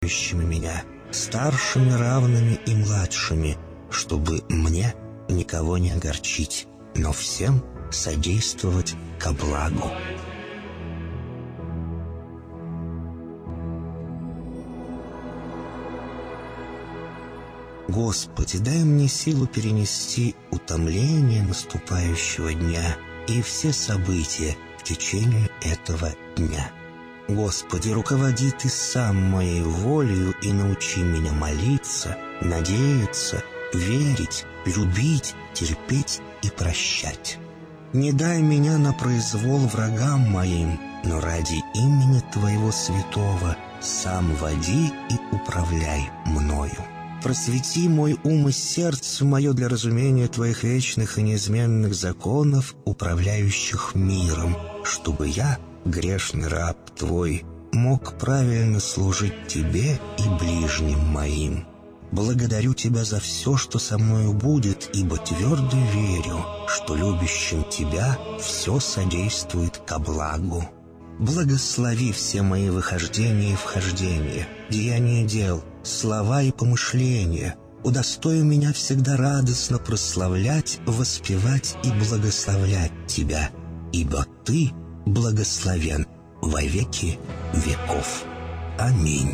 меня, старшими, равными и младшими, чтобы мне никого не огорчить, но всем содействовать ко благу. Господи, дай мне силу перенести утомление наступающего дня и все события в течение этого дня. Господи, руководи Ты сам моей волею и научи меня молиться, надеяться, верить, любить, терпеть и прощать. Не дай меня на произвол врагам моим, но ради имени Твоего святого сам води и управляй мною. Просвети мой ум и сердце мое для разумения Твоих вечных и неизменных законов, управляющих миром, чтобы я, грешный раб Твой, мог правильно служить Тебе и ближним моим. Благодарю Тебя за все, что со мною будет, ибо твердо верю, что любящим Тебя все содействует ко благу. Благослови все мои выхождения и вхождения, деяния дел, слова и помышления. Удостой меня всегда радостно прославлять, воспевать и благословлять Тебя, ибо Ты благословен во веки веков. Аминь.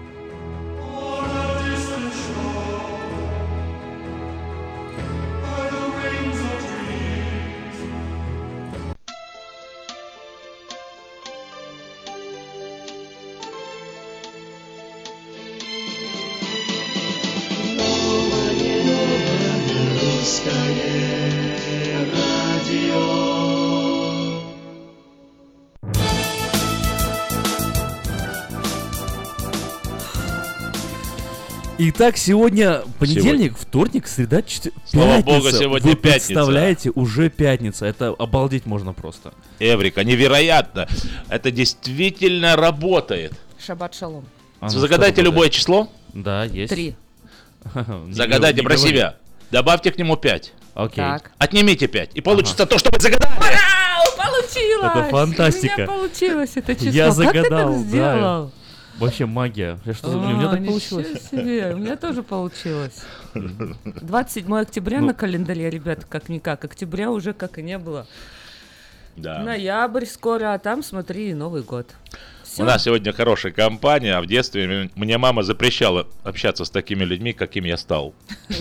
Итак, сегодня понедельник, вторник, среда, пятница. Слава богу, сегодня Вы пятница. представляете, уже пятница. Это обалдеть можно просто. Эврика, невероятно. Это действительно работает. Шаббат шалом. Загадайте любое число. Да, есть. 3. Загадайте про себя. Добавьте к нему 5. Окей. Так. Отнимите 5. И получится то, что вы загадали. Вау, получилось! Это фантастика. У меня получилось это число. Я загадал, как ты так да. сделал? Вообще магия. У меня так получилось. Ничего себе, у меня тоже получилось. 27 октября на календаре, ребят, как-никак. Октября уже как и не было. Да. Ноябрь скоро, а там, смотри, Новый год. Всё. У нас сегодня хорошая компания, а в детстве мне мама запрещала общаться с такими людьми, каким я стал.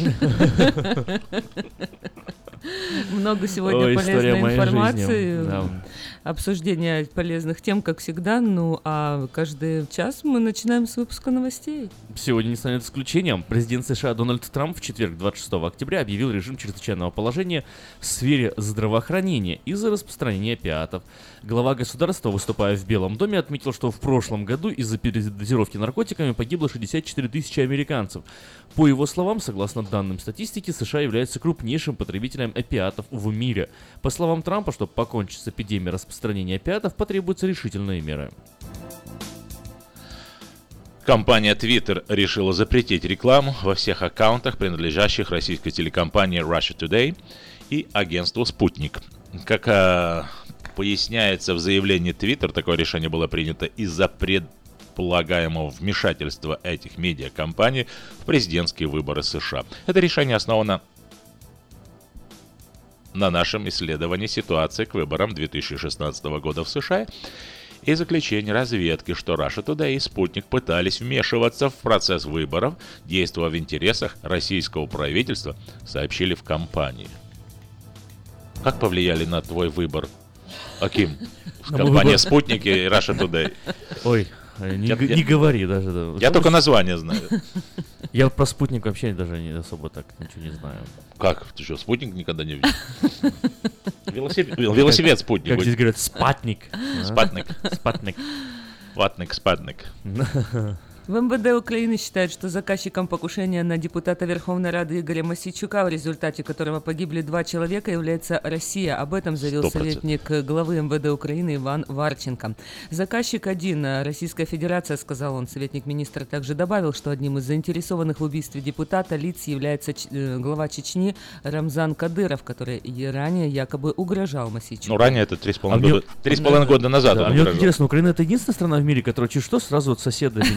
Много сегодня Ой, история полезной моей информации, жизни. Да. обсуждения полезных тем, как всегда. Ну, а каждый час мы начинаем с выпуска новостей. Сегодня не станет исключением. Президент США Дональд Трамп в четверг, 26 октября, объявил режим чрезвычайного положения в сфере здравоохранения из-за распространения опиатов. Глава государства, выступая в Белом доме, отметил, что в прошлом году из-за передозировки наркотиками погибло 64 тысячи американцев. По его словам, согласно данным статистики, США является крупнейшим потребителем опиатов в мире. По словам Трампа, чтобы покончить с эпидемией распространения опиатов, потребуются решительные меры. Компания Twitter решила запретить рекламу во всех аккаунтах, принадлежащих российской телекомпании Russia Today и агентству «Спутник». Как поясняется в заявлении Twitter, такое решение было принято из-за предполагаемого вмешательства этих медиакомпаний в президентские выборы США. Это решение основано на нашем исследовании ситуации к выборам 2016 года в США и заключение разведки, что Russia Today и Спутник пытались вмешиваться в процесс выборов, действуя в интересах российского правительства, сообщили в компании. Как повлияли на твой выбор, Аким? Компания «Спутник» и Russia Today. Ой, не говори даже. Да. Я только название знаю. Я про «Спутник» вообще даже не особо так ничего не знаю. Как? Ты что, «Спутник» никогда не видел? Велосипед «Спутник». Как здесь говорят, «Спатник». Спатник. Спатник. Ватник, спатник. В МВД Украины считают, что заказчиком покушения на депутата Верховной Рады Игоря Мосейчука, в результате которого погибли 2 человека, является Россия. Об этом заявил 100%. советник главы МВД Украины Иван Варченко. Заказчик один, Российская Федерация, сказал он. Советник министра также добавил, что одним из заинтересованных в убийстве депутата лиц является глава Чечни Рамзан Кадыров, который ранее якобы угрожал Мосейчуку. Ну, ранее это 3,5 года назад. Да, он мне вот угрожал. интересно, Украина — это единственная страна в мире, которая чуть что сразу от соседа винит? Нет,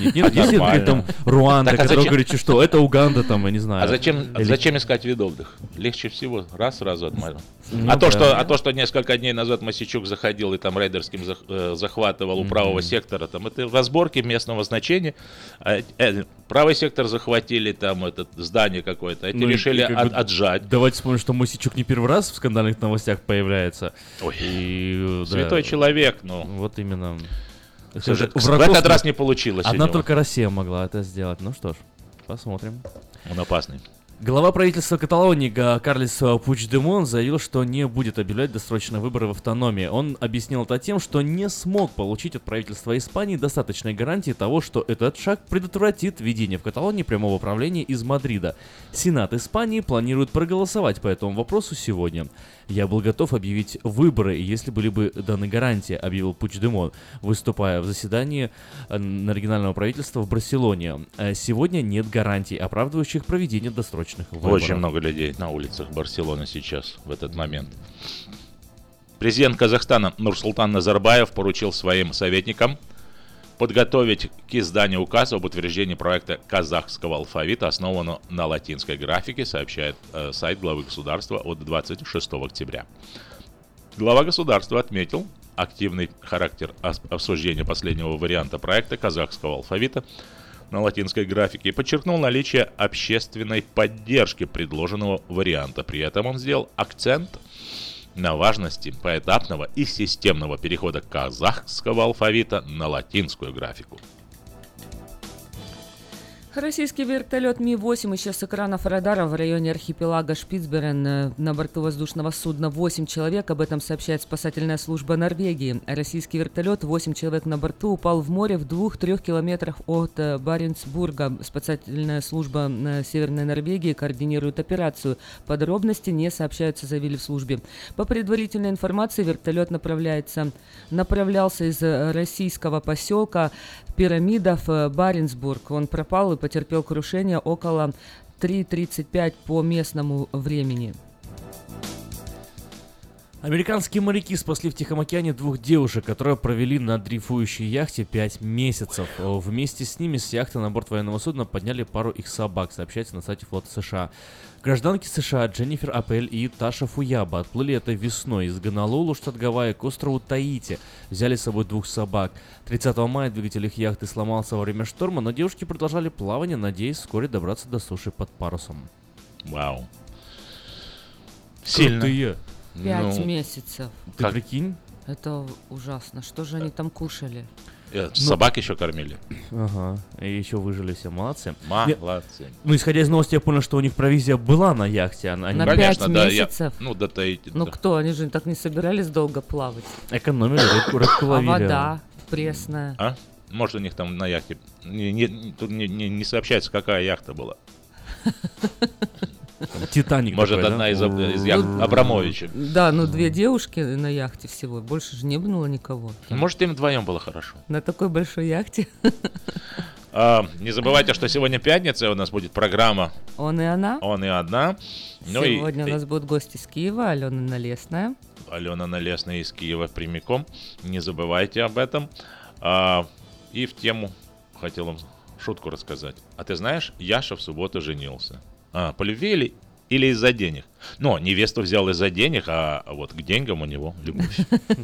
Есть нормально. там Руанда, Так, а который зачем- говорит, что это Уганда, там, я не знаю. А зачем Или- искать вид отдыха? Легче всего сразу отмазал. Ну а да. то, что несколько дней назад Мосичук заходил и там рейдерским захватывал у правого сектора, там это разборки местного значения. Правый сектор захватили, там это здание какое-то, эти Ну и решили как бы отжать. Давайте вспомним, что Мосичук не первый раз в скандальных новостях появляется. Ой, И, да, святой человек, ну. Вот именно. В Врагов этот нет. раз не получилось у Одна него. только Россия могла это сделать. Ну что ж, посмотрим. Он опасный. Глава правительства Каталонии Карлес Пучдемон заявил, что не будет объявлять досрочные выборы в автономии. Он объяснил это тем, что не смог получить от правительства Испании достаточной гарантии того, что этот шаг предотвратит введение в Каталонии прямого правления из Мадрида. Сенат Испании планирует проголосовать по этому вопросу сегодня. «Я был готов объявить выборы, если были бы даны гарантии», — объявил Пучдемон, выступая в заседании регионального правительства в Барселоне. «Сегодня нет гарантий, оправдывающих проведение досрочных выборов». Очень много людей на улицах Барселоны сейчас, в этот момент. Президент Казахстана Нурсултан Назарбаев поручил своим советникам подготовить к изданию указа об утверждении проекта казахского алфавита, основанного на латинской графике, сообщает сайт главы государства от 26 октября. Глава государства отметил активный характер обсуждения последнего варианта проекта казахского алфавита на латинской графике и подчеркнул наличие общественной поддержки предложенного варианта. При этом он сделал акцент на важности поэтапного и системного перехода казахского алфавита на латинскую графику. Российский вертолет Ми-8 исчез с экранов радара в районе архипелага Шпицберген. На борту воздушного судна 8 человек. Об этом сообщает спасательная служба Норвегии. Российский вертолет, 8 человек на борту, упал в море в 2-3 километрах от Баренцбурга. Спасательная служба Северной Норвегии координирует операцию. Подробности не сообщаются, заявили в службе. По предварительной информации, вертолет направлялся из российского поселка Пирамидов Баренцбург. Он пропал и потерпел крушение около 3:35 по местному времени. Американские моряки спасли в Тихом океане 2 девушек, которые провели на дрейфующей яхте 5 месяцев. Вместе с ними с яхты на борт военного судна подняли пару их собак, сообщается на сайте флота США. Гражданки США Дженнифер Апель и Таша Фуяба отплыли этой весной из Гонолулу, штат Гавайи, к острову Таити. Взяли с собой 2 собак. 30 мая двигатель их яхты сломался во время шторма, но девушки продолжали плавание, надеясь вскоре добраться до суши под парусом. Вау. Сильно. Крутые. 5 Ну, месяцев. Ты Как? прикинь? Это ужасно. Что же они там кушали? Собак еще кормили. Ага. И еще выжили все, молодцы. Молодцы. Ну, исходя из новости, я понял, что у них провизия была на яхте. Они На Конечно, 5 да, месяцев? до Таити. Ну да. кто? Они же так не собирались долго плавать. экономили, рыбку А ловили. вода пресная. А? Может, у них там на яхте... Тут не сообщается, какая яхта была. Титаник Может, такой, одна да? из яхт Абрамовича. Да, 2 девушки на яхте всего. Больше же не было никого. Может, им вдвоем было хорошо. На такой большой яхте. Не забывайте, что сегодня пятница, и у нас будет программа Он и она. «Он и одна». Ну и Сегодня у нас будут гости из Киева. Алена Налесная. Алена Налесная из Киева прямиком. Не забывайте об этом. И в тему хотел вам шутку рассказать. А ты знаешь, Яша в субботу женился. По любви или из-за денег? Но невесту взял из-за денег, а вот к деньгам у него любовь.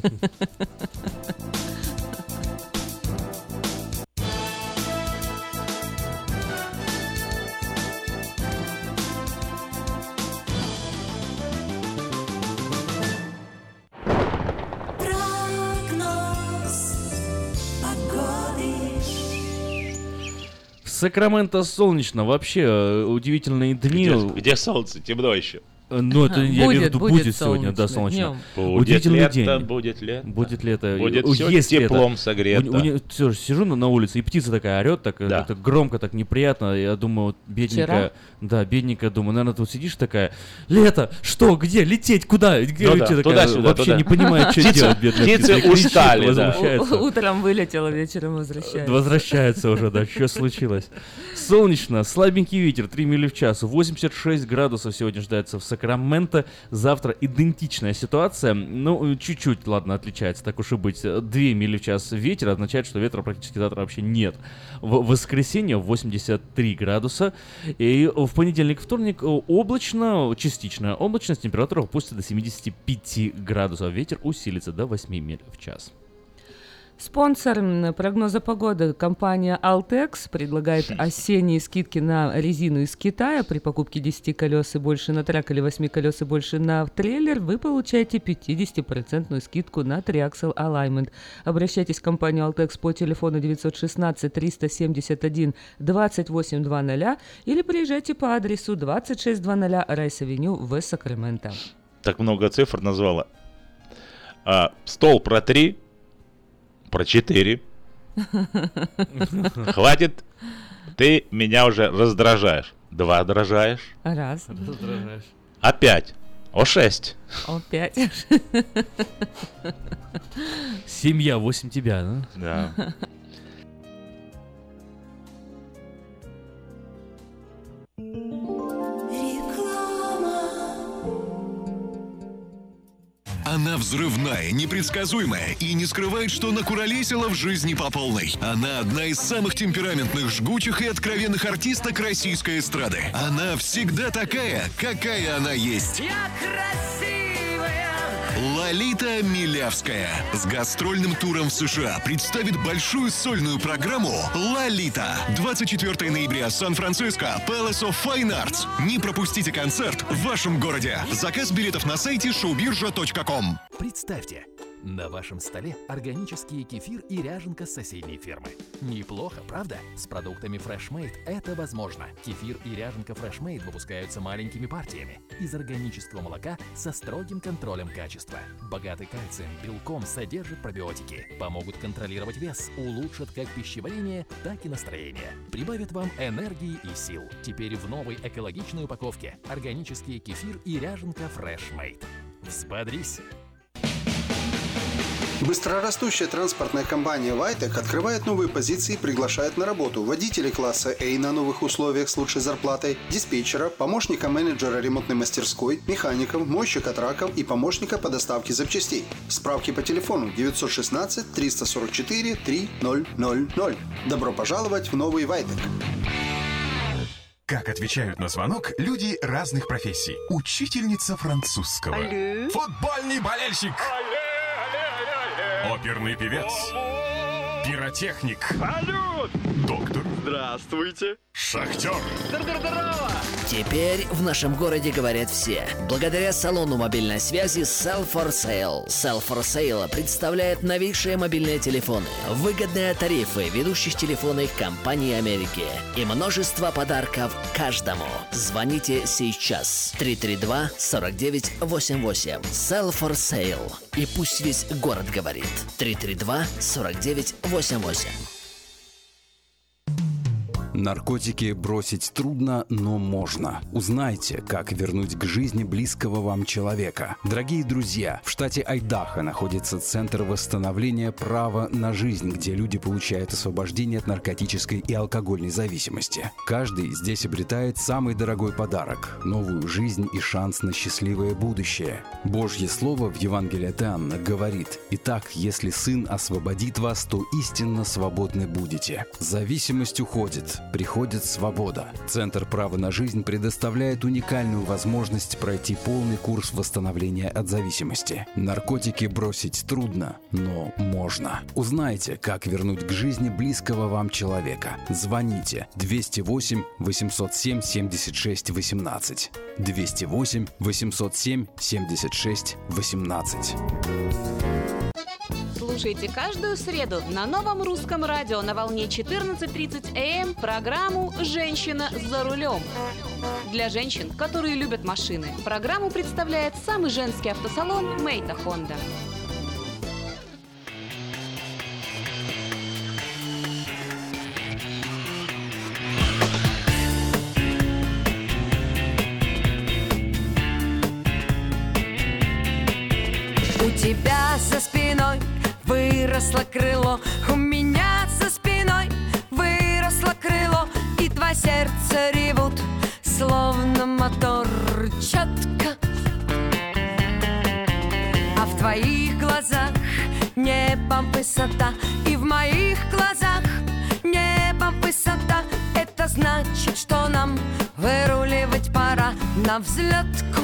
В Сакраменто солнечно. Вообще удивительные дни. Где солнце? Темно еще. Ну, это я имею в виду, будет сегодня, да, солнечно солнечно. днем. Будет Удивительный лето, день. будет лето. Будет лето. Будет О, все есть лето. теплом согрето. Все, сижу на улице, и птица такая орет, так, Да. так громко, так неприятно. Я думаю, вот, бедненькая. Да, бедненькая, думаю, наверное, тут сидишь такая, лето, что, где, лететь, куда? Где Ну лететь? да, Такая, туда-сюда, вообще туда. не понимает, что делать, бедная птицы птица. Кричит, устали, да. возмущается. Утром вылетела, вечером возвращается. Возвращается уже, да, что случилось? Солнечно, слабенький ветер, 3 мили в час, 86 градусов сегодня ожидается в Сакраменто. Сакраменто. Завтра идентичная ситуация. Ну, чуть-чуть, ладно, отличается, так уж и быть. 2 мили в час ветер означает, что ветра практически завтра вообще нет. В воскресенье 83 градуса. И в понедельник, вторник облачно, частичная облачность, температура опустится до 75 градусов. Ветер усилится до 8 миль в час. Спонсор прогноза погоды компания Altex предлагает осенние скидки на резину из Китая. При покупке 10 колес и больше на трак или 8 колес и больше на трейлер вы получаете 50% скидку на Triaxle Alignment. Обращайтесь в компанию Altex по телефону 916 371 2800 или приезжайте по адресу 2600 Райс-авеню в Сакраменто. Так много цифр назвала. Стол про 3. Про 4. Хватит, ты меня уже раздражаешь. 2 дрожаешь. Раз. Раздражаешь. Опять. 6. Опять. Семья 8 тебя, да? Да. Она взрывная, непредсказуемая и не скрывает, что накуролесила в жизни по полной. Она одна из самых темпераментных, жгучих и откровенных артисток российской эстрады. Она всегда такая, какая она есть. Я красивая! Лолита Милявская с гастрольным туром в США представит большую сольную программу «Лолита». 24 ноября, Сан-Франциско, Palace of Fine Arts. Не пропустите концерт в вашем городе. Заказ билетов на сайте showbirja.com. Представьте, на вашем столе органический кефир и ряженка с соседней фермы. Неплохо, правда? С продуктами FreshMade это возможно. Кефир и ряженка FreshMade выпускаются маленькими партиями из органического молока со строгим контролем качества. Богатый кальцием, белком, содержит пробиотики, помогут контролировать вес, улучшат как пищеварение, так и настроение. Прибавят вам энергии и сил. Теперь в новой экологичной упаковке органический кефир и ряженка FreshMade. Взбодрись! Быстрорастущая транспортная компания Вайтек открывает новые позиции и приглашает на работу водителей класса А на новых условиях с лучшей зарплатой, диспетчера, помощника менеджера ремонтной мастерской, механиков, мойщика траков и помощника по доставке запчастей. Справки по телефону 916 344 3000. Добро пожаловать в новый Вайтек. Как отвечают на звонок люди разных профессий. Учительница французского. Алле. Футбольный болельщик. Оперный певец. Пиротехник. Салют! Доктор. Здравствуйте! Шахтер. Здорово! Теперь в нашем городе говорят все. Благодаря салону мобильной связи Sell for Sale. Sell for Sale представляет новейшие мобильные телефоны, выгодные тарифы ведущих телефонных компаний Америки и множество подарков каждому. Звоните сейчас. 332-4988. Sell for Sale. И пусть весь город говорит. 332-4988. Наркотики бросить трудно, но можно. Узнайте, как вернуть к жизни близкого вам человека. Дорогие друзья, в штате Айдахо находится Центр восстановления права на жизнь, где люди получают освобождение от наркотической и алкогольной зависимости. Каждый здесь обретает самый дорогой подарок – новую жизнь и шанс на счастливое будущее. Божье Слово в Евангелии от Иоанна говорит: «Итак, если Сын освободит вас, то истинно свободны будете». Зависимость уходит. Приходит свобода. Центр права на жизнь предоставляет уникальную возможность пройти полный курс восстановления от зависимости. Наркотики бросить трудно, но можно. Узнайте, как вернуть к жизни близкого вам человека. Звоните 208 807 76 18. 208 807 76 18. Слушайте каждую среду на Новом русском радио на волне 14:30 АМ программу «Женщина за рулем». Для женщин, которые любят машины, программу представляет самый женский автосалон «Мейта Хонда». У тебя за спиной выросло крыло, у меня за спиной выросло крыло, и два сердца ревут, словно мотор, четко небом высота, и в моих глазах небом высота. Это значит, что нам выруливать пора на взлетку.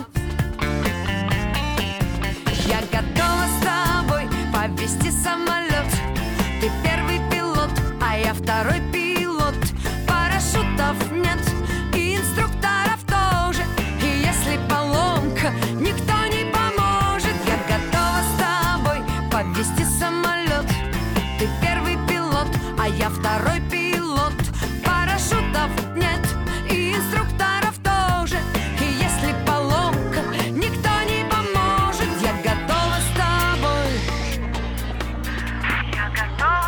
Я готова с тобой повести самолет. Ты первый пилот, а я второй пилот. Парашютов нет, и инструкторов тоже. И если поломка, никто не поможет. Я готова с тобой повести самолет. Ты первый пилот, а я второй пилот. Парашютов нет, и инструкторов тоже. И если поломка, никто не поможет. Я готова с тобой. Я готова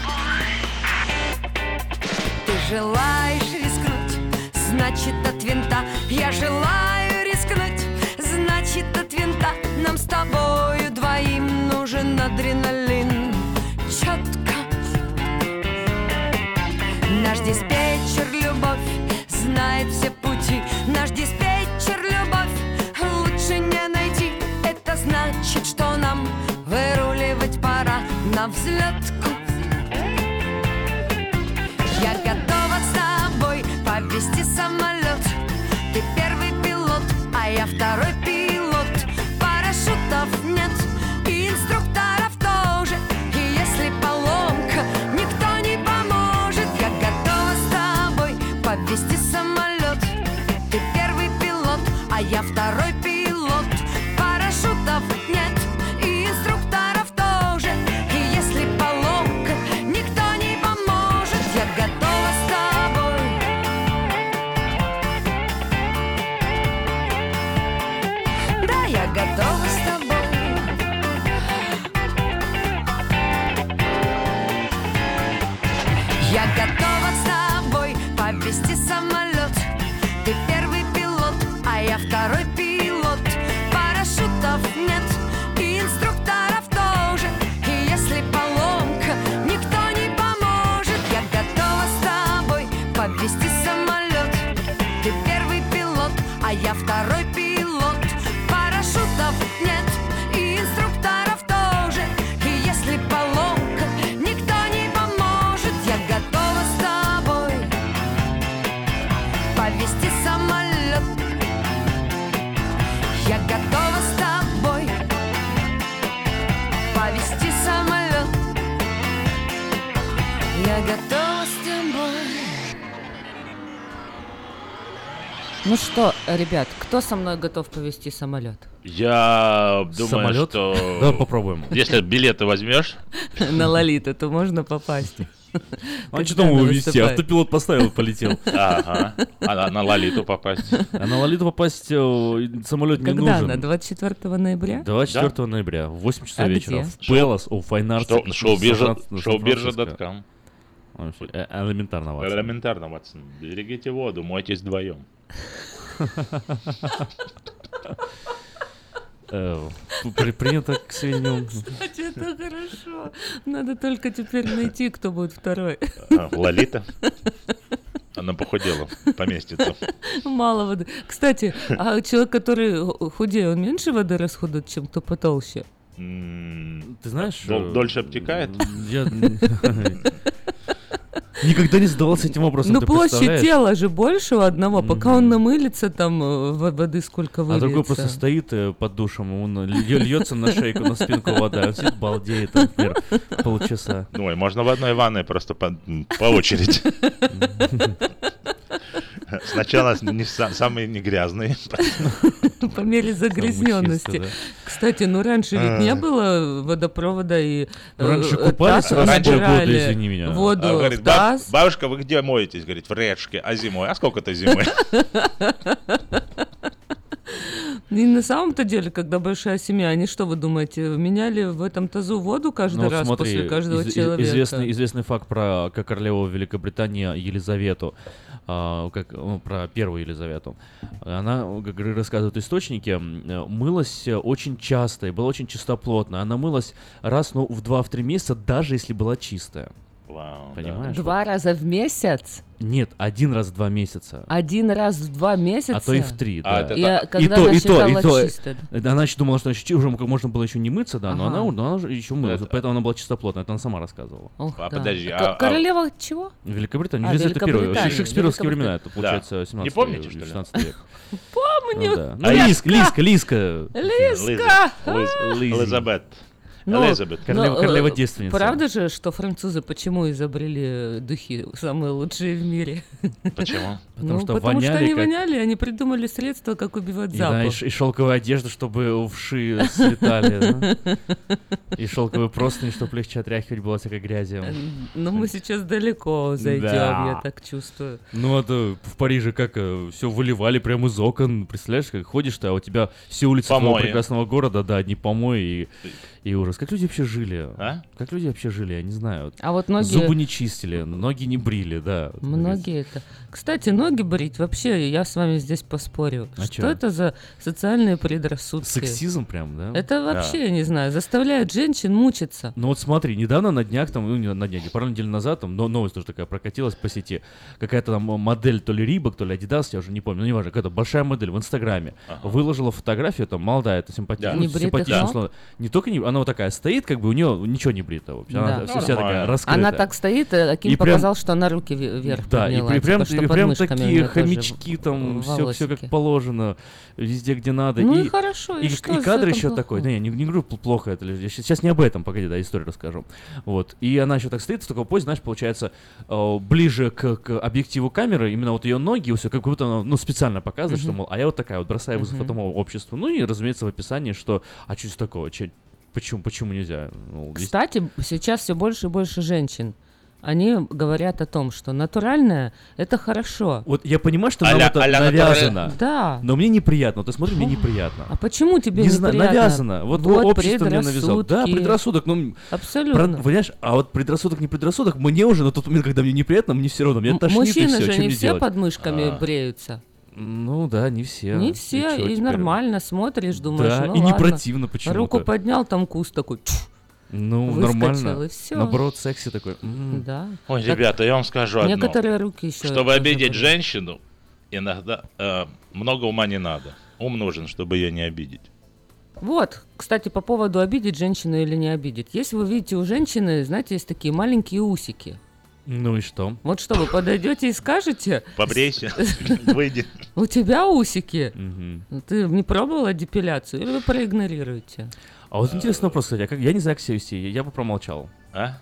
с тобой. Ты желаешь рискнуть, значит от винта. Я желаю рискнуть, значит от винта. Нам с тобою двоим нужен адреналин. Четко. Наш диспетчер любовь знает все пути. Наш диспетчер любовь лучше не найти. Это значит, что нам выруливать пора на взлетку. Я готова с тобой повести самолет. Ты первый пилот, а я второй пилот. Парашютов нет, и инструкторов тоже. И если поломка, никто не поможет. Я готова с тобой повести самолет. Ты первый пилот, а я второй пилот. Парашютов нет, и инструкторов тоже. И если поломка, никто не поможет. Я готова с тобой. Да, я готова с тобой. Я готова с тобой повести самолет. Ты первый пилот, а я второй пилот. Парашютов нет, и инструкторов тоже. И если поломка, никто не поможет. Я готова с тобой повести самолет. Ты первый пилот, а я второй пилот. Парашютов нет, и инструкторов тоже. И если поломка, никто не поможет. Я готова с тобой повести самолет. Я готова с тобой повести самолет. Я готова с тобой. Ну что, ребят, кто со мной готов повести самолет? Я думаю, Самолет? что... Давай попробуем. Если билеты возьмешь... На Лолиту, то можно попасть. А что там увезти? Автопилот поставил и полетел. Ага. А на Лолиту попасть? А на Лолиту попасть самолет не Когда? нужен. На 24 ноября? 24 ноября в 8 часов А вечера где? в Palace of Fine Arts. Шоу-биржа.com. Элементарно, Ватсон. Элементарно, Ватсон. Берегите воду, мойтесь вдвоем. Принято к сведению. Кстати, это хорошо. Надо только теперь найти, кто будет второй. Лолита? Она похудела, поместится. Мало воды. Кстати, а человек, который худее, он меньше воды расходует, чем кто потолще? Ты знаешь... Дольше обтекает? Я никогда не задавался этим вопросом. Ну, площадь тела же больше у одного, пока он намылится, там воды сколько выльется. А другой просто стоит под душем, он льется на шейку, на спинку вода, он сидит, балдеет, например, полчаса. Ну, и можно в одной ванной просто по очереди. Сначала самые не грязные. По мере загрязненности. Да. Кстати, ну раньше ведь не было водопровода и раньше купались, набирали извини меня. воду говорит, в таз. бабушка, вы где моетесь? Говорит, в речке. А зимой? А сколько-то зимой? И на самом-то деле, когда большая семья, они что, вы думаете, меняли в этом тазу воду каждый раз после каждого человека? Известный факт про королеву Великобритании Елизавету, про первую Елизавету. Она, как рассказывают источники, мылась очень часто и была очень чистоплотна. Она мылась раз в 2-3 месяца, даже если была чистая. Вау, Понимаешь? 2 раза в месяц? Нет, 1 раз в 2 месяца. 1 раз в 2 месяца? А то и в 3, А, да. Я, когда она считала чисто. Она еще думала, что уже можно было еще не мыться, да, но Ага. она уже еще мылась, поэтому она была чистоплотная, это она сама рассказывала. Ох, А, да. подожди, Королева чего? Великобритания, А, Елизавета I, Великобритания, шекспировские Великобритания. времена, это получается 17 Не помните, что ли? 16 век. Помню. Ну да. Ну, Лиска. Лиска. Элизабет. Ну, Элизабет. Королева-девственница. Правда же, что французы почему изобрели духи самые лучшие в мире? Почему? Потому что потому что воняли они как- воняли, они придумали средства, как убивать И, да, запах. и шелковая одежда, чтобы вши слетали. Да? И шелковые простыни, чтобы легче отряхивать было всякой грязи. Но мы сейчас далеко зайдем, Да. я так чувствую. Ну, это в Париже как все выливали прямо из окон. Представляешь, как ходишь-то, а у тебя все улицы твоего Помои. прекрасного города, да, одни помои и ужас. Как люди вообще жили? А? Как люди вообще жили, я не знаю. А вот многие... Зубы не чистили, ноги не брили, да. Многие это... Кстати, ноги брить, вообще, я с вами здесь поспорю. А что чё? это за социальные предрассудки? Сексизм прям, да? Это вообще, я не знаю, заставляют женщин мучиться. Ну вот смотри, недавно на днях, там, ну не на днях, пару недель назад, там, новость тоже такая прокатилась по сети. Какая-то там модель, то ли Reebok, то ли Adidas, я уже не помню, ну неважно, какая-то большая модель в Инстаграме. Выложила фотографию, там, молодая, это симпатичная, Да. Небритых симпатичная, ног? условно. Не только не, она вот такая стоит, как бы у нее ничего не брито вообще. Она Да. вся такая раскрытая. Она так стоит, Аким И прям- показал, что она руки вверх Да, подняла, и прям, типа, что и под прям мышками у такие неё тоже хомячки, там, все волосики. как положено, везде, где надо. Ну и хорошо, и и что и в кадр этом еще плохого? такой, да, я не говорю плохо это, я сейчас не об этом, погоди, да, историю расскажу. Вот, и она еще так стоит в такой позе, знаешь, получается, ближе к объективу камеры, именно вот ее ноги, все, как будто она, ну, специально показывает, что, мол, а я вот такая вот, бросаю вызов этому обществу. Ну и, разумеется, в описании, что, а что здесь такого, почему нельзя? Ну, здесь- Кстати, сейчас все больше и больше женщин. Они говорят о том, что натуральное — это хорошо. Вот я понимаю, что нам А-ля- это а-ля навязано, Да. но мне неприятно. Вот ты смотри, мне неприятно. А почему тебе Не знаю, неприятно? навязано. Вот общество мне навязало. Да, предрассудки. предрассудок. Ну, Абсолютно. понимаешь, а вот предрассудок, не предрассудок, мне уже на тот момент, когда мне неприятно, мне все равно, мне тошнит и Мужчины все, же что не мне все делать? под мышками бреются. Ну да, не все. Не все, чё и теперь? нормально смотришь, думаешь, Да, ну и не ладно. противно почему-то. Руку поднял, там куст такой. Ну, выскочил, нормально. и всё. Наоборот, секси такой. Да. Ой, Так ребята, я вам скажу одно. некоторые руки еще. Чтобы тоже обидеть были. женщину, иногда много ума не надо. Ум нужен, чтобы ее не обидеть. Вот, кстати, по поводу обидеть женщину или не обидеть. Если вы видите у женщины, знаете, есть такие маленькие усики. Ну и что? Вот что, вы подойдете и скажете, Побрейся, выйди. у тебя усики, Мгм. ты не пробовала депиляцию, или вы проигнорируете? А вот интересный вопрос, кстати, я не знаю, как себя вести, я бы промолчал. А?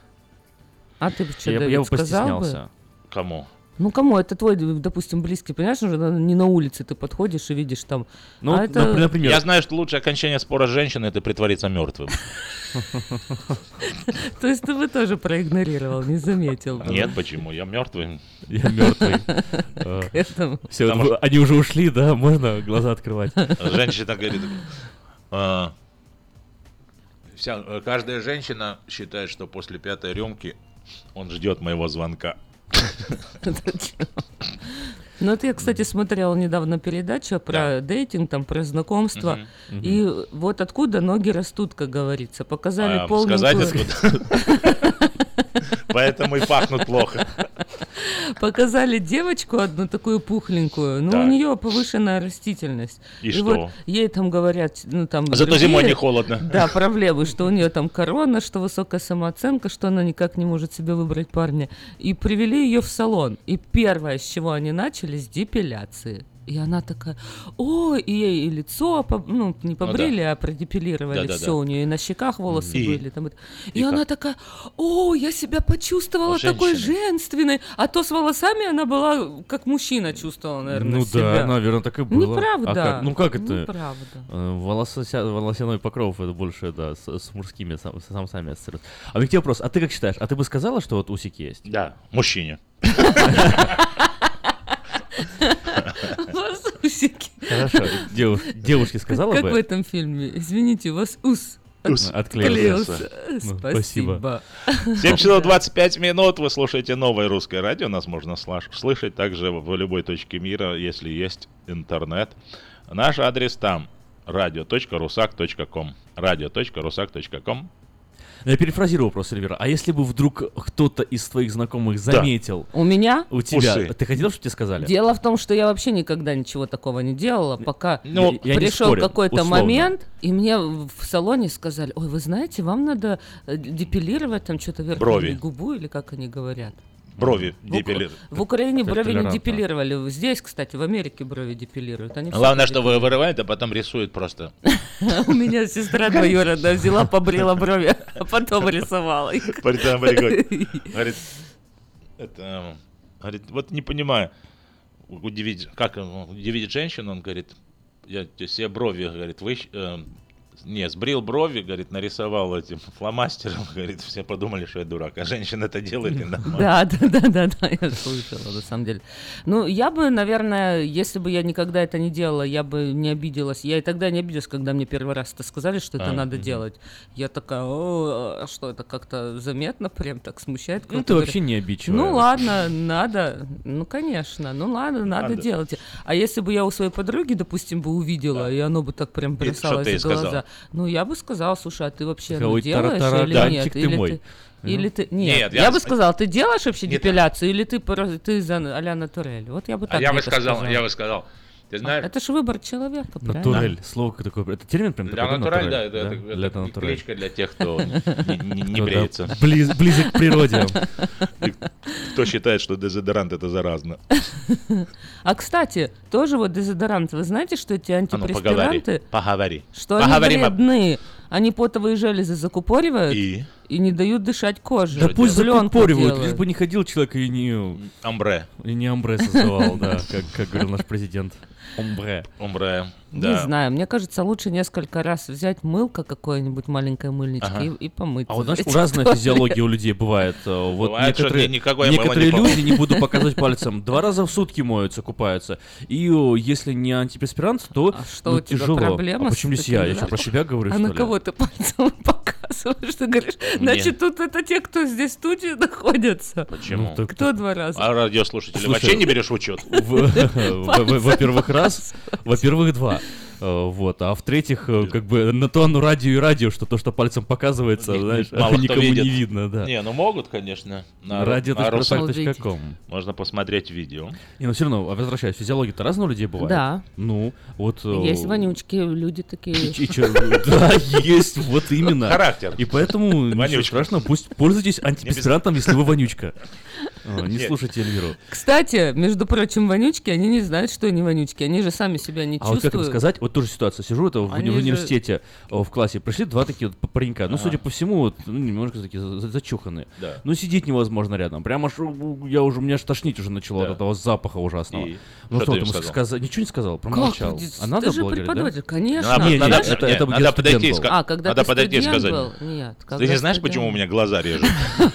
А ты бы что, Я Давид, бы сказал бы? постеснялся. Кому? Ну кому? Это твой, допустим, близкий, понимаешь, уже не на улице ты подходишь и видишь там. Ну, а это... например, Я знаю, что лучшее окончание спора с женщиной — это притвориться мертвым. То есть ты бы тоже проигнорировал, не заметил. бы. Нет, почему? Я мертвый. я мертвый. К этому. Все, Потому они уже ушли, да, можно глаза открывать. Женщина говорит, каждая женщина считает, что после 5-й рюмки он ждет моего звонка. Ну, это я, кстати, смотрела недавно передачу про дейтинг, там, про знакомство. И вот откуда ноги растут, как говорится. Показали Сказать полненькую... откуда? Поэтому и пахнут плохо. Показали девочку одну такую пухленькую, но Так. у нее повышенная растительность. И что? Вот ей там говорят, ну там... Зато другие, зимой не холодно. Да, проблемы, что у нее там корона, что высокая самооценка, что она никак не может себе выбрать парня. И привели ее в салон. И первое, с чего они начали, с депиляции. И она такая, ой, и ей и лицо, ну, не побрили, а продепилировали Да-да-да. все у нее, и на щеках волосы И? были. Там, и И она как? такая, о, я себя почувствовала такой Женщина. женственной. А то с волосами она была, как мужчина чувствовала, наверное, Ну себя. да, наверное, так и было. Неправда. А как? Ну как это? Неправда. Волосяной покров, это больше, да, с мужскими самцами ассоциируется. А у меня к тебе вопрос, а ты как считаешь, а ты бы сказала, что вот усики есть? Да, мужчине. У вас усики. Хорошо, девушке сказала Как бы? в этом фильме. Извините, у вас ус Отклеился. отклеился. Ну, спасибо. 7 часов 25 минут. Вы слушаете Новое Русское Радио. Нас можно слышать также в любой точке мира, если есть интернет. Наш адрес там. radio.rusak.com radio.rusak.com. Я перефразирую вопрос, Эльвира. А если бы вдруг кто-то из твоих знакомых заметил... У меня? У тебя. Усы. Ты хотел, чтобы тебе сказали? Дело в том, что я вообще никогда ничего такого не делала, пока Ну, я не пришел спорю, какой-то условно. момент, и мне в салоне сказали: ой, вы знаете, вам надо депилировать там что-то верхнюю Брови. губу, или как они говорят. Брови депилируют. В Украине Как брови не толерантно. депилировали. Здесь, кстати, в Америке брови депилируют. Они все Главное, что вырывают, а потом рисуют просто. У меня сестра двоюродная взяла, побрила брови, а потом рисовала их. Говорит, вот не понимаю, как удивить женщину, он говорит, я себе брови, говорит, сбрил брови, говорит, нарисовал этим фломастером, говорит, все подумали, что я дурак, а женщина это делает и нормально. Да, я слышала, на самом деле. Ну, я бы, наверное, если бы я никогда это не делала, я бы не обиделась. Я и тогда не обиделась, когда мне первый раз это сказали, что это надо делать. Я такая: о, а что, это как-то заметно, прям так смущает? Ну, ты вообще не обидчивая. Ну, ладно, надо, ну, конечно, ну, ладно, надо делать. А если бы я у своей подруги, допустим, бы увидела, и оно бы так прям бросалось в глаза, ну, я бы сказала: слушай, а ты вообще делаешь или нет? Или ты... Нет, я бы сказал, ты делаешь вообще депиляцию, или ты за а-ля натурель? Вот я бы так сказала. Я бы сказал, ты знаешь... Это же выбор человека, правильно? Натурель, слово такое, это термин прям для такой? натураль, да, это кличка для тех, кто не бреется. Близок к природе. Кто считает, что дезодорант это заразно. А, кстати, тоже вот дезодорант, вы знаете, что эти антипреспиранты... Поговори. Что они вредны. Они потовые железы закупоривают и не дают дышать коже. Да пусть закупоривают, лишь бы не ходил человек и не... Омбре. И не омбре создавал, да, как говорил наш президент. Омбре. Не знаю, мне кажется, лучше несколько раз взять мылко какое-нибудь, маленькое мыльничко, и помыться. А вот знаешь, разная физиология у людей бывает. Вот некоторые люди, не буду показывать пальцем, 2 раза в сутки моются, купаются. И если не антипреспирант, то что у тебя тяжело. проблема? А почему здесь я? Я что, про себя говорю, что ли? А на кого ты пальцем показываешь? Ты говоришь, значит, тут это те, кто здесь в студии находятся. Почему? Кто 2 раза? А радиослушатели вообще не берешь в учет? Во-первых, раз. Во-первых, 2. Вот, а в-третьих, как бы на то оно радио и радио, что то, что пальцем показывается, знаешь, никому не видно, да. Не, ну могут, конечно. На radio.com. Можно посмотреть видео. Не, но все равно, возвращаясь, физиология-то разная у людей бывает. Да. Ну, вот... Есть вонючки, люди такие. Да, есть, вот именно. Характер. И поэтому ничего страшного, пусть пользуйтесь антипреспирантом, если вы вонючка. Не слушайте Эльвиру. Кстати, между прочим, вонючки, они не знают, что они вонючки. Они же сами себя не чувствуют. А вот как им сказать, вот тоже ситуация. Сижу это в университете, в классе, пришли 2 такие вот паренька. Ну, судя по всему, вот, немножко такие зачуханные. Ну, сидеть невозможно рядом. Прямо аж, у меня аж тошнить уже начало от этого запаха ужасного. Ну, что ты ему сказал? Ничего не сказал, промолчал. А надо было, говорить, конечно. Надо подойти и сказать. Нет. Ты не знаешь, почему у меня глаза режут?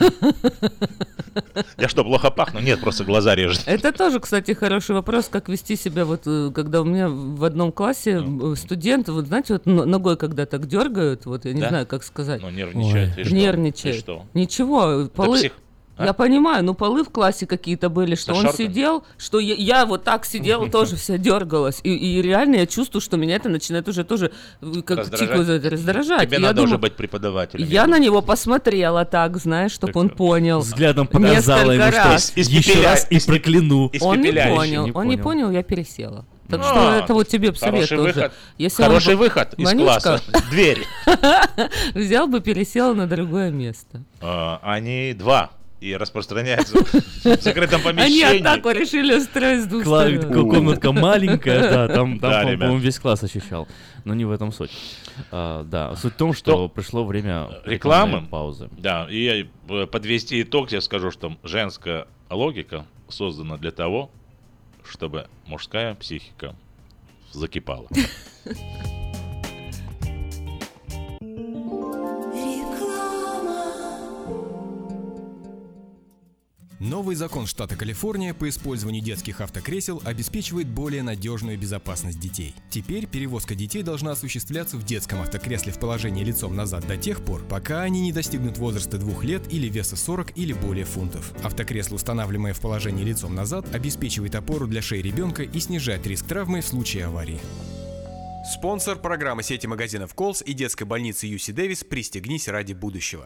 Я что, плохо пахну? Нет, просто глаза режет. Это тоже, кстати, хороший вопрос, как вести себя, вот, когда у меня в одном классе студенты, вот знаете, вот ногой когда так дергают, вот я не знаю, как сказать. Ну, нервничает. Нервничает. И что? Ничего, полы... Я понимаю, ну полы в классе какие-то были, что он сидел, что я вот так сидела, тоже вся дергалась. И реально я чувствую, что меня это начинает уже тоже как раздражать. Тебе надо уже быть преподавателем. Я на него посмотрела так, знаешь, чтобы он понял. Взглядом показала ему, что еще раз и прокляну. Он не понял, я пересела. Так что это вот тебе советую. Хороший выход из класса. Дверь. Взял бы, пересел на другое место. Они 2. И распространяется в закрытом помещении. Они атаку решили устроить с 2 сторон. Комнатка маленькая, да, там, по-моему, весь класс ощущал. Но не в этом суть. Да, суть в том, что пришло время рекламы, паузы. Да, и подвести итог, я скажу, что женская логика создана для того, чтобы мужская психика закипала. Новый закон штата Калифорния по использованию детских автокресел обеспечивает более надежную безопасность детей. Теперь перевозка детей должна осуществляться в детском автокресле в положении лицом назад до тех пор, пока они не достигнут возраста 2 лет или веса 40 или более фунтов. Автокресло, устанавливаемое в положении лицом назад, обеспечивает опору для шеи ребенка и снижает риск травмы в случае аварии. Спонсор программы сети магазинов Колс и детской больницы Юси Дэвис «Пристегнись ради будущего».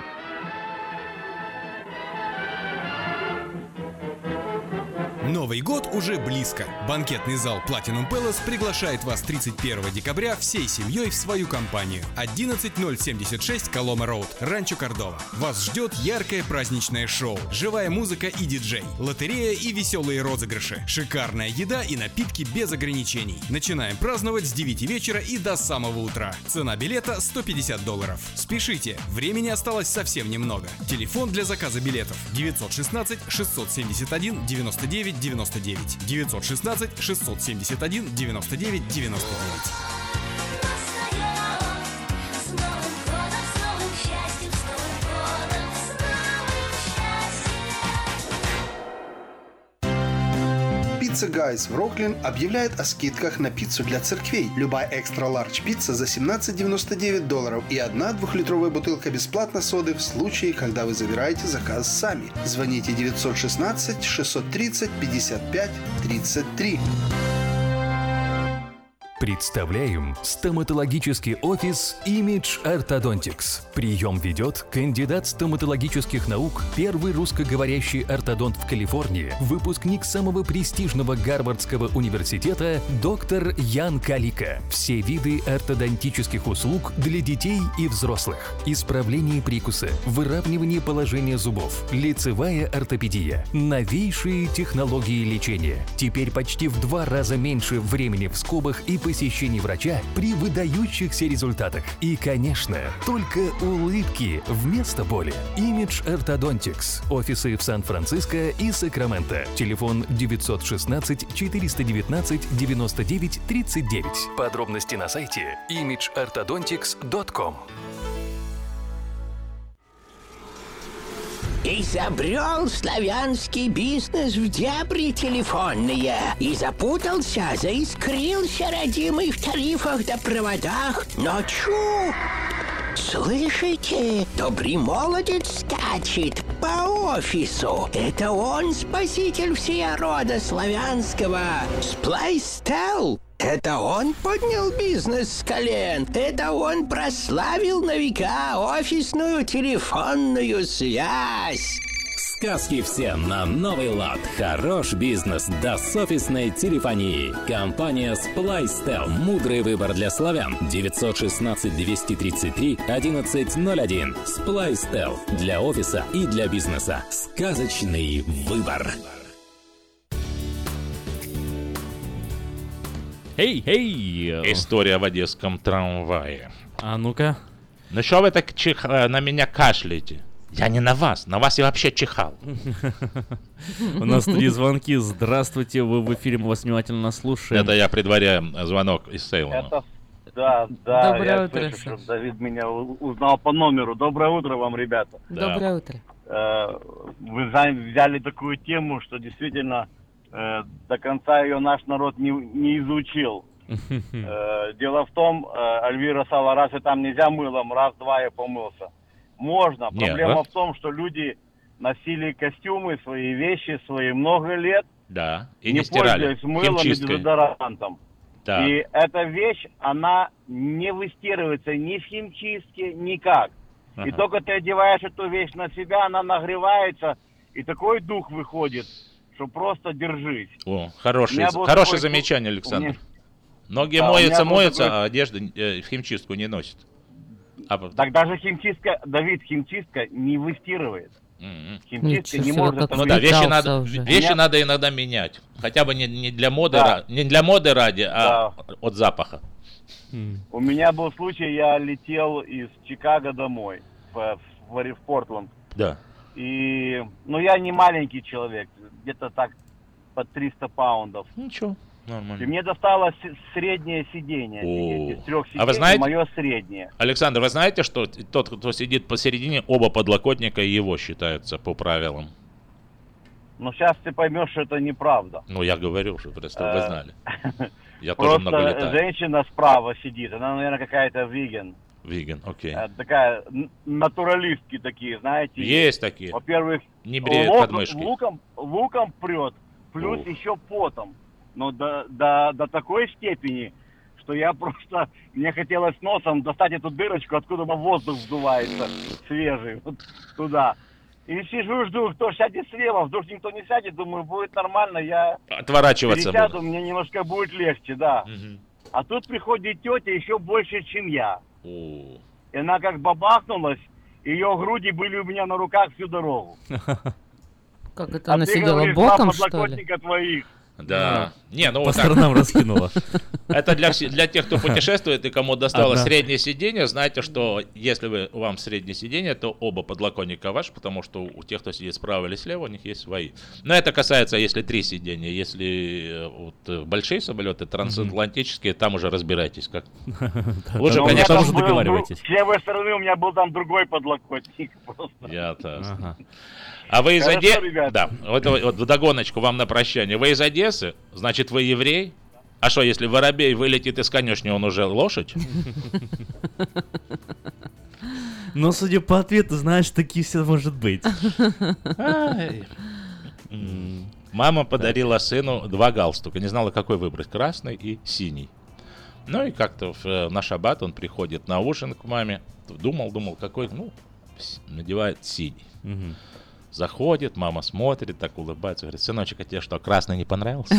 Новый год уже близко. Банкетный зал Platinum Palace приглашает вас 31 декабря всей семьей в свою компанию. 11076 Колома Роуд, Ранчо Кордова. Вас ждет яркое праздничное шоу, живая музыка и диджей, лотерея и веселые розыгрыши, шикарная еда и напитки без ограничений. Начинаем праздновать с 9 вечера и до самого утра. Цена билета $150. Спешите, времени осталось совсем немного. Телефон для заказа билетов 916 671 99 99 916 671 99 99. Pizza Guys в Роклин объявляет о скидках на пиццу для церквей. Любая экстра-лардж пицца за $17.99 и 1 2-литровая бутылка бесплатно соды в случае, когда вы забираете заказ сами. Звоните 916 630 55 33. Представляем стоматологический офис Image Orthodontics. Прием ведет кандидат стоматологических наук, первый русскоговорящий ортодонт в Калифорнии, выпускник самого престижного Гарвардского университета доктор Ян Калика. Все виды ортодонтических услуг для детей и взрослых. Исправление прикуса, выравнивание положения зубов, лицевая ортопедия, новейшие технологии лечения. Теперь почти в 2 раза меньше времени в скобах и посещений врача при выдающихся результатах. И, конечно, только улыбки вместо боли. Image Orthodontics. Офисы в Сан-Франциско и Сакраменто. Телефон 916 419 99 39. Подробности на сайте imageorthodontics.com. Изобрел славянский бизнес в дебри телефонные и запутался, заискрился родимый в тарифах да проводах. Но чу! Слышите? Добрый молодец скачет по офису. Это он спаситель всея рода славянского. Сплайстел. Это он поднял бизнес с колен. Это он прославил на века офисную телефонную связь. Сказки все на новый лад. Хорош бизнес да с офисной телефонии. Компания Splystel. Мудрый выбор для славян. 916-233-1101. Splystel. Для офиса и для бизнеса. Сказочный выбор. Эй! История в одесском трамвае. А ну-ка. Ну что вы так на меня кашляете? Я не на вас я вообще чихал. У нас 3 звонки. Здравствуйте, вы в эфире, мы вас внимательно слушаем. Это я предваряю звонок из Сейлона. Да, Доброе я утро, слышу, что Давид меня узнал по номеру. Доброе утро вам, ребята. Доброе утро. Вы взяли такую тему, что действительно до конца ее наш народ не изучил. Дело в том, Альвира сказала, раз и там нельзя мылом, раз-два я помылся. Можно. Проблема в том, что люди носили костюмы, свои вещи, свои много лет. Да, и не стирали. пользуясь мылом и дезодорантом. Да. И эта вещь, она не выстирывается ни в химчистке, никак. И только ты одеваешь эту вещь на себя, она нагревается, и такой дух выходит, что просто держись. О, хорошее замечание, Александр. Многие моются, а одежду в химчистку не носят. Так даже химчистка не выстирывает. Химчистка не может это. Ну да, вещи надо иногда менять. Хотя бы не для моды, не для моды ради, а от запаха. У меня был случай, я летел из Чикаго домой в Портленд. Да. И, я не маленький человек, где-то так под 300 паундов. Ничего, нормально. И мне досталось среднее сиденье. Из 3 сидений, вы знаете, мое среднее. Александр, вы знаете, что тот, кто сидит посередине, оба подлокотника его считаются по правилам? Но сейчас ты поймешь, что это неправда. Ну, я говорю, что просто вы знали. Я тоже Просто много летаю. Женщина справа сидит, она, наверное, какая-то веган. Веган, окей. Такая, натуралистки такие, знаете. Есть такие. Во-первых, не бреют подмышки. Луком прет, плюс еще потом. Но до такой степени, что я просто... Мне хотелось носом достать эту дырочку, откуда воздух вдувается свежий, вот туда. И сижу, жду, кто сядет слева, вдруг никто не сядет, думаю, будет нормально, я отворачиваться пересяду, буду. мне немножко будет легче, да. А тут приходит тетя еще больше, чем я. И она как бабахнулась, ее груди были у меня на руках всю дорогу. Как это, она сидела боком, что ли? Подлокотника твоих. Да. Не, ну По вот так. сторонам раскинула. Это для тех, кто путешествует и кому досталось среднее сиденье, знайте, что если вам среднее сиденье, то оба подлокотника ваши, потому что у тех, кто сидит справа или слева, у них есть свои. Но это касается, если 3 сиденья. Если вот большие самолеты, трансатлантические, там уже разбирайтесь как. Лучше, конечно, уже договаривайтесь. С левой стороны у меня был там другой подлокотник. Я-то. А вы из Одессы? Да, вот вдогоночку вам на прощание. Вы из Одессы? Значит, вы еврей? А что, если воробей вылетит из конюшни, он уже лошадь? Но, судя по ответу, знаешь, такие все может быть. Мама подарила сыну 2 галстука. Не знала, какой выбрать, красный и синий. Ну и как-то на шаббат он приходит на ужин к маме. Думал, какой, надевает синий. Заходит, мама смотрит, так улыбается, говорит: сыночек, а тебе что, красный не понравился?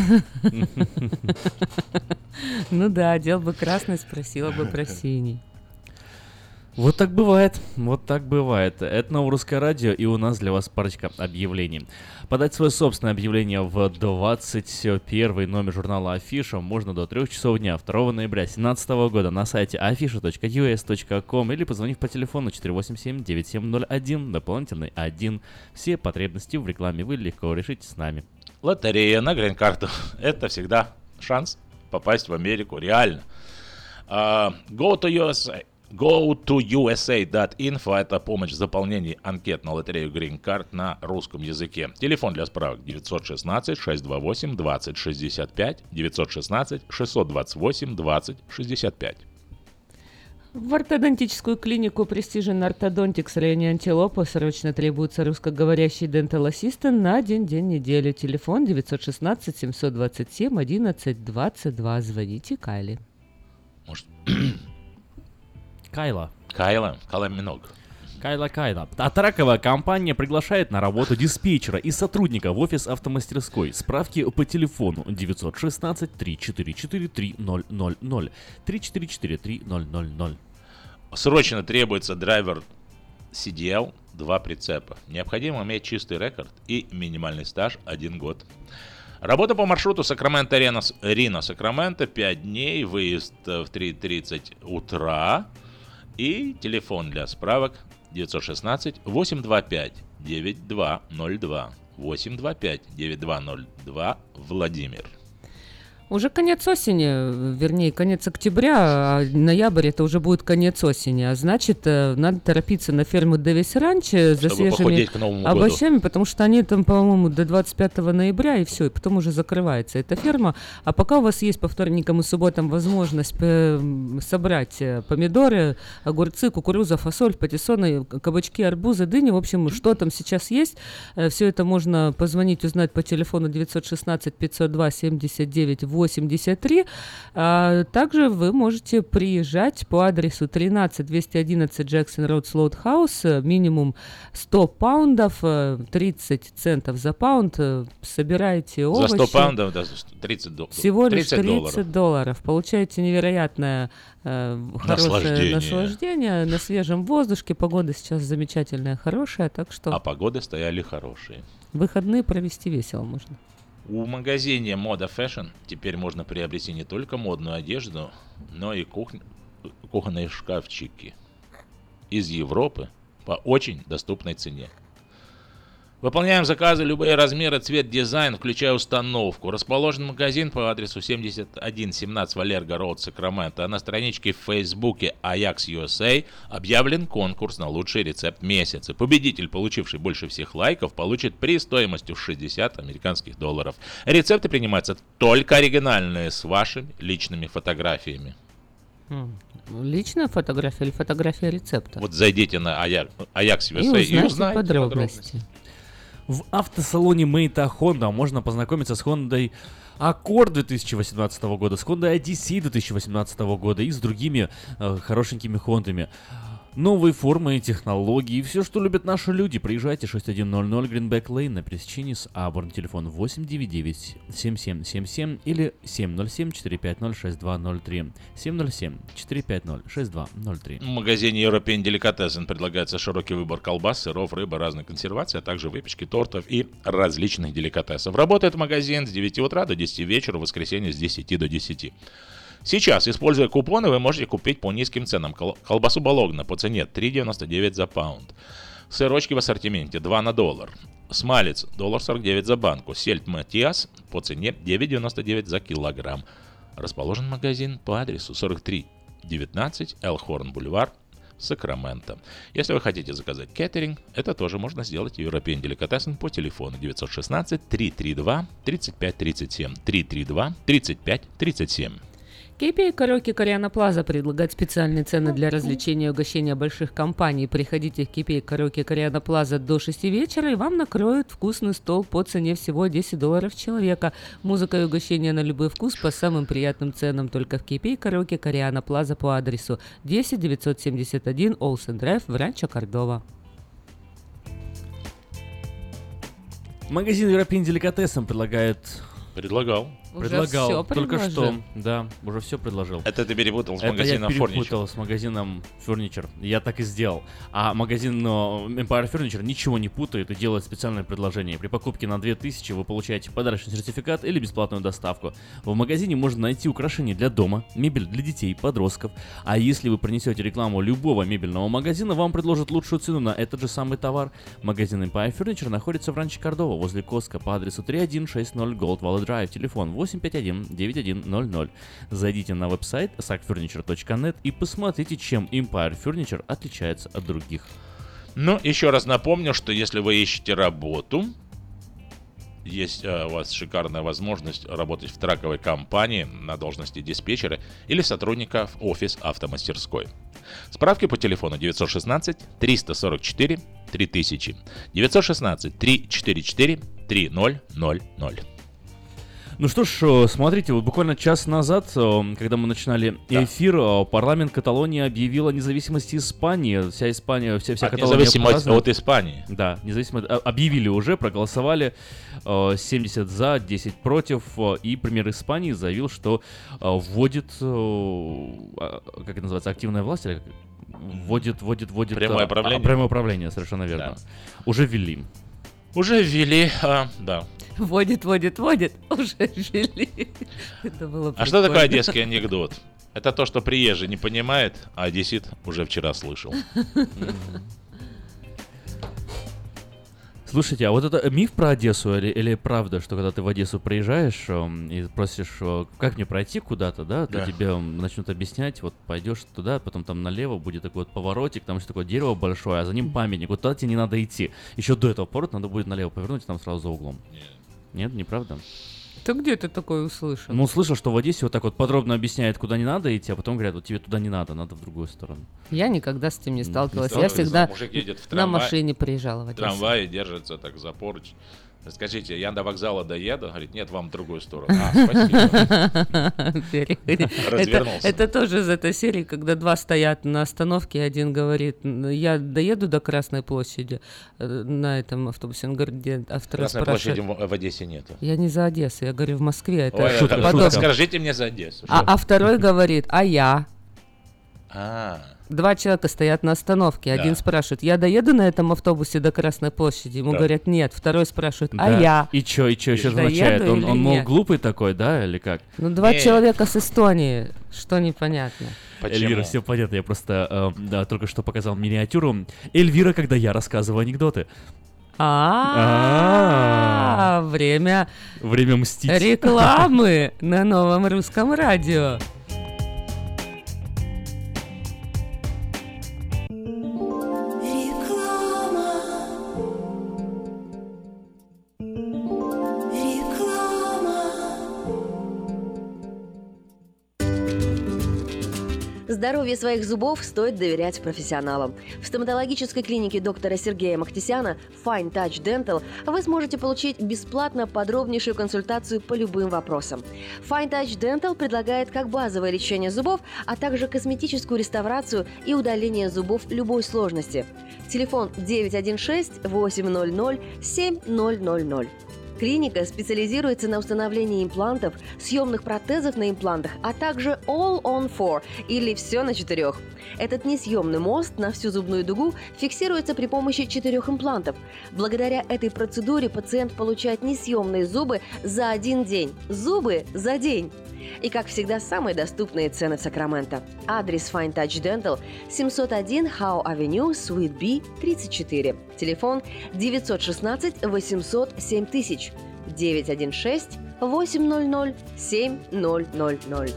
Ну да, одел бы красный, спросила бы про синий. Вот так бывает, вот так бывает. Это Новорусское радио, и у нас для вас парочка объявлений. Подать свое собственное объявление в 21 номер журнала Афиша можно до 3 часов дня 2 ноября 2017 года на сайте afisha.us.com или позвонив по телефону 487-9701, дополнительный 1. Все потребности в рекламе вы легко решите с нами. Лотерея на грин-карту. Это всегда шанс попасть в Америку, реально. Go to USA. GoToUSA.info – это помощь в заполнении анкет на лотерею Green Card на русском языке. Телефон для справок 916-628-2065, 916-628-2065. В ортодонтическую клинику Precision Orthodontics в районе Антилопа срочно требуется русскоговорящий Dental Assistant на один день недели. Телефон 916-727-1122. Звоните Кайле. Может... Кайла Миног. Кайла. А траковая компания приглашает на работу диспетчера и сотрудника в офис автомастерской. Справки по телефону 916-344-3000. 344-3000. Срочно требуется драйвер CDL, 2 прицепа. Необходимо иметь чистый рекорд и минимальный стаж 1 год. Работа по маршруту Сакраменто-Рино, Сакраменто, 5 дней, выезд в 3:30 утра. И телефон для справок 916-825-9202. 825-9202, Владимир. Уже конец осени, вернее, конец октября, а ноябрь это уже будет конец осени. А значит, надо торопиться на ферму Дэвис Ранч за свежими овощами, потому что они там, по-моему, до 25 ноября и все, и потом уже закрывается эта ферма. А пока у вас есть по вторникам и субботам возможность собрать помидоры, огурцы, кукуруза, фасоль, патиссоны, кабачки, арбузы, дыни, в общем, что там сейчас есть, все это можно позвонить, узнать по телефону 916-502-79-83. Также вы можете приезжать по адресу 13211 Джексон Роуд Слоут Хаус, минимум 100 паундов, 30 центов за паунд, собираете овощи. За 100 паундов, да, 30 долларов. Всего лишь 30 долларов. Получаете невероятное хорошее наслаждение на свежем воздухе. Погода сейчас замечательная, хорошая, так что... А погоды стояли хорошие. Выходные провести весело можно. У магазине Moda Fashion теперь можно приобрести не только модную одежду, но и кухонные шкафчики из Европы по очень доступной цене. Выполняем заказы любые размеры, цвет, дизайн, включая установку. Расположен магазин по адресу 7117 Валерго Роуд, Сакраменто. А на страничке в Фейсбуке Ajax USA объявлен конкурс на лучший рецепт месяца. Победитель, получивший больше всех лайков, получит приз стоимостью в 60 американских долларов. Рецепты принимаются только оригинальные, с вашими личными фотографиями. Личная фотография или фотография рецепта? Вот зайдите на Ajax USA и узнайте подробности. В автосалоне Мэйта Honda можно познакомиться с Хондой Accord 2018 года, с Honda Odyssey 2018 года и с другими хорошенькими Хондами. Новые формы и технологии, все, что любят наши люди. Приезжайте, 6100 Greenback Lane на пересечении с Абурн. Телефон 899-7777 или 707-450-6203. 707-450-6203. В магазине European Delicatessen предлагается широкий выбор колбас, сыров, рыбы, разной консервации, а также выпечки, тортов и различных деликатесов. Работает магазин с 9 утра до 10 вечера, в воскресенье с 10 до 10. Сейчас, используя купоны, вы можете купить по низким ценам колбасу Бологна по цене $3,99 за паунд, сырочки в ассортименте $2 на $1, смалец $1.49 за банку, сельдь Матиас по цене $9,99 за килограмм. Расположен магазин по адресу 4319 Элхорн Бульвар, Сакраменто. Если вы хотите заказать кеттеринг, это тоже можно сделать в European Delicatessen по телефону 916-332-3537, 332-3537. KPI Karaoke Кориана Плаза предлагает специальные цены для развлечения и угощения больших компаний. Приходите в KPI Karaoke Кориана Плаза до 6 вечера, и вам накроют вкусный стол по цене всего $10 человека. Музыка и угощение на любой вкус по самым приятным ценам только в KPI Karaoke Кориана Плаза по адресу 10971 Олсен Драйв в Ранчо Кордова. Магазин European Delicatessen Предлагал. Предлагал, только что, да, уже все предложил. Это ты перепутал с магазином Furniture. Я перепутал с магазином Furniture, я так и сделал. А магазин Empire Furniture ничего не путает и делает специальное предложение. При покупке на 2000 вы получаете подарочный сертификат или бесплатную доставку. В магазине можно найти украшения для дома, мебель для детей, подростков. А если вы принесете рекламу любого мебельного магазина, вам предложат лучшую цену на этот же самый товар. Магазин Empire Furniture находится в Ранчо Кордова возле Costco по адресу 3160 Gold Valley Drive, телефон 851-9100. Зайдите на веб-сайт sackfurniture.net и посмотрите, чем Empire Furniture отличается от других. Ну, еще раз напомню, что если вы ищете работу, есть у вас шикарная возможность работать в траковой компании на должности диспетчера или сотрудника в офис автомастерской. Справки по телефону 916-344-3000, 916-344-3000. Ну что ж, смотрите, вот буквально час назад, когда мы начинали эфир, парламент Каталонии объявил о независимости Испании. Вся Испания, вся Каталония независимость от Испании. Да, независимость объявили уже, проголосовали 70 за, 10 против, и премьер Испании заявил, что вводит, как это называется, активная власть, или вводит прямое управление. Прямое управление, совершенно верно. Да. Уже ввели, да. Вводит, уже ввели. Это было прикольно. А что такое одесский анекдот? Это то, что приезжий не понимает, а одессит уже вчера слышал. Слушайте, а вот это миф про Одессу или правда, что когда ты в Одессу приезжаешь и просишь, как мне пройти куда-то, да, то тебе начнут объяснять, вот пойдешь туда, потом там налево будет такой вот поворотик, там еще такое дерево большое, а за ним памятник, вот туда тебе не надо идти. Еще до этого поворота надо будет налево повернуть, и там сразу за углом. Нет, неправда? Ты где ты такое услышал? Ну, слышал, что в Одессе вот так вот подробно объясняют, куда не надо идти, а потом говорят, вот тебе туда не надо, надо в другую сторону. Я никогда с этим не сталкивалась. Я всегда на машине приезжала в Одессу. В трамвае держится так за поруч. Скажите, я до вокзала доеду? Говорит, нет, вам в другую сторону. Спасибо. Развернулся. Это тоже из этой серии, когда два стоят на остановке, один говорит, я доеду до Красной площади на этом автобусе. Он говорит, где? А второй спрашивает. Красной площади в Одессе нету. Я не за Одессу, я говорю, в Москве. Это шутка. Скажите мне за Одессу. А второй говорит, а я? Два человека стоят на остановке. Один спрашивает, я доеду на этом автобусе до Красной площади? Ему говорят, нет. Второй спрашивает, а я? И что еще означает? Он мол, глупый такой, да, или как? Ну, два человека с Эстонии. Что непонятно? Эльвира, все понятно. Я просто только что показал миниатюру. Эльвира, когда я рассказываю анекдоты. Время мстить. Рекламы на Новом Русском Радио. Здоровье своих зубов стоит доверять профессионалам. В стоматологической клинике доктора Сергея Махтисяна Fine Touch Dental вы сможете получить бесплатно подробнейшую консультацию по любым вопросам. Fine Touch Dental предлагает как базовое лечение зубов, а также косметическую реставрацию и удаление зубов любой сложности. Телефон 916-800-7000. Клиника специализируется на установлении имплантов, съемных протезов на имплантах, а также All on 4 или «Все на 4». Этот несъемный мост на всю зубную дугу фиксируется при помощи 4 имплантов. Благодаря этой процедуре пациент получает несъемные зубы за 1 день. Зубы за день! И, как всегда, самые доступные цены в Сакраменто. Адрес Fine Touch Dental 701 Howe Avenue, Suite B, 34. Телефон 916-800-7000. 916-800-7000.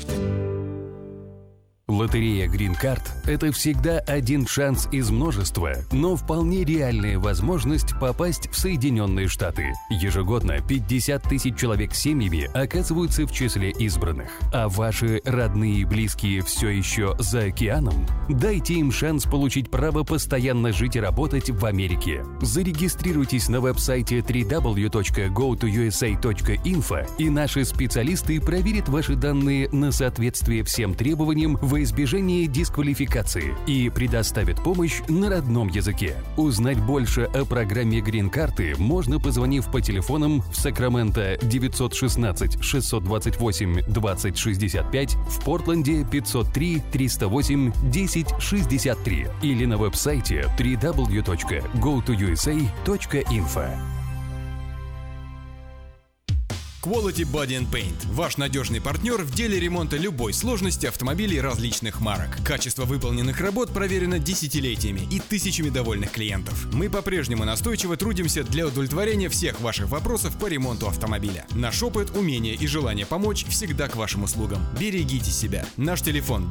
Лотерея Green Card – это всегда один шанс из множества, но вполне реальная возможность попасть в Соединенные Штаты. Ежегодно 50 тысяч человек с семьями оказываются в числе избранных. А ваши родные и близкие все еще за океаном? Дайте им шанс получить право постоянно жить и работать в Америке. Зарегистрируйтесь на веб-сайте www.gotousa.info, и наши специалисты проверят ваши данные на соответствие всем требованиям во избежание дисквалификации и предоставит помощь на родном языке. Узнать больше о программе Green Card можно, позвонив по телефонам в Сакраменто 916-628-2065, в Портленде 503-308-1063 или на веб-сайте www.gotousa.info. Quality Body and Paint – ваш надежный партнер в деле ремонта любой сложности автомобилей различных марок. Качество выполненных работ проверено десятилетиями и тысячами довольных клиентов. Мы по-прежнему настойчиво трудимся для удовлетворения всех ваших вопросов по ремонту автомобиля. Наш опыт, умение и желание помочь всегда к вашим услугам. Берегите себя. Наш телефон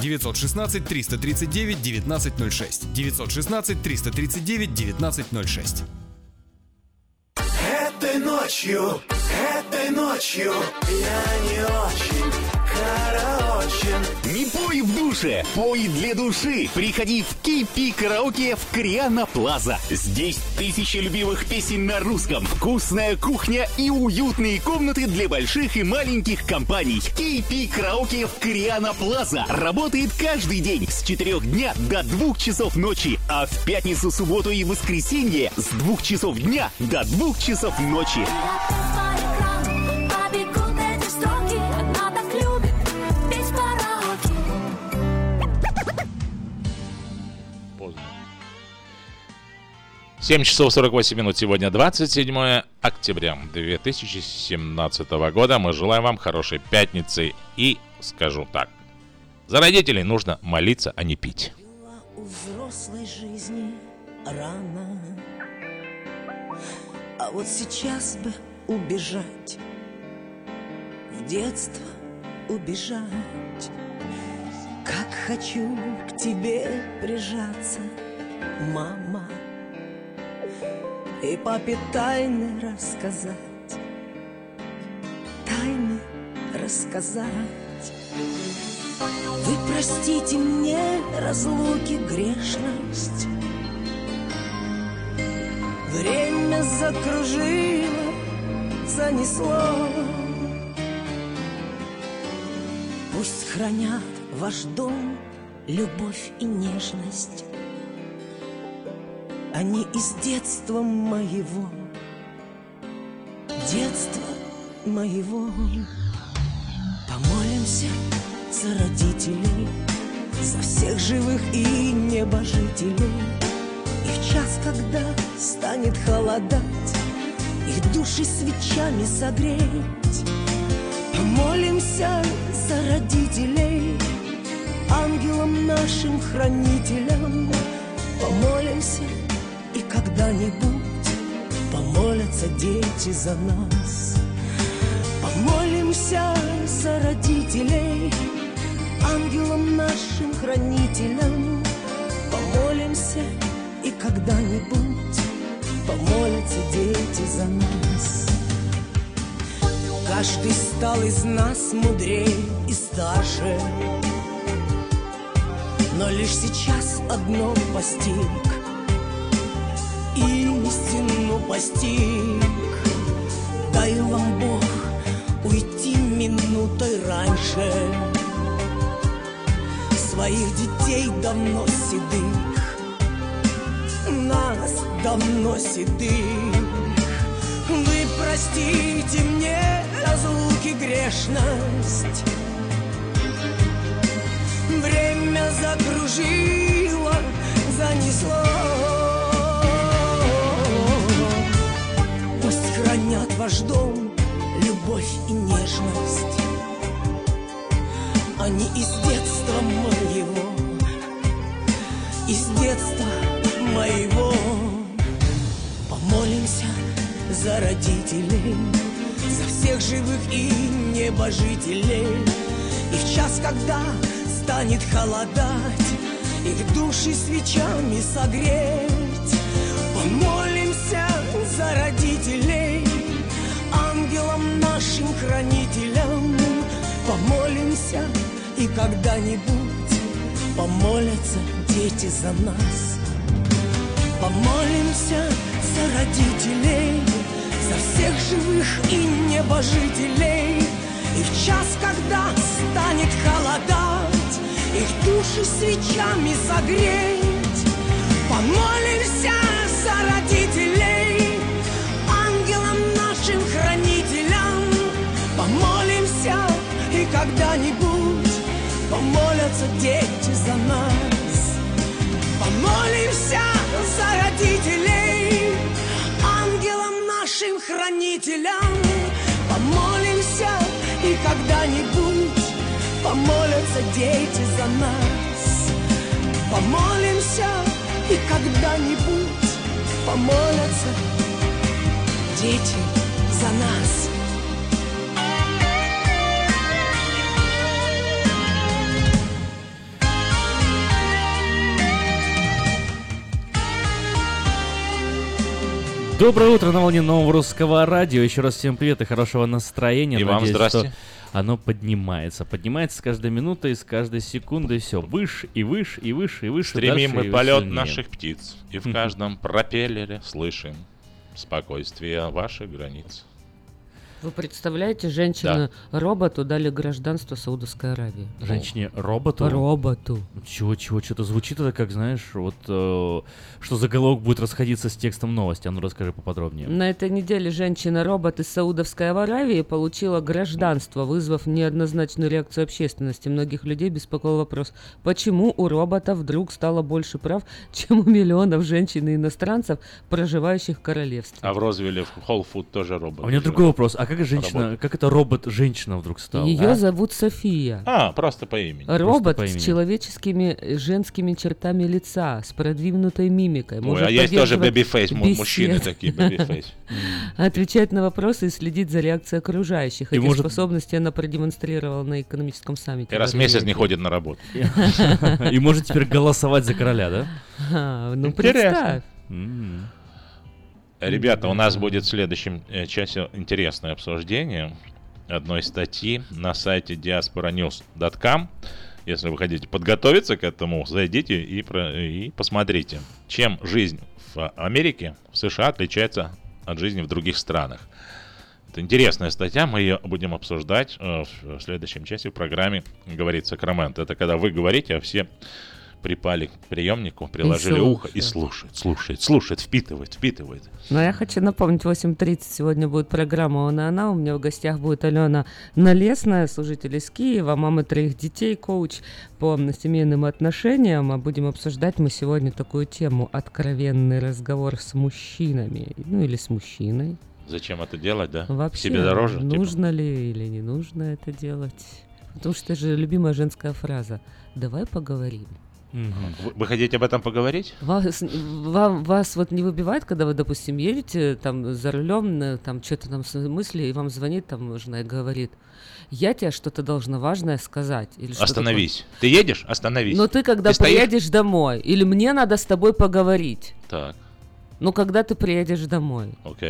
916-339-1906. 916-339-1906. Этой ночью я не очень караочен. Не пой в душе, пой для души. Приходи в KP Караоке в Кориана Плаза. Здесь тысячи любимых песен на русском, вкусная кухня и уютные комнаты для больших и маленьких компаний. KP Караоке в Кориана Плаза работает каждый день с 4 дня до 2 часов ночи, а в пятницу, субботу и воскресенье с 2 часов дня до 2 часов ночи. Побегут эти строки, она так любит петь караоке. Поздно. 7 часов 48 минут. Сегодня 27 октября 2017 года. Мы желаем вам хорошей пятницы. И скажу так. За родителей нужно молиться, а не пить. У взрослой жизни рано, а вот сейчас бы убежать, в детство убежать. Как хочу к тебе прижаться, мама, и папе тайны рассказать, тайны рассказать. Вы простите мне разлуки, грешность. Время закружило, занесло. Пусть хранят ваш дом любовь и нежность. Они из детства моего, детства моего. Помолимся за родителей, за всех живых и небожителей. И в час, когда станет холодать, их души свечами согреть. Помолимся за родителей, ангелам нашим хранителям. Помолимся, и когда-нибудь помолятся дети за нас. Помолимся за родителей, ангелам нашим хранителям. Помолимся, и когда-нибудь помолятся дети за нас. Каждый стал из нас мудрее и старше. Но лишь сейчас одно постиг, истину постиг. Дай вам Бог уйти минутой раньше. Своих детей давно седых, нас давно седых. Вы простите мне разлуки грешность. Время закружило, занесло. Пусть хранят ваш дом любовь и нежность. Они из детства моего, из детства моего. Помолимся за родителей, за всех живых и небожителей. И в час, когда станет холодать, их души свечами согреть. Помолимся за родителей, ангелам нашим хранителям. Помолимся, и когда-нибудь помолятся дети за нас. Помолимся за родителей, за всех живых и небожителей. И в час, когда станет холодать, их души свечами согреть. Помолимся за родителей, ангелам нашим хранителям. Помолимся, и когда-нибудь помолятся дети за нас. Помолимся за родителей, ангелам нашим хранителям. Помолимся, и когда-нибудь помолятся дети за нас. Помолимся, и когда-нибудь помолятся дети за нас. Доброе утро на волне нового русского радио. Еще раз всем привет и хорошего настроения. И вам здрасте. Оно поднимается. Поднимается с каждой минутой, с каждой секундой. Все выше и выше и выше и выше. Стремим мы дальше, полет сильнее. наших птиц. И в каждом пропеллере слышим спокойствие ваших границ. Вы представляете, женщина-роботу дали гражданство Саудовской Аравии. Женщине-роботу? Роботу. Чего, что-то звучит это, как, знаешь, вот, что заголовок будет расходиться с текстом новости. А ну расскажи поподробнее. На этой неделе женщина-робот из Саудовской Аравии получила гражданство, вызвав неоднозначную реакцию общественности. Многих людей беспокоил вопрос, почему у робота вдруг стало больше прав, чем у миллионов женщин и иностранцев, проживающих в королевстве. А в Розвилле, в Whole Food тоже робот. А у меня другой вопрос. А как женщина, как это робот-женщина вдруг стала? Ее зовут София. Просто по имени. Робот по имени. с человеческими женскими чертами лица, с продвинутой мимикой. Ой, а есть тоже бэби-фейс, мужчины такие бэби-фейс. Отвечать на вопросы и следить за реакцией окружающих. И Эти может- способности она продемонстрировала на экономическом саммите. И раз в месяц не ходит на работу. И может теперь голосовать за короля, да? Ну, Интересно. представь. Ребята, у нас будет в следующем часе интересное обсуждение одной статьи на сайте diasporanews.com. Если вы хотите подготовиться к этому, зайдите и посмотрите, чем жизнь в Америке, в США отличается от жизни в других странах. Это интересная статья, мы ее будем обсуждать в следующем часе в программе «Говорит Сакраменто». Это когда вы говорите, а все припали к приемнику, приложили ухо и слушают, впитывают. Но я хочу напомнить, 8:30 сегодня будет программа «Она». У меня в гостях будет Алена Налесная, служитель из Киева, мама 3 детей, коуч по семейным отношениям. А будем обсуждать мы сегодня такую тему: откровенный разговор с мужчинами. Ну или с мужчиной. Зачем это делать, да? Вообще, Себе дороже? нужно ли или не нужно это делать? Потому что это же любимая женская фраза. Давай поговорим. Вы хотите об этом поговорить? Вас вот не выбивает, когда вы, допустим, едете там за рулем, там что-то там мысли, и вам звонит там жена и говорит: я тебе что-то должна важное сказать. Или Остановись. Ты едешь? Остановись. Но ты когда приедешь домой, или мне надо с тобой поговорить. Так. Ну, когда ты приедешь домой. Окей.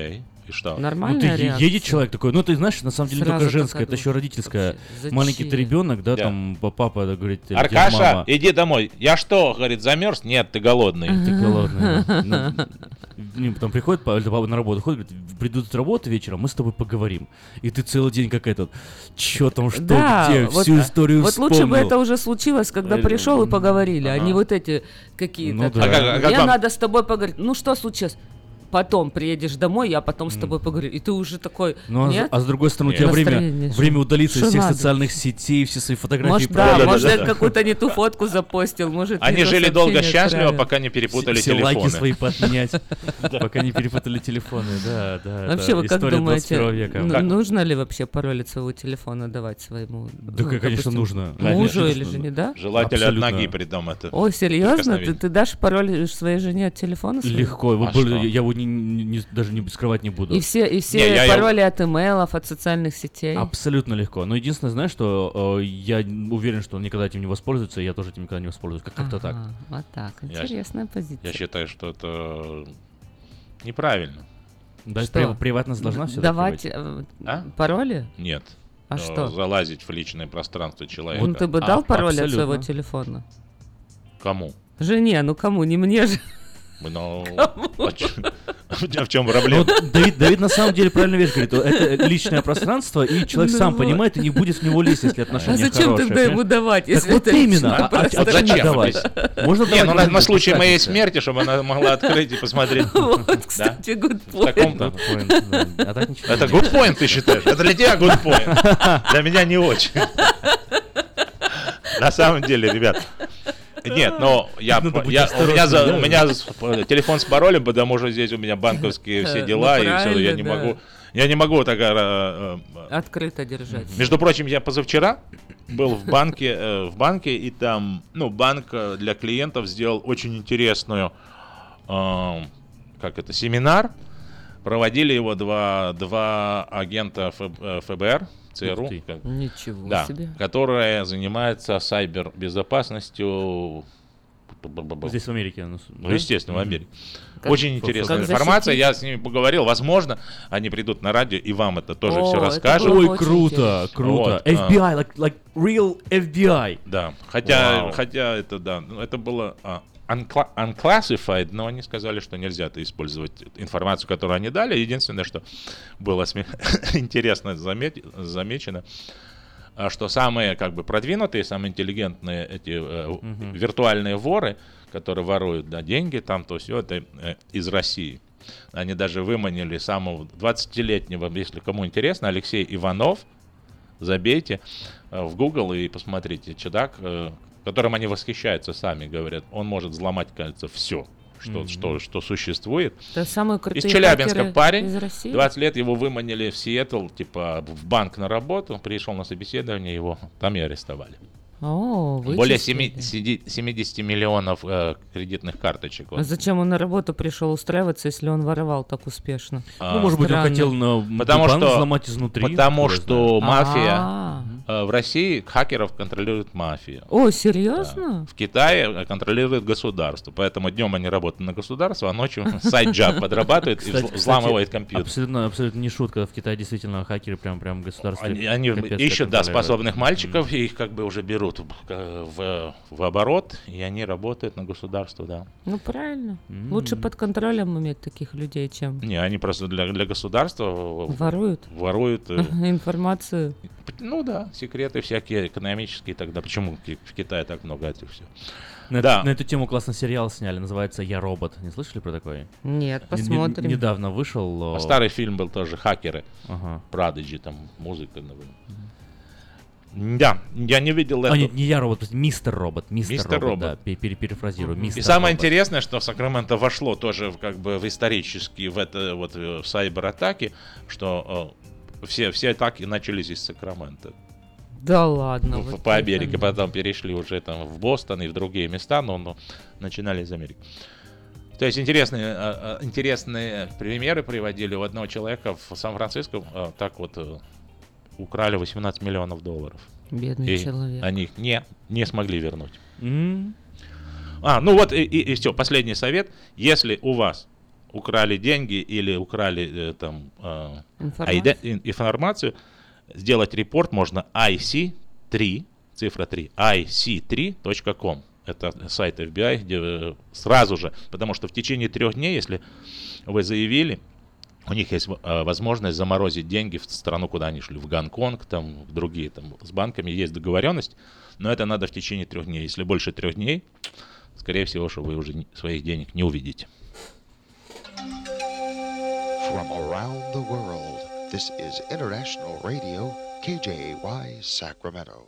И что? Нормальная реакция. Едет человек такой, ты знаешь, на самом деле не Сразу только женская, такая это еще родительская. зачем? Маленький ты ребенок, да, Да. там папа говорит, или Аркаша, мама. иди домой. Я что, говорит, замерз? Нет, ты голодный. Ты голодный. Да. Потом приходит, папа на работу ходит, говорит, придут с работы вечером, мы с тобой поговорим. И ты целый день как этот, что там, что, Да, где, вот, всю историю вот вспомнил. лучше бы это уже случилось, когда пришел и поговорили, а не вот эти какие-то. Ну да. там, А как мне вам? надо с тобой поговорить. Ну что случилось? Потом приедешь домой, я потом с тобой поговорю. И ты уже такой, Ну, нет? а с другой стороны, у тебя Настроение, время удалиться из что всех надо? социальных сетей, все свои фотографии. Может, проверить. может, я какую-то не ту фотку запостил, может, не Они то жили долго, сообщение счастливо, отправил. пока не перепутали Все телефоны. лайки свои поотменять, пока не перепутали телефоны, да. Вообще, вы как история думаете, 21 века. нужно ли вообще пароль от своего телефона давать своему? Да, конечно, допустим, нужно. Мужу Конечно, или жене, да? Желательно Абсолютно. от ноги придам это. О, серьезно? прикосновение. Ты дашь пароль своей жене от телефона своего? Легко. Вот что? я его даже не скрывать не буду. И все Не, я- пароли от имейлов, от социальных сетей. Абсолютно легко. Но единственное, знаешь, что я уверен, что он никогда этим не воспользуется, и я тоже этим никогда не воспользуюсь. Как-то так. Вот так. Я- Интересная позиция. Я считаю, что это неправильно. Да, Что? приватность должна все Давать А? пароли? Нет. А что? Залазить в личное пространство человека. Ну, ты бы дал пароль от абсолютно. своего телефона? Кому? Жене, ну кому? Не мне же. Ну, а в чем проблема? Давид на самом деле правильно вещь говорит. Это личное пространство, и человек Ну сам вот. понимает и не будет в него лезть, если А отношения зачем хорошие. тогда ему давать, Так если вот это именно. личное А пространство? зачем Зачем? давать? Можно Не, давать ну можно на случай без моей разницы. смерти, чтобы она могла открыть и посмотреть. Вот, кстати, good В таком-то. point. Good point, да. А так ничего Это не good point, ты считаешь? Это для тебя good point. Для меня не очень. На самом деле, ребят. Нет, но у меня телефон с паролем, потому что здесь у меня банковские все дела, Ну, и все, я не правильно, могу. Я не могу так. Открыто держать. Между прочим, я позавчера был в банке, и там, банк для клиентов сделал очень интересную, семинар. Проводили его два агента ФБР, ЦРУ, Ничего да, себе. которая занимается сайбер-безопасностью. Здесь в Америке. Естественно, в Америке. Как- Очень интересная как информация. защитить? Я с ними поговорил. Возможно, они придут на радио и вам это тоже О, все это расскажут. было Ой, очень круто, интересно. круто. Вот, FBI, like real FBI. Да, Вау. хотя это, да, это было unclassified, но они сказали, что нельзя использовать информацию, которую они дали. Единственное, что было интересно замечено, что самые продвинутые, самые интеллигентные эти виртуальные воры, которые воруют деньги, там то все, это из России. Они даже выманили самого 20-летнего, если кому интересно, Алексей Иванов. Забейте в Google и посмотрите. Чудак, которым они восхищаются сами, говорят, он может взломать, кажется, все, что существует. Это самые крутые Из Челябинска хакеры парень, из России? 20 лет его выманили в Сиэтл, в банк на работу, пришел на собеседование, его там и арестовали. О, Более вычислили. 70 миллионов кредитных карточек. А зачем он на работу пришел устраиваться, если он воровал так успешно? Может быть, он Странно. хотел Потому банк что, взломать изнутри. Потому кто что знает. мафия в России хакеров контролирует мафия. О, серьезно? В Китае контролирует государство, поэтому днем они работают на государство, а ночью сайт-джаб подрабатывает и взламывает компьютер. Абсолютно не шутка. В Китае действительно хакеры прям государство. Они ищут, способных мальчиков, и их уже берут в оборот, и они работают на государство, да. Ну, правильно. Лучше под контролем иметь таких людей, чем Не, они просто для государства воруют информацию. Ну да, секреты всякие экономические тогда. Почему в Китае так много этих всего? На Да. эту тему классный сериал сняли, называется «Я робот». Не слышали про такой? Нет, посмотрим. Недавно вышел. Старый фильм был тоже «Хакеры». Ага. Продиджи, там музыка. Да, я не видел это. Нет, не «Я робот», мистер робот. Мистер робот, да, перефразирую. И Мистер самое робот. интересное, что Сакраменто вошло тоже в исторически в это в сайбер-атаки, что все атаки начались из Сакрамента. Да ладно. По Америке, потом перешли уже там в Бостон и в другие места, но начинали из Америки. То есть интересные примеры приводили. У одного человека в Сан-Франциско так украли $18 миллионов. Бедный и человек. Они их не смогли вернуть. Mm. И все, последний совет. Если у вас украли деньги или украли информацию, сделать репорт можно IC3, цифра 3, IC3.com. Это сайт FBI, где сразу же, потому что в течение 3 дней, если вы заявили, у них есть возможность заморозить деньги в страну, куда они шли, в Гонконг, там, в другие, там, с банками есть договоренность, но это надо в течение 3 дней. Если больше 3 дней, скорее всего, что вы уже своих денег не увидите. From around the world, this is International Radio, KJY, Sacramento.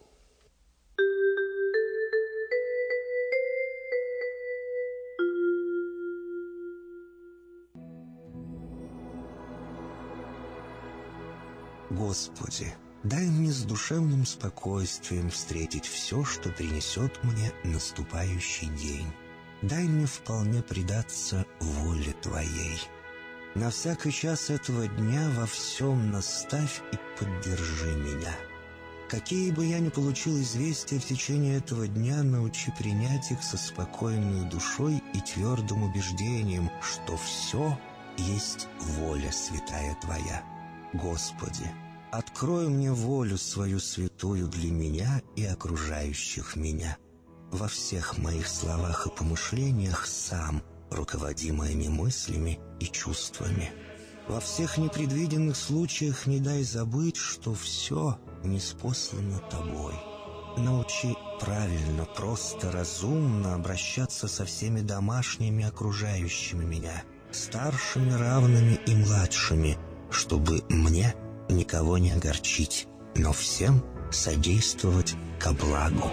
Господи, дай мне с душевным спокойствием встретить все, что принесет мне наступающий день. Дай мне вполне предаться воле Твоей. На всякий час этого дня во всем наставь и поддержи меня. Какие бы я ни получил известия в течение этого дня, научи принять их со спокойной душой и твердым убеждением, что все есть воля святая Твоя. Господи, открой мне волю свою святую для меня и окружающих меня. Во всех моих словах и помышлениях сам руководи моими мыслями и чувствами. Во всех непредвиденных случаях не дай забыть, что все ниспослано Тобой. Научи правильно, просто, разумно обращаться со всеми домашними окружающими меня, старшими, равными и младшими, чтобы мне никого не огорчить, но всем содействовать ко благу.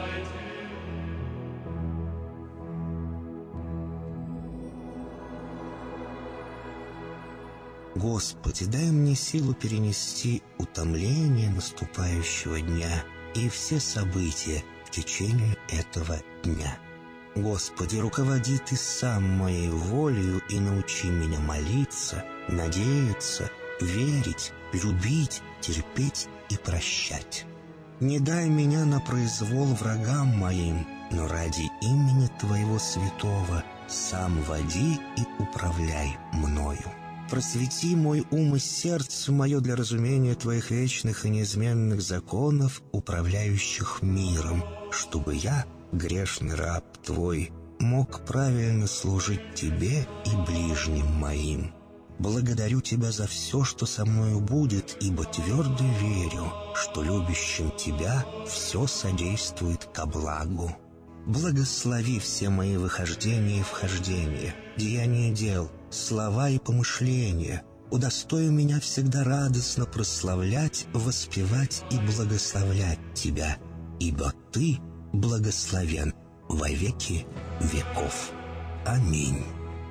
Господи, дай мне силу перенести утомление наступающего дня и все события в течение этого дня. Господи, руководи Ты сам моей волею и научи меня молиться, надеяться, верить, любить, терпеть и прощать. Не дай меня на произвол врагам моим, но ради имени Твоего святого сам води и управляй мною. Просвети мой ум и сердце мое для разумения Твоих вечных и неизменных законов, управляющих миром, чтобы я, грешный раб Твой, мог правильно служить Тебе и ближним моим. Благодарю Тебя за все, что со мною будет, ибо твердо верю, что любящим Тебя все содействует ко благу. Благослови все мои выхождения и вхождения, деяния дел, слова и помышления. Удостой меня всегда радостно прославлять, воспевать и благословлять Тебя, ибо Ты благословен во веки веков. Аминь.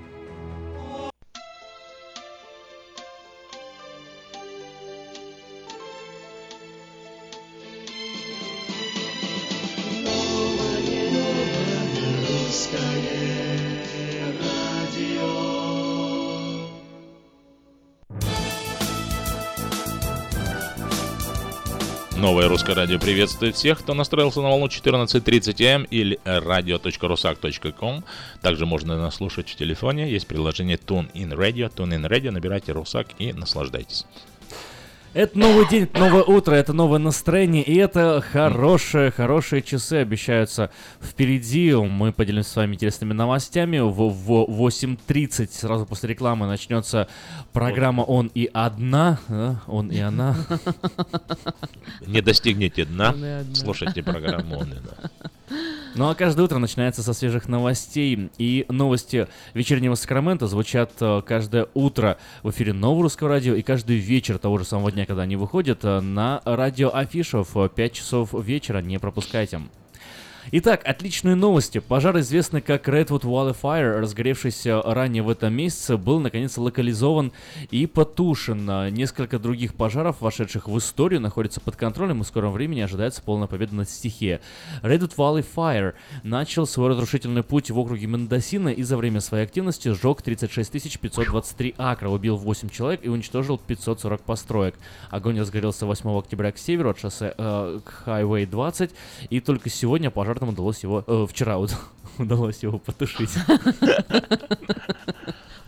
Новое русское радио приветствует всех, кто настроился на волну 14:30 М или radio.rusak.com. Также можно нас слушать в телефоне. Есть приложение TuneIn Radio. Набирайте «Русак» и наслаждайтесь. Это новый день, это новое утро, это новое настроение, и это хорошие часы обещаются впереди. Мы поделимся с вами интересными новостями. В 8:30, сразу после рекламы, начнется программа «Он и одна». «Он и она». Не достигнете дна, слушайте программу «Он и она». Ну а каждое утро начинается со свежих новостей. И новости вечернего Сакрамента звучат каждое утро в эфире Нового Русского Радио и каждый вечер того же самого дня, когда они выходят, на радио Афиша в 5 часов вечера. Не пропускайте. Итак, отличные новости. Пожар, известный как Redwood Wildfire, разгоревшийся ранее в этом месяце, был наконец локализован и потушен. Несколько других пожаров, вошедших в историю, находятся под контролем, и в скором времени ожидается полная победа над стихией. Redwood Wildfire начал свой разрушительный путь в округе Мендосино и за время своей активности сжег 36 523 акра, убил 8 человек и уничтожил 540 построек. Огонь разгорелся 8 октября к северу от шоссе к Highway 20, и только сегодня пожарным удалось его, вчера удалось его потушить.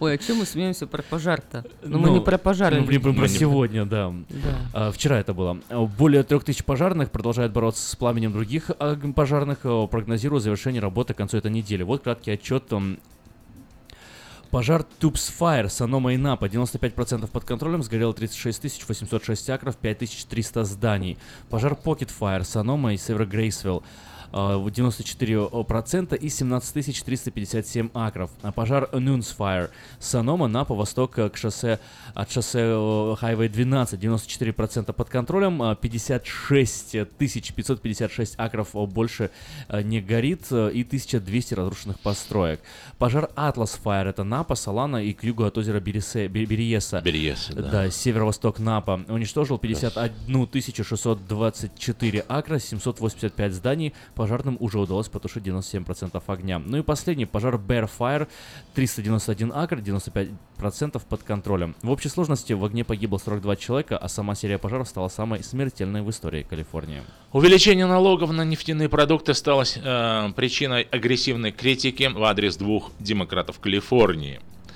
Ой, а чем мы смеемся про пожар-то? Мы не про пожары. Про сегодня, да. Вчера это было. Более 3000 пожарных продолжают бороться с пламенем других пожарных. Прогнозируют завершение работы к концу этой недели. Вот краткий отчет. Пожар Tubes Fire, Санома и Напа, 95% под контролем, сгорело 36 806 акров, 5300 зданий. Пожар Pocket Fire, Санома и Север Грейсвилл, 94% и 17 357 акров. Пожар Nunes Fire, Санома, Напа, восток от шоссе Highway 12, 94% под контролем, 56 556 акров больше не горит и 1200 разрушенных построек. Пожар Atlas Fire, это Напа, Солана и к югу от озера Бериеса. Да, северо-восток Напа. Уничтожил 51 624 акра, 785 зданий. Пожарным уже удалось потушить 97% огня. Ну и последний пожар Bear Fire, 391 акр, 95% под контролем. В общей сложности в огне погибло 42 человека, а сама серия пожаров стала самой смертельной в истории Калифорнии. Увеличение налогов на нефтяные продукты стало причиной агрессивной критики в адрес двух демократов Калифорнии.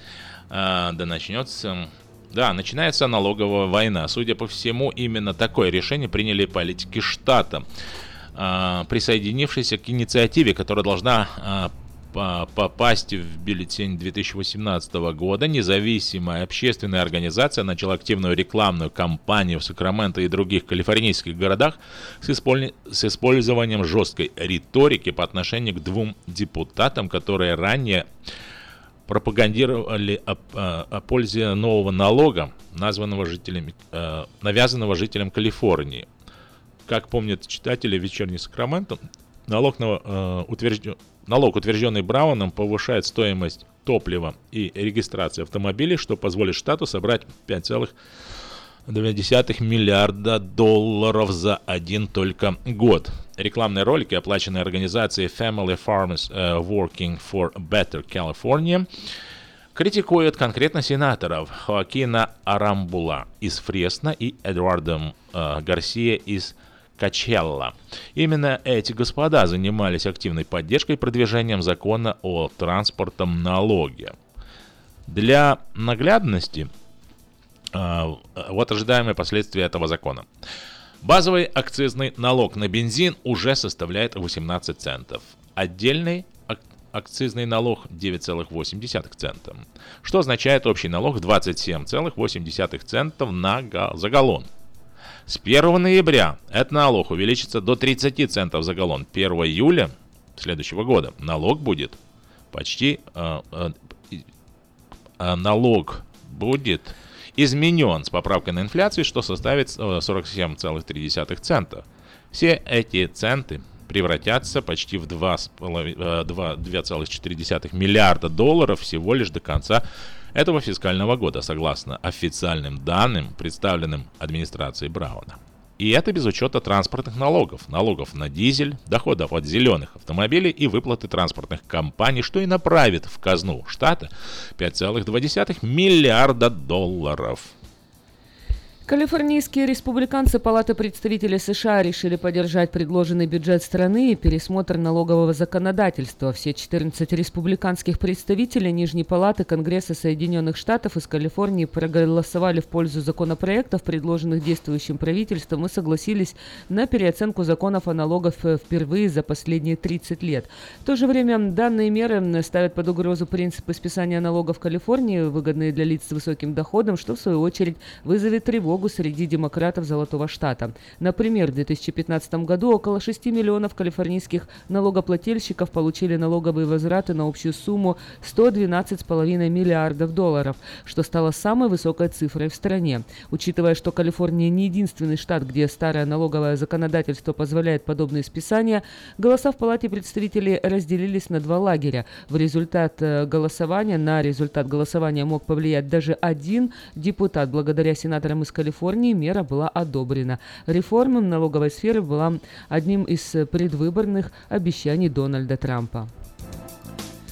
Начинается налоговая война. Судя по всему, именно такое решение приняли политики штата, присоединившиеся к инициативе, которая должна попасть в бюллетень 2018 года. Независимая общественная организация начала активную рекламную кампанию в Сакраменто и других калифорнийских городах с использованием жесткой риторики по отношению к двум депутатам, которые ранее пропагандировали о пользе нового налога, навязанного жителям Калифорнии. Как помнят читатели «Вечерний Сакраменто», налог, утвержденный Брауном, повышает стоимость топлива и регистрации автомобилей, что позволит штату собрать $5,2 миллиарда за один только год. Рекламные ролики, оплаченные организацией Family Farmers Working for Better California, критикуют конкретно сенаторов Хоакина Арамбула из Фресно и Эдуарда Гарсия из Качелла. Именно эти господа занимались активной поддержкой и продвижением закона о транспортном налоге. Для наглядности, вот ожидаемые последствия этого закона. Базовый акцизный налог на бензин уже составляет 18 центов. Отдельный акцизный налог 9,8 цента, что означает общий налог 27,8 центов за галлон. С 1 ноября этот налог увеличится до 30 центов за галлон. 1 июля следующего года налог будет изменен с поправкой на инфляцию, что составит 47,3 цента. Все эти центы превратятся почти в 2,4 миллиарда долларов всего лишь до конца этого фискального года, согласно официальным данным, представленным администрацией Брауна. И это без учета транспортных налогов, налогов на дизель, доходов от зеленых автомобилей и выплаты транспортных компаний, что и направит в казну штата 5,2 миллиарда долларов. Калифорнийские республиканцы Палаты представителей США решили поддержать предложенный бюджет страны и пересмотр налогового законодательства. Все 14 республиканских представителей Нижней Палаты Конгресса Соединенных Штатов из Калифорнии проголосовали в пользу законопроектов, предложенных действующим правительством, и согласились на переоценку законов о налогах впервые за последние 30 лет. В то же время данные меры ставят под угрозу принципы списания налогов в Калифорнии, выгодные для лиц с высоким доходом, что в свою очередь вызовет тревогу среди демократов Золотого Штата. Например, в 2015 году около 6 миллионов калифорнийских налогоплательщиков получили налоговые возвраты на общую сумму $112,5 миллиардов, что стало самой высокой цифрой в стране. Учитывая, что Калифорния не единственный штат, где старое налоговое законодательство позволяет подобные списания, голоса в Палате представителей разделились на два лагеря. На результат голосования мог повлиять даже один депутат. Благодаря сенаторам из Калифорнии мера была одобрена. Реформа налоговой сферы была одним из предвыборных обещаний Дональда Трампа.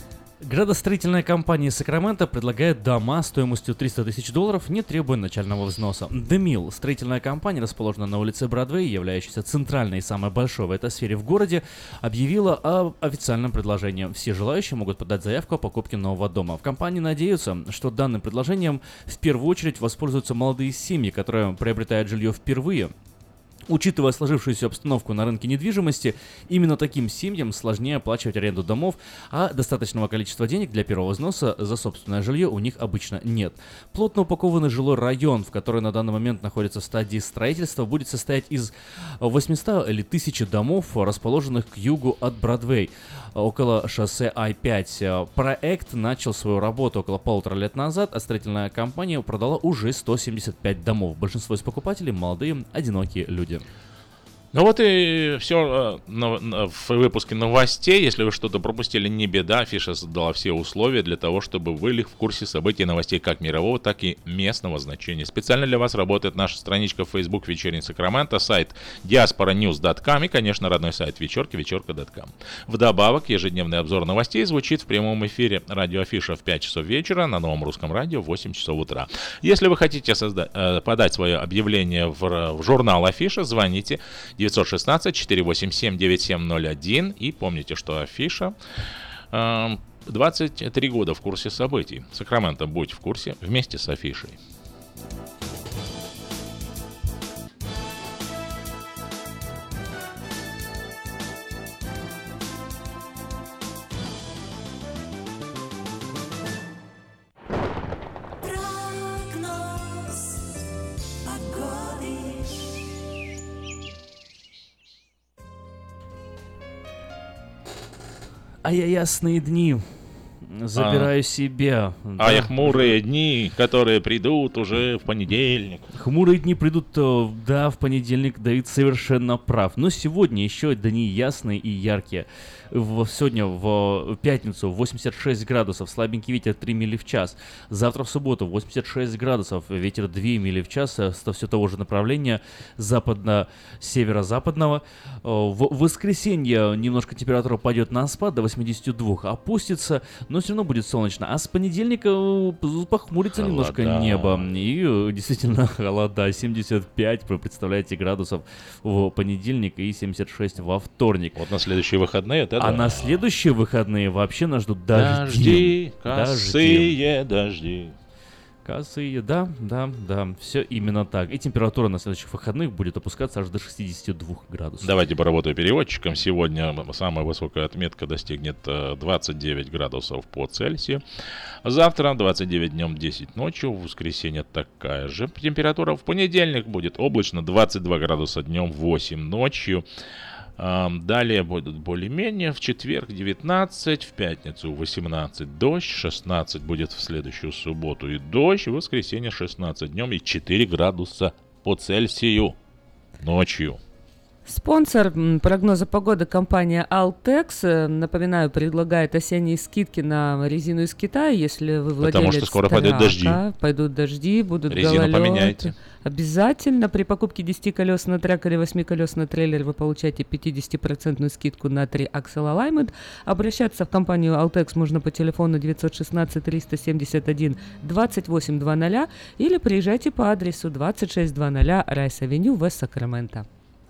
Градостроительная компания Сакраменто предлагает дома стоимостью $300 тысяч, не требуя начального взноса. The Mill, строительная компания, расположенная на улице Бродвей, являющаяся центральной и самой большой в этой сфере в городе, объявила о официальном предложении. Все желающие могут подать заявку о покупке нового дома. В компании надеются, что данным предложением в первую очередь воспользуются молодые семьи, которые приобретают жилье впервые. Учитывая сложившуюся обстановку на рынке недвижимости, именно таким семьям сложнее оплачивать аренду домов, а достаточного количества денег для первого взноса за собственное жилье у них обычно нет. Плотно упакованный жилой район, в который на данный момент находится в стадии строительства, будет состоять из 800 или 1000 домов, расположенных к югу от Бродвей, около шоссе I-5. Проект начал свою работу около 1,5 лет назад, а строительная компания продала уже 175 домов. Большинство из покупателей – молодые, одинокие люди. Ну вот и все в выпуске новостей. Если вы что-то пропустили, не беда. Афиша создала все условия для того, чтобы вы были в курсе событий новостей как мирового, так и местного значения. Специально для вас работает наша страничка в Facebook «Вечерний Сакраменто», сайт diasporanews.com и, конечно, родной сайт вечерки, вечерка.com. Вдобавок, ежедневный обзор новостей звучит в прямом эфире радио Афиша в 5 часов вечера, на Новом Русском радио в 8 часов утра. Если вы хотите подать свое объявление в журнал Афиша, звоните 916-487-9701 и помните, что Афиша 23 года в курсе событий. Сакраменто, будь в курсе вместе с Афишей. А я ясные дни забираю себе. А я хмурые дни, которые придут уже в понедельник. Хмурые дни придут, да, в понедельник, Давид совершенно прав. Но сегодня еще дни ясные и яркие. Сегодня в пятницу 86 градусов, слабенький ветер 3 мили в час. Завтра в субботу 86 градусов, ветер 2 мили в час, все того же направления, западно-северо-западного. В воскресенье немножко температура пойдет на спад до 82, опустится, но все равно будет солнечно. А с понедельника похмурится немножко небо. И действительно холода. 75, вы представляете, градусов в понедельник и 76 во вторник. Вот на следующие выходные это А на следующие выходные вообще нас ждут дожди. Косые дожди. Косые, да, все именно так. И температура на следующих выходных будет опускаться аж до 62 градусов. Давайте поработаю переводчиком. Сегодня самая высокая отметка достигнет 29 градусов по Цельсию. Завтра 29 днем, 10 ночью. В воскресенье такая же температура. В понедельник будет облачно, 22 градуса днем, 8 ночью. Далее будут более-менее. В четверг 19, в пятницу 18 дождь, 16 будет в следующую субботу и дождь, в воскресенье 16 днем и 4 градуса по Цельсию ночью. Спонсор прогноза погоды — компания Altex. Напоминаю, предлагает осенние скидки на резину из Китая, если вы владелец Потому что скоро пойдут дожди. Пойдут дожди, будут резину гололёд. Поменяйте. Обязательно. При покупке 10 колес на трак или 8 колес на трейлер вы получаете 50% скидку на 3 Axle Alignment. Обращаться в компанию Altex можно по телефону 916-371-2800 или приезжайте по адресу 2600 Райс-авеню, Вест Сакраменто.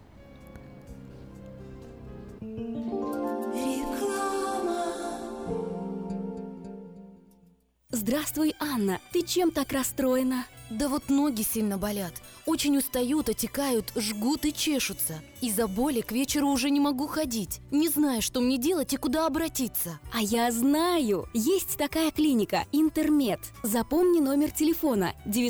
Здравствуй, Анна. Ты чем так расстроена? Да вот ноги сильно болят. Очень устают, отекают, жгут и чешутся. Из-за боли к вечеру уже не могу ходить. Не знаю, что мне делать и куда обратиться. А я знаю! Есть такая клиника «Интермед». Запомни номер телефона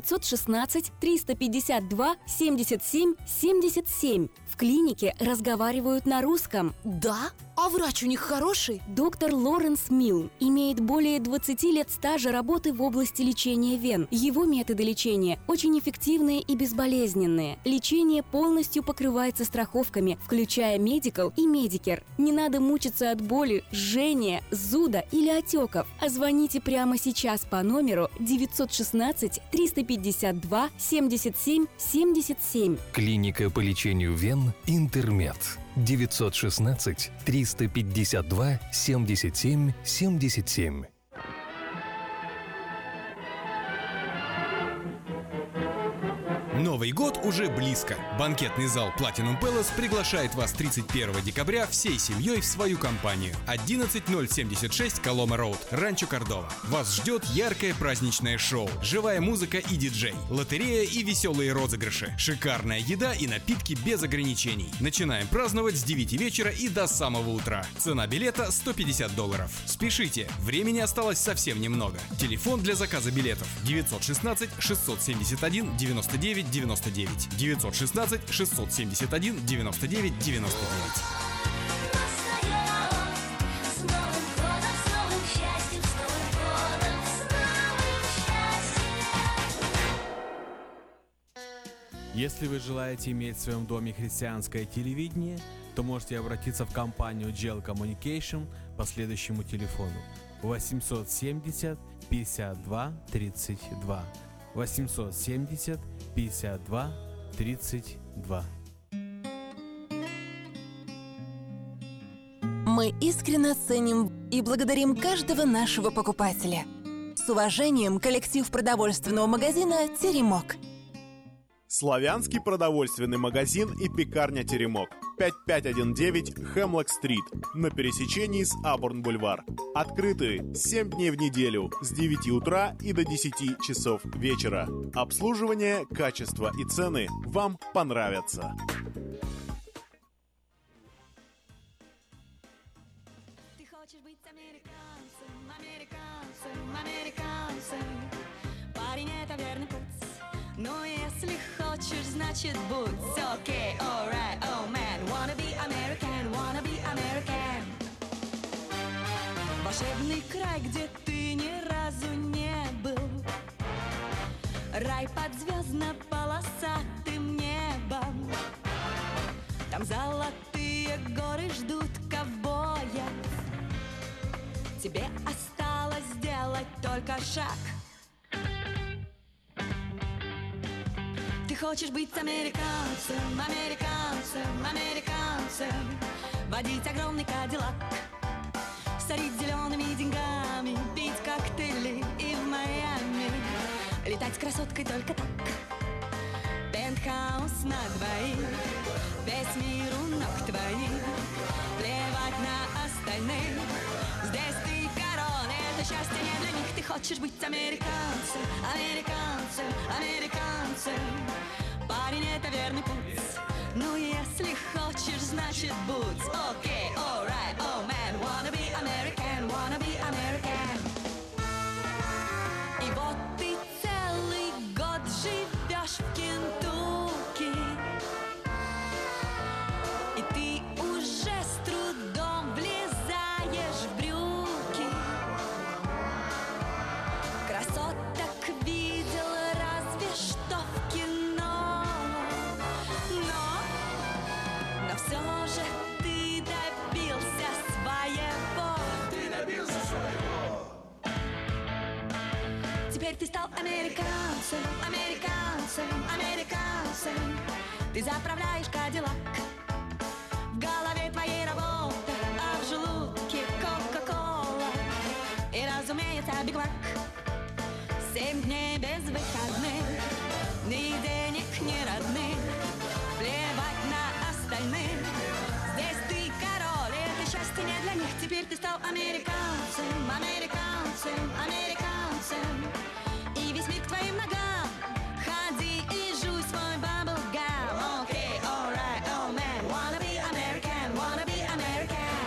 916-352-77-77. В клинике разговаривают на русском. Да? А врач у них хороший? Доктор Лоренс Милн имеет более 20 лет стажа работы в области лечения вен. Его методы лечения очень эффективные и безболезненные. Лечение полностью покрывается страховками, включая Medical и Medicare. Не надо мучиться от боли, жжения, зуда или отеков. А звоните прямо сейчас по номеру 916-352-77-77. Клиника по лечению вен «Интермед». 916-352-77-77. Новый год уже близко. Банкетный зал Platinum Palace приглашает вас 31 декабря всей семьей в свою компанию. 11076 Колома Роуд, Ранчо Кордова. Вас ждет яркое праздничное шоу, живая музыка и диджей, лотерея и веселые розыгрыши, шикарная еда и напитки без ограничений. Начинаем праздновать с 9 вечера и до самого утра. Цена билета $150. Спешите, времени осталось совсем немного. Телефон для заказа билетов 916 671 99 99 916 671 99 99. Если вы желаете иметь в своем доме христианское телевидение, то можете обратиться в компанию GL Communication по следующему телефону 870 52 32 870 52 32. Мы искренне ценим и благодарим каждого нашего покупателя. С уважением, коллектив продовольственного магазина «Теремок». Славянский продовольственный магазин и пекарня «Теремок». 5519 Хемлок-стрит на пересечении с Абурн-бульвар. Открыты 7 дней в неделю с 9 утра и до 10 часов вечера. Обслуживание, качество и цены вам понравятся. Ты хочешь быть американцем, американцем, американцем. Парень, это верный путь. Но если хочешь, значит будь. Okay, alright, oh man. Wanna be American, wanna be American. Волшебный край, где ты ни разу не был. Рай под звездно-полосатым небом. Там золотые горы ждут ковбоя. Тебе осталось сделать только шаг. Ты хочешь быть американцем, американцем, американцем. Водить огромный кадиллак, сорить зелеными деньгами, пить коктейли и в Майами. Летать с красоткой только так. Пентхаус на двоих, весь мир у ног твоих. Плевать на остальных. Здесь ты король, это счастье не для них. Ты хочешь быть американцем, американцем, американцем. Парень, это верный путь. Ну, если хочешь, значит будь. Okay, alright, oh man. Wanna be American, wanna be American. И вот ты целый год живешь в Кентукки. И ты уже с трудом влезаешь в брюки. Красоток видел разве что в кино. Но все же ты добился своего. Ты добился своего. Теперь ты стал американцем, американцем, американцем. Ты заправляешь кадиллак. В голове твоей работа, а в желудке кока-кола. И, разумеется, Биг Мак. 7 дней без выходных, ни денег, ни родных. Плевать на остальных. Здесь ты король, это счастье не для них. Теперь ты стал американцем, американцем, американцем. И весь мир к твоим ногам. Ходи и жуй свой баблгам. Okay, alright, oh man. Wanna be American, wanna be American.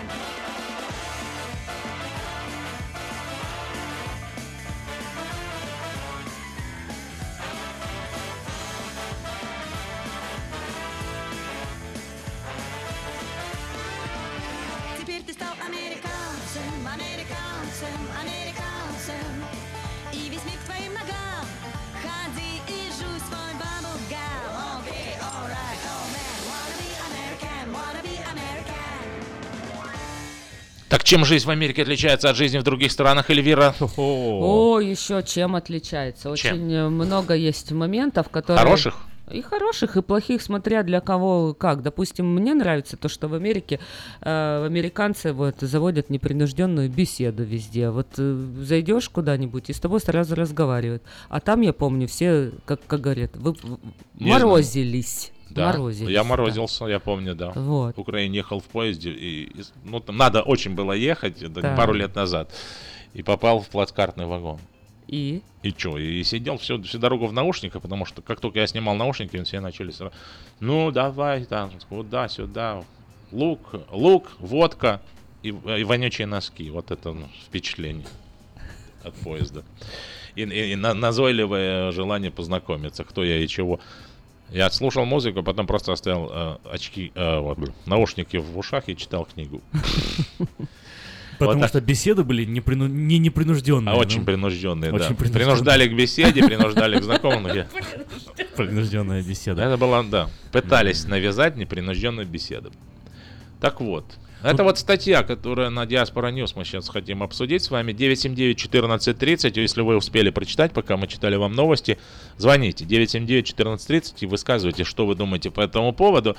Теперь ты стал американцем, американцем, американцем. И весь мир к твоим ногам. Ходи и жуй свой баблгам. Okay, alright, oh man. Wanna be American, wanna be American. Так чем жизнь в Америке отличается от жизни в других странах, Эльвира? О, еще чем отличается. Очень много есть моментов, которые... Хороших? И хороших, и плохих, смотря для кого как. Допустим, мне нравится то, что в Америке американцы вот заводят непринужденную беседу везде. Вот зайдешь куда-нибудь и с тобой сразу разговаривают. А там, я помню, все, как говорят, морозились. Да, Морозились, я морозился, я помню, да. Вот. В Украине ехал в поезде, ну, там надо очень было ехать, это пару лет назад, и попал в плацкартный вагон. И что? И сидел всю дорогу в наушниках, потому что как только я снимал наушники, все начали сразу, ну, давай, там, туда-сюда, лук, водка и вонючие носки. Вот это впечатление от поезда. И назойливое желание познакомиться, кто я и чего. Я слушал музыку, потом просто оставил наушники в ушах и читал книгу. Потому что беседы были не непринужденные. Очень принужденные, да. Принуждали к беседе, принуждали к знакомым. Принужденная беседа. Это было, да. Пытались навязать непринужденную беседу. Так вот. Это вот статья, которая на Diaspora News мы сейчас хотим обсудить с вами. 979-1430. Если вы успели прочитать, пока мы читали вам новости, звоните. 979-1430 и высказывайте, что вы думаете по этому поводу.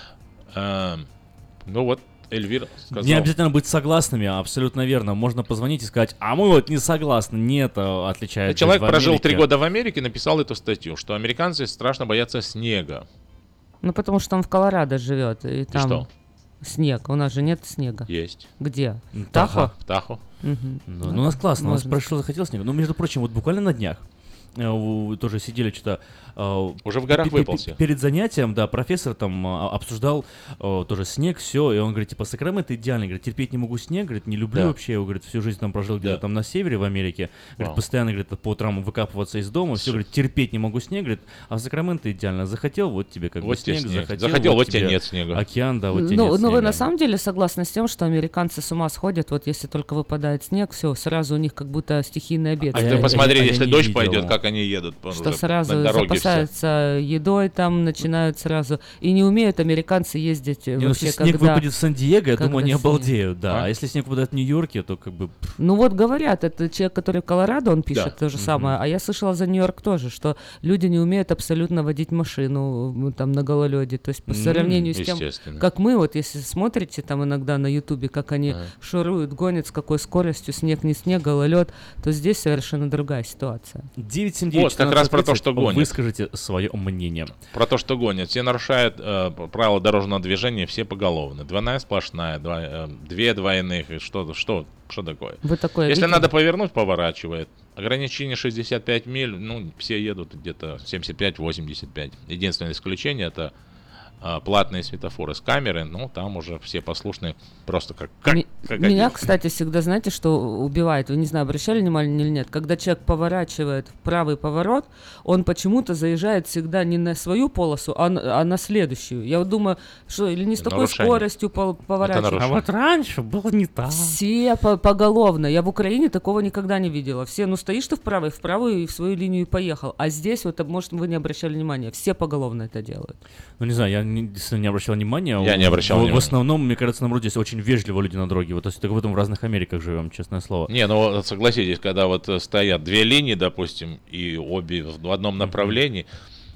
Ну вот, Эльвира сказал. Не обязательно быть согласными, абсолютно верно. Можно позвонить и сказать, а мы вот не согласны. Не это отличает. Человек прожил 3 года в Америке, написал эту статью, что американцы страшно боятся снега. Ну, потому что он в Колорадо живет. И там что? Снег. У нас же нет снега. Есть. Где? В Тахо. В Тахо. Ну, у нас классно. У нас прошло захотел снега. Ну, между прочим, вот буквально на днях тоже сидели что-то... Уже в горах выползли. Перед занятием, да, профессор там обсуждал тоже снег, все, и он говорит, типа, Сакраменто идеально, говорит, терпеть не могу снег, говорит, не люблю вообще его, говорит, всю жизнь там прожил где-то там на севере в Америке, говорит, постоянно, говорит, по утрам выкапываться из дома, все, говорит, терпеть не могу снег, говорит, а в Сакраменто идеально, захотел, вот тебе как бы снег, захотел, вот тебе нет снега. Океан, да, вот тебе нет снега. Ну, вы на самом деле согласны с тем, что американцы с ума сходят, вот если только выпадает снег, все, сразу у них как будто стихийное бедствие. А ты посмотри, если дождь пойдет, как они едут. Что сразу запасаются едой, там начинают сразу. И не умеют американцы ездить вообще, если снег выпадет в Сан-Диего, я думаю, они обалдеют, да. А если снег выпадает в Нью-Йорке, то как бы... Ну вот говорят, это человек, который в Колорадо, он пишет то же самое. А я слышала за Нью-Йорк тоже, что люди не умеют абсолютно водить машину там на гололеде. То есть по сравнению с тем, как мы, вот если смотрите там иногда на Ютубе, как они шуруют, гонят, с какой скоростью, снег, не снег, гололед, то здесь совершенно другая ситуация. 979 вот, как раз про то, что гонят. Выскажите свое мнение. Про то, что гонят. Все нарушают правила дорожного движения, все поголовно. Двойная сплошная, две двойных. Что такое? Вы такое Если видели? надо повернуть, поворачивает. Ограничение 65 миль, ну, все едут где-то 75-85. Единственное исключение — это платные светофоры с камерой, ну, там уже все послушные, просто как Меня, кстати, всегда, знаете, что убивает? Вы, не знаю, обращали внимание или нет? Когда человек поворачивает в правый поворот, он почему-то заезжает всегда не на свою полосу, а на следующую. Я вот думаю, что или не с такой скоростью поворачивает. А вот раньше было не так. Все поголовно. Я в Украине такого никогда не видела. Все, ну, стоишь ты в правую и в свою линию и поехал. А здесь, вот, может, вы не обращали внимания, все поголовно это делают. Ну, не знаю, я не обращал внимания. Я не обращал внимания. В основном, мне кажется, наоборот, здесь очень вежливо люди на дороге. Вот, то есть, так в этом в разных Америках живем, честное слово. Не, ну, согласитесь, когда вот стоят две линии, допустим, и обе в одном направлении,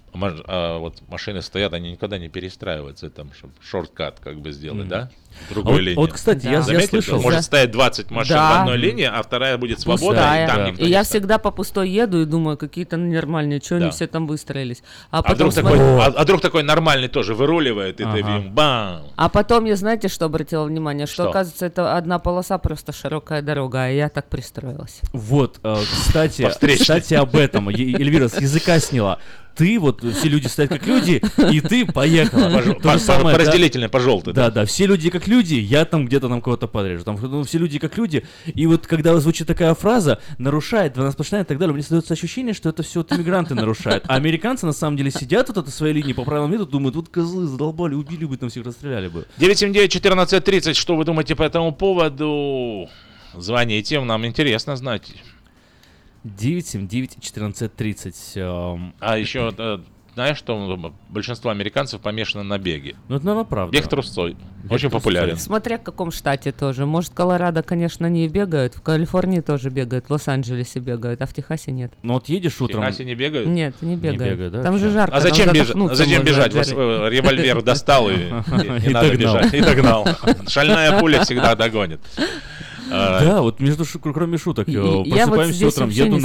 вот машины стоят, они никогда не перестраиваются, там, чтобы шорткат как бы сделать, да? В другой линии. Вот, кстати, я слышал. Может стоять 20 машин в одной линии, а вторая будет свободна, и там никто и я всегда по пустой еду и думаю, какие-то нормальные, что они все там выстроились. А вдруг такой нормальный тоже выруливает, и ты бам! А потом я, знаете, что обратила внимание? Что, оказывается, это одна полоса, просто широкая дорога, а я так пристроилась. Вот, кстати, об этом. Эльвира с языка сняла. Ты, вот, все люди стоят как люди, и ты поехала. По разделительной, по желтой. Да, все люди как люди, я там где-то там кого-то подрежу. Там все люди как люди. И вот когда звучит такая фраза, нарушает, двойная сплошная и так далее, мне создается ощущение, что это все вот иммигранты нарушают. А американцы на самом деле сидят вот от своей линии по правилам виду, думают, вот козлы задолбали, убили бы, там всех расстреляли бы. 979-1430, что вы думаете по этому поводу? Звоните, нам интересно знать. 979-1430. А еще знаешь, что большинство американцев помешано на беге. Ну, это, наверное, правда. Бег трусцой. Очень популярен. Смотря в каком штате тоже. Может, в Колорадо, конечно, не бегают, в Калифорнии тоже бегают, в Лос-Анджелесе бегают, а в Техасе нет. Ну вот едешь утром... В Техасе не бегают? Нет, не бегают. Не бегают, да, там же жарко. А зачем бежать? Револьвер достал и надо бежать. И догнал. Шальная пуля всегда догонит. Да, вот кроме шуток, просыпаемся утром, еду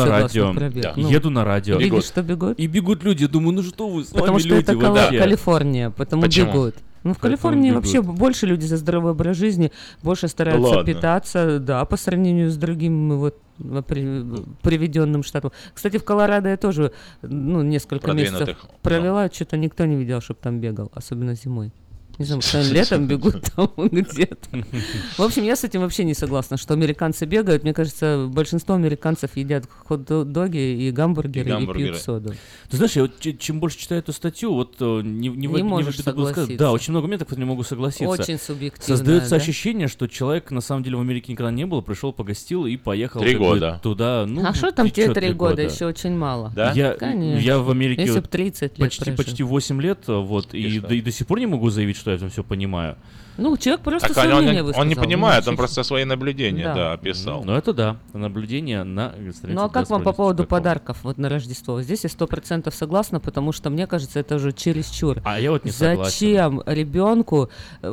на радио. Видишь, что бегут? И бегут люди, я думаю, ну что вы с вами потому что люди это вообще? Калифорния, потому бегут. Ну, в Калифорнии вообще больше люди за здоровый образ жизни, больше стараются питаться, да, по сравнению с другим вот приведенным штатом. Кстати, в Колорадо я тоже несколько месяцев провела, что-то никто не видел, чтобы там бегал, особенно зимой. Не знаю, может, летом бегут там где-то. В общем, я с этим вообще не согласна, что американцы бегают. Мне кажется, большинство американцев едят хот-доги и гамбургеры и пьют соду. Ты знаешь, я вот чем больше читаю эту статью, вот не можешь согласиться. Да, очень много моментов, не могу согласиться. Очень субъективно. Создается ощущение, что человек на самом деле в Америке никогда не был, пришел, погостил и поехал 3 года. Туда. А что там тебе 3 года? Еще очень мало. Да? Я в Америке если бы 30 лет почти 8 лет, вот, и до сих пор не могу заявить, что я там все понимаю. Ну, человек просто свое мнение высказал. Он не понимает, он просто свои наблюдения описал. Ну, это да, наблюдения на странице. Ну, а как вам по поводу подарков вот на Рождество? Здесь я 100% согласна, потому что, мне кажется, это уже чересчур. А я вот не согласен. Зачем ребенку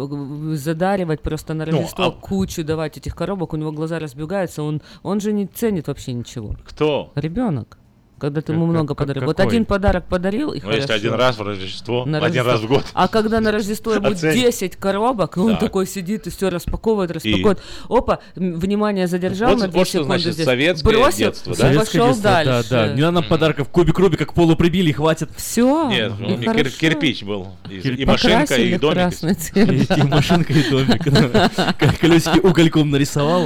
задаривать просто на Рождество кучу, давать этих коробок, у него глаза разбегаются, он же не ценит вообще ничего. Кто? Ребенок. Когда ты ему много подарил. Вот один подарок подарил, и хорошо. Если один раз в Рождество, один раз в год. А когда на Рождество ему 10 коробок, он такой сидит и все распаковывает. Опа, внимание задержал на 2 секунды. Вот что значит советское детство, да? Пошел дальше. Да. Не надо нам подарков, кубик Рубика к полу прибили, хватит. Все. Нет, кирпич был. И машинка, и домик. И машинка, и домик. Колесики угольком нарисовал.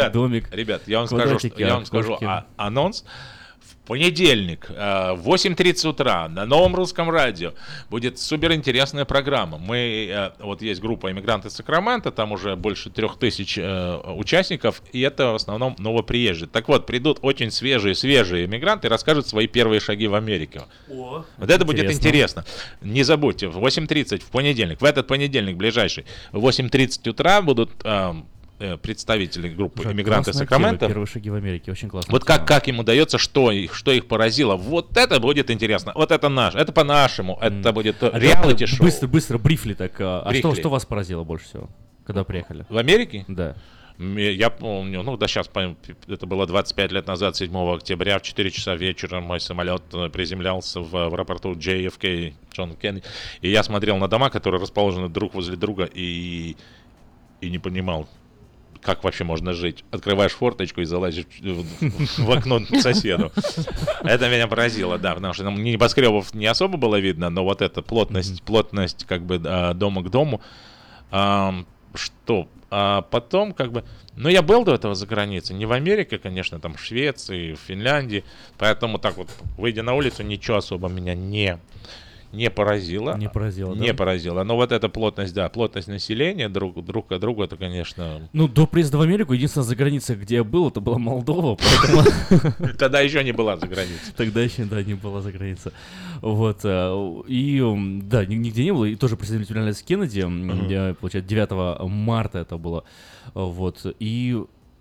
Ребят, я вам скажу анонс. В понедельник в 8:30 утра на Новом Русском радио будет суперинтересная программа. Вот есть группа «Иммигранты Сакрамента», там уже больше 3000 участников, и это в основном новоприезжие. Так вот, придут очень свежие иммигранты и расскажут свои первые шаги в Америке. Вот это будет интересно. Не забудьте, в 8:30 в понедельник, в этот понедельник ближайший, в 8:30 утра будут... представители группы «Иммигранты Сакрамента». Первые шаги в Америке, очень классно. Вот как им удается, что их поразило. Вот это будет интересно. Вот это это по-нашему. Это будет реалити-шоу. Быстро, брифли так. Что вас поразило больше всего, когда приехали? В Америке? Да. Я помню, сейчас это было 25 лет назад, 7 октября, в 4 часа вечера мой самолет приземлялся в аэропорту JFK, Джон Кеннеди, и я смотрел на дома, которые расположены друг возле друга, и не понимал, как вообще можно жить. Открываешь форточку и залазишь в окно к соседу. Это меня поразило, да, потому что небоскребов не особо было видно, но вот эта плотность как бы дома к дому. А потом как бы... Ну, я был до этого за границей. Не в Америке, конечно, там в Швеции, в Финляндии. Поэтому так вот, выйдя на улицу, ничего особо меня не поразило. Не поразило. Но вот эта плотность населения друг от друга, это, конечно... Ну, до приезда в Америку, единственное за границей, где я был, это была Молдова, поэтому... Тогда еще не была за границей. Тогда еще, не была за границей. Вот. И, да, нигде не было. И тоже президент Юлианс Кеннеди, получается, 9 марта это было. Вот. И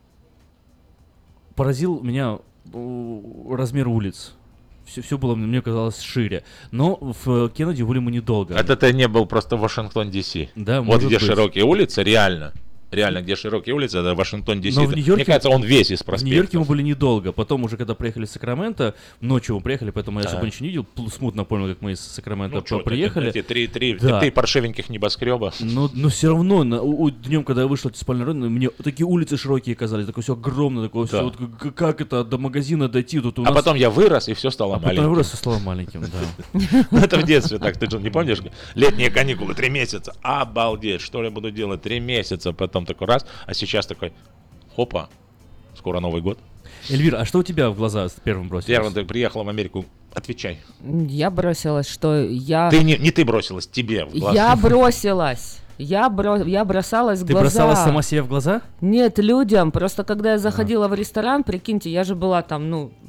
поразил меня размер улиц. Все было, мне казалось, шире. Но в Кеннеди были мы недолго. Это ты не был просто в Вашингтон, Ди-Си. Да, вот где широкие улицы, реально, где широкие улицы, это Вашингтон, Ди-Си. Мне кажется, он весь из проспектов. В Нью-Йорке мы были недолго. Потом уже, когда приехали из Сакраменто, ночью мы приехали, поэтому я особо ничего не видел. Смутно понял, как мы из Сакраменто приехали. Эти три паршивеньких небоскреба. Но все равно, днем, когда я вышел от спального района, мне такие улицы широкие казались, такое все огромное, такое все, вот, как это до магазина дойти? Тут потом я вырос, и все стало маленьким. Потом я вырос, и стало маленьким, да. Это в детстве так, ты же не помнишь? Летние каникулы, 3 месяца. Обалдеть, что я буду делать 3 месяца, потом такой раз, а сейчас такой, хопа, скоро Новый год. Эльвира, а что у тебя в глаза первым бросилось? Первым ты приехала в Америку, отвечай. Я бросилась, что я... Не ты бросилась, тебе в глаза. Я бросилась. Я бросалась в глаза. Ты бросалась сама себе в глаза? Нет, людям. Просто когда я заходила в ресторан, прикиньте, я же была там,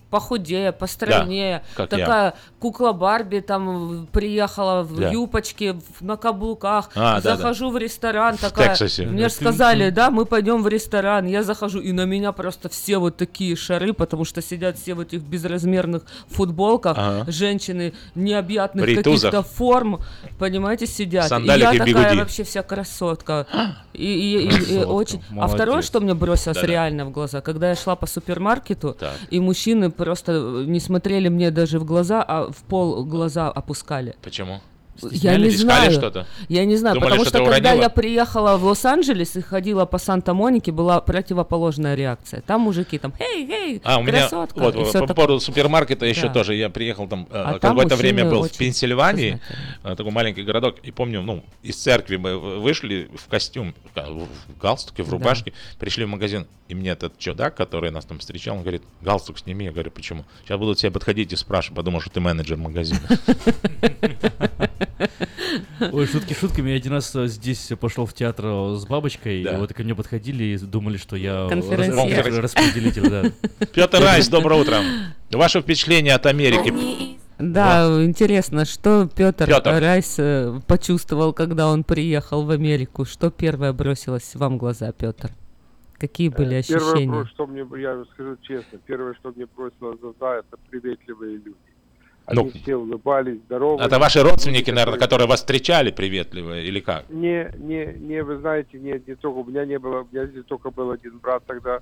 похудее, постройнее. Да, как такая кукла Барби там приехала в юбочке, на каблуках. Захожу в ресторан, такая. Мне сказали, да, мы пойдем в ресторан. Я захожу, и на меня просто все вот такие шары, потому что сидят все в этих безразмерных футболках, женщины необъятных каких-то форм, понимаете, сидят. Сандалики, и я такая бигуди. Вообще вся красотка. И очень. А второе, что мне бросилось реально в глаза, когда я шла по супермаркету, и мужчины просто не смотрели мне даже в глаза, а в пол глаза опускали. Почему? Я не знаю. Что-то? Я не знаю, Думали, потому что когда уронила? я приехала в Лос-Анджелес и ходила по Санта-Монике, была противоположная реакция. Там мужики там, эй, у меня красотка. вот по поводу супермаркета еще тоже. Я приехал там, какое-то время был в Пенсильвании, такой маленький городок, и помню, из церкви мы вышли в костюм, в галстуке, в рубашке, пришли в магазин, и мне этот чудак, который нас там встречал, он говорит, галстук сними. Я говорю, почему? Сейчас будут тебя подходить и спрашивать, подумал, что ты менеджер магазина. Ой, шутки шутками. Я один раз здесь пошел в театр с бабочкой, и вот ко мне подходили и думали, что я распределитель. Да. Петр Райс, доброе утро. Ваше впечатление от Америки? Да, интересно, что Петр Райс почувствовал, когда он приехал в Америку? Что первое бросилось вам в глаза, Петр? Какие были ощущения? Первое, что мне, я скажу честно, первое, что мне бросилось в глаза, это приветливые люди. Они все улыбались, здоровались. Это ваши родственники, наверное, которые вас встречали приветливые, или как? Не, вы знаете, не только, у меня здесь только был один брат тогда.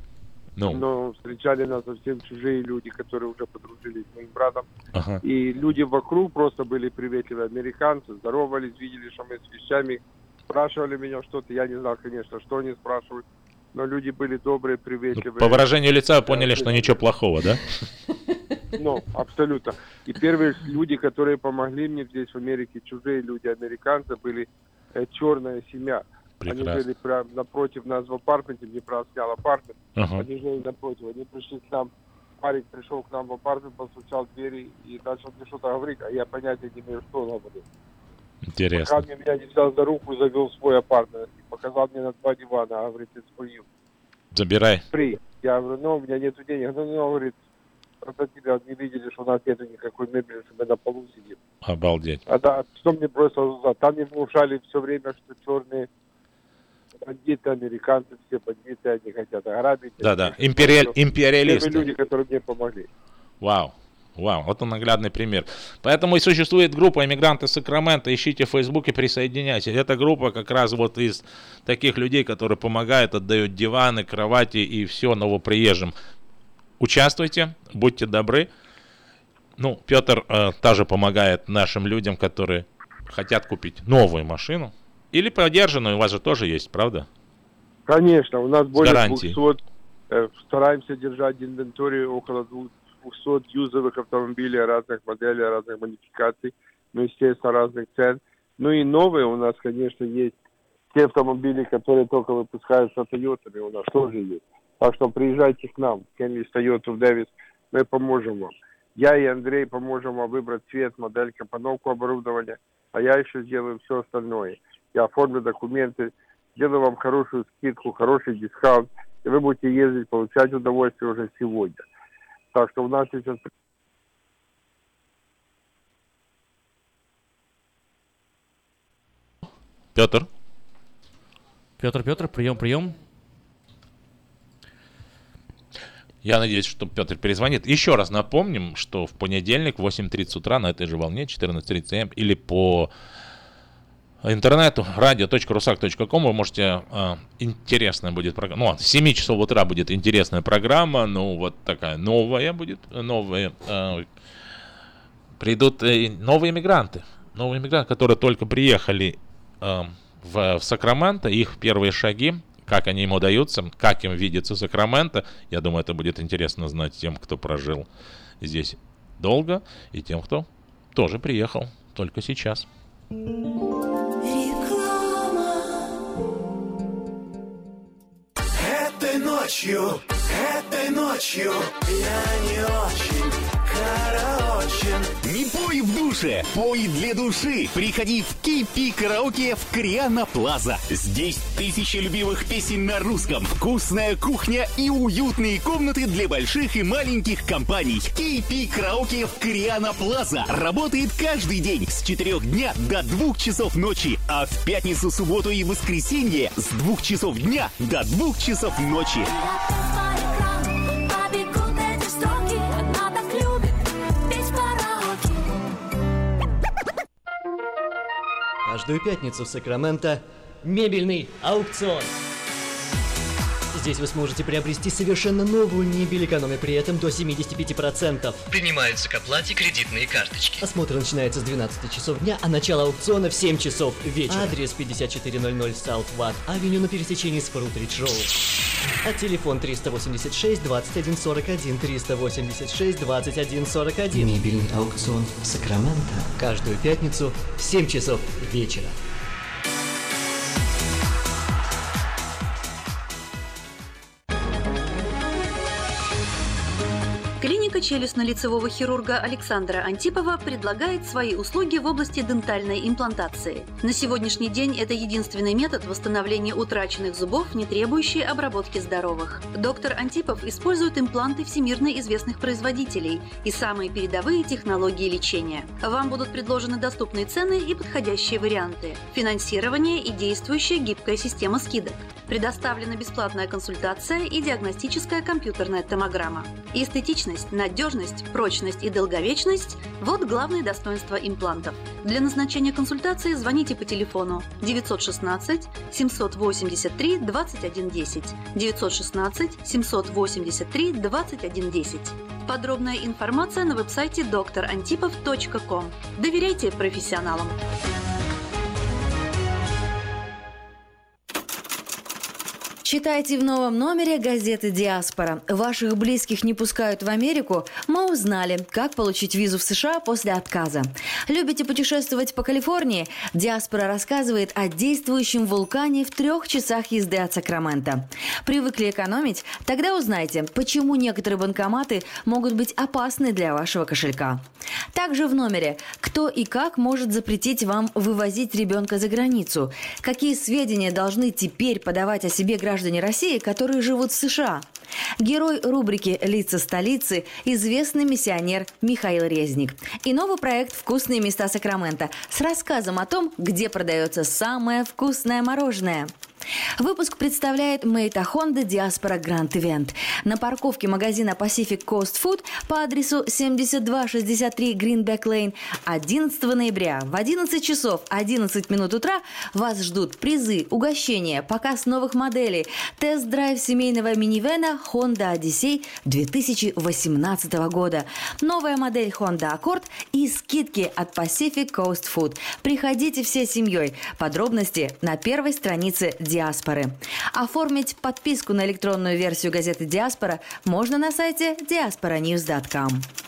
Но встречали нас совсем чужие люди, которые уже подружились с моим братом. И люди вокруг просто были приветливые, американцы, здоровались, видели, что мы с вещами, спрашивали меня что-то, я не знал, конечно, что они спрашивают, но люди были добрые, приветливые. По выражению лица поняли, что ничего плохого, да? Абсолютно. И первые люди, которые помогли мне здесь в Америке, чужие люди, американцы, были черная семья. Прекрасно. Они жили прямо напротив нас в апартменте, мне просто снял апартмент. Они жили напротив, они пришли к нам, парень пришел к нам в апартмент, постучал в двери и начал мне что-то говорить, а я понятия не имею, что он говорит. Интересно. Пока меня не взял за руку, завел в свой апартмент и показал мне на 2 дивана, а говорит, it's for you. Забирай. Я говорю, у меня нету денег. Говорит, просто тебя не видели, что у нас нету никакой мебели, что мы на полу сидим. Обалдеть. Что мне бросилось? Там мне внушали все время, что черные бандиты, американцы, все бандиты, они хотят ограбить. Да. Империалисты. Первые люди, которые мне помогли. Вау, вот он наглядный пример. Поэтому и существует группа «Эмигранты Сакрамента». Ищите в Фейсбуке, присоединяйтесь. Эта группа как раз вот из таких людей, которые помогают, отдают диваны, кровати и все новоприезжим. Участвуйте, будьте добры. Петр также помогает нашим людям, которые хотят купить новую машину. Или подержанную, у вас же тоже есть, правда? Конечно, у нас более 200. Стараемся держать инвентарь около 200 юзовых автомобилей разных моделей, разных модификаций, естественно, разных цен. И новые у нас, конечно, есть те автомобили, которые только выпускаются Toyota, у нас тоже есть. Так что приезжайте к нам, Kenley's Toyota в Дэвис, мы поможем вам. Я и Андрей поможем вам выбрать цвет, модель, компоновку оборудования, а я еще сделаю все остальное. Я оформлю документы, сделаю вам хорошую скидку, хороший дискаунт, и вы будете ездить, получать удовольствие уже сегодня. Так что у нас сейчас... Петр, прием. Я надеюсь, что Петр перезвонит. Еще раз напомним, что в понедельник в 8:30 утра на этой же волне, 14:30 м, или по интернету radio.rusak.com вы можете, интересная будет программа, с 7 часов утра будет интересная программа, вот такая новая будет, придут новые мигранты, которые только приехали в Сакраменто, их первые шаги, как они им удаются, как им видится Сакраменто. Я думаю, это будет интересно знать тем, кто прожил здесь долго, и тем, кто тоже приехал только сейчас. Этой ночью я не очень Не пой в душе, пой для души. Приходи в KP Караоке в Кориана Плаза. Здесь тысячи любимых песен на русском, вкусная кухня и уютные комнаты для больших и маленьких компаний. KP Караоке в Кориана Плаза работает каждый день с 4 дня до 2 часов ночи, а в пятницу, субботу и воскресенье с 2 часов дня до 2 часов ночи. Каждую пятницу в Сакраменто мебельный аукцион. Здесь вы сможете приобрести совершенно новую мебель, экономя при этом до 75%. Принимаются к оплате кредитные карточки. Осмотр начинается с 12 часов дня, а начало аукциона в 7 часов вечера. Адрес 5400 South Watt Avenue на пересечении с Фрутридж Роуд. А телефон 386 21 41 386 21 41. Мебельный аукцион Сакраменто. Каждую пятницу в 7 часов вечера. Клиника челюстно-лицевого хирурга Александра Антипова предлагает свои услуги в области дентальной имплантации. На сегодняшний день это единственный метод восстановления утраченных зубов, не требующий обработки здоровых. Доктор Антипов использует импланты всемирно известных производителей и самые передовые технологии лечения. Вам будут предложены доступные цены и подходящие варианты. Финансирование и действующая гибкая система скидок. Предоставлена бесплатная консультация и диагностическая компьютерная томограмма. Эстетичность, надежность, прочность и долговечность – вот главные достоинства имплантов. Для назначения консультации звоните по телефону 916 783 2110 916 783 2110. Подробная информация на веб-сайте drantipov.com. Доверяйте профессионалам. Читайте в новом номере газеты «Диаспора». Ваших близких не пускают в Америку? Мы узнали, как получить визу в США после отказа. Любите путешествовать по Калифорнии? «Диаспора» рассказывает о действующем вулкане в 3 часах езды от Сакрамента. Привыкли экономить? Тогда узнайте, почему некоторые банкоматы могут быть опасны для вашего кошелька. Также в номере «Кто и как может запретить вам вывозить ребенка за границу?» Какие сведения должны теперь подавать о себе граждане России, которые живут в США? Герой рубрики «Лица столицы» – известный миссионер Михаил Резник. И новый проект «Вкусные места Сакрамента» с рассказом о том, где продается самое вкусное мороженое. Выпуск представляет Мэйта Honda Diaspora Grand Event. На парковке магазина Pacific Coast Food по адресу 7263 Greenback Lane 11 ноября в 11 часов 11 минут утра вас ждут призы, угощения, показ новых моделей, тест-драйв семейного минивэна Honda Odyssey 2018 года, новая модель Honda Accord и скидки от Pacific Coast Food. Приходите всей семьей. Подробности на первой странице «Диаспоры». Оформить подписку на электронную версию газеты «Диаспора» можно на сайте diasporanews.com.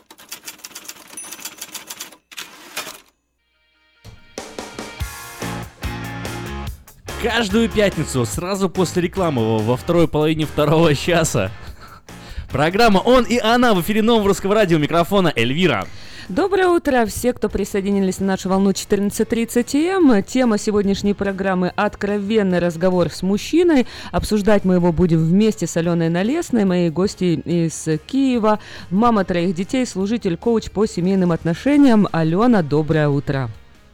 Каждую пятницу, сразу после рекламы, во второй половине второго часа, программа «Он и она» в эфире Нового Русского радио. Микрофона Эльвира. Доброе утро, все, кто присоединились на нашу волну 14:30 м. Тема сегодняшней программы – откровенный разговор с мужчиной. Обсуждать мы его будем вместе с Аленой Налесной, моей гостьей из Киева. Мама 3 детей, служитель, коуч по семейным отношениям. Алена, доброе утро.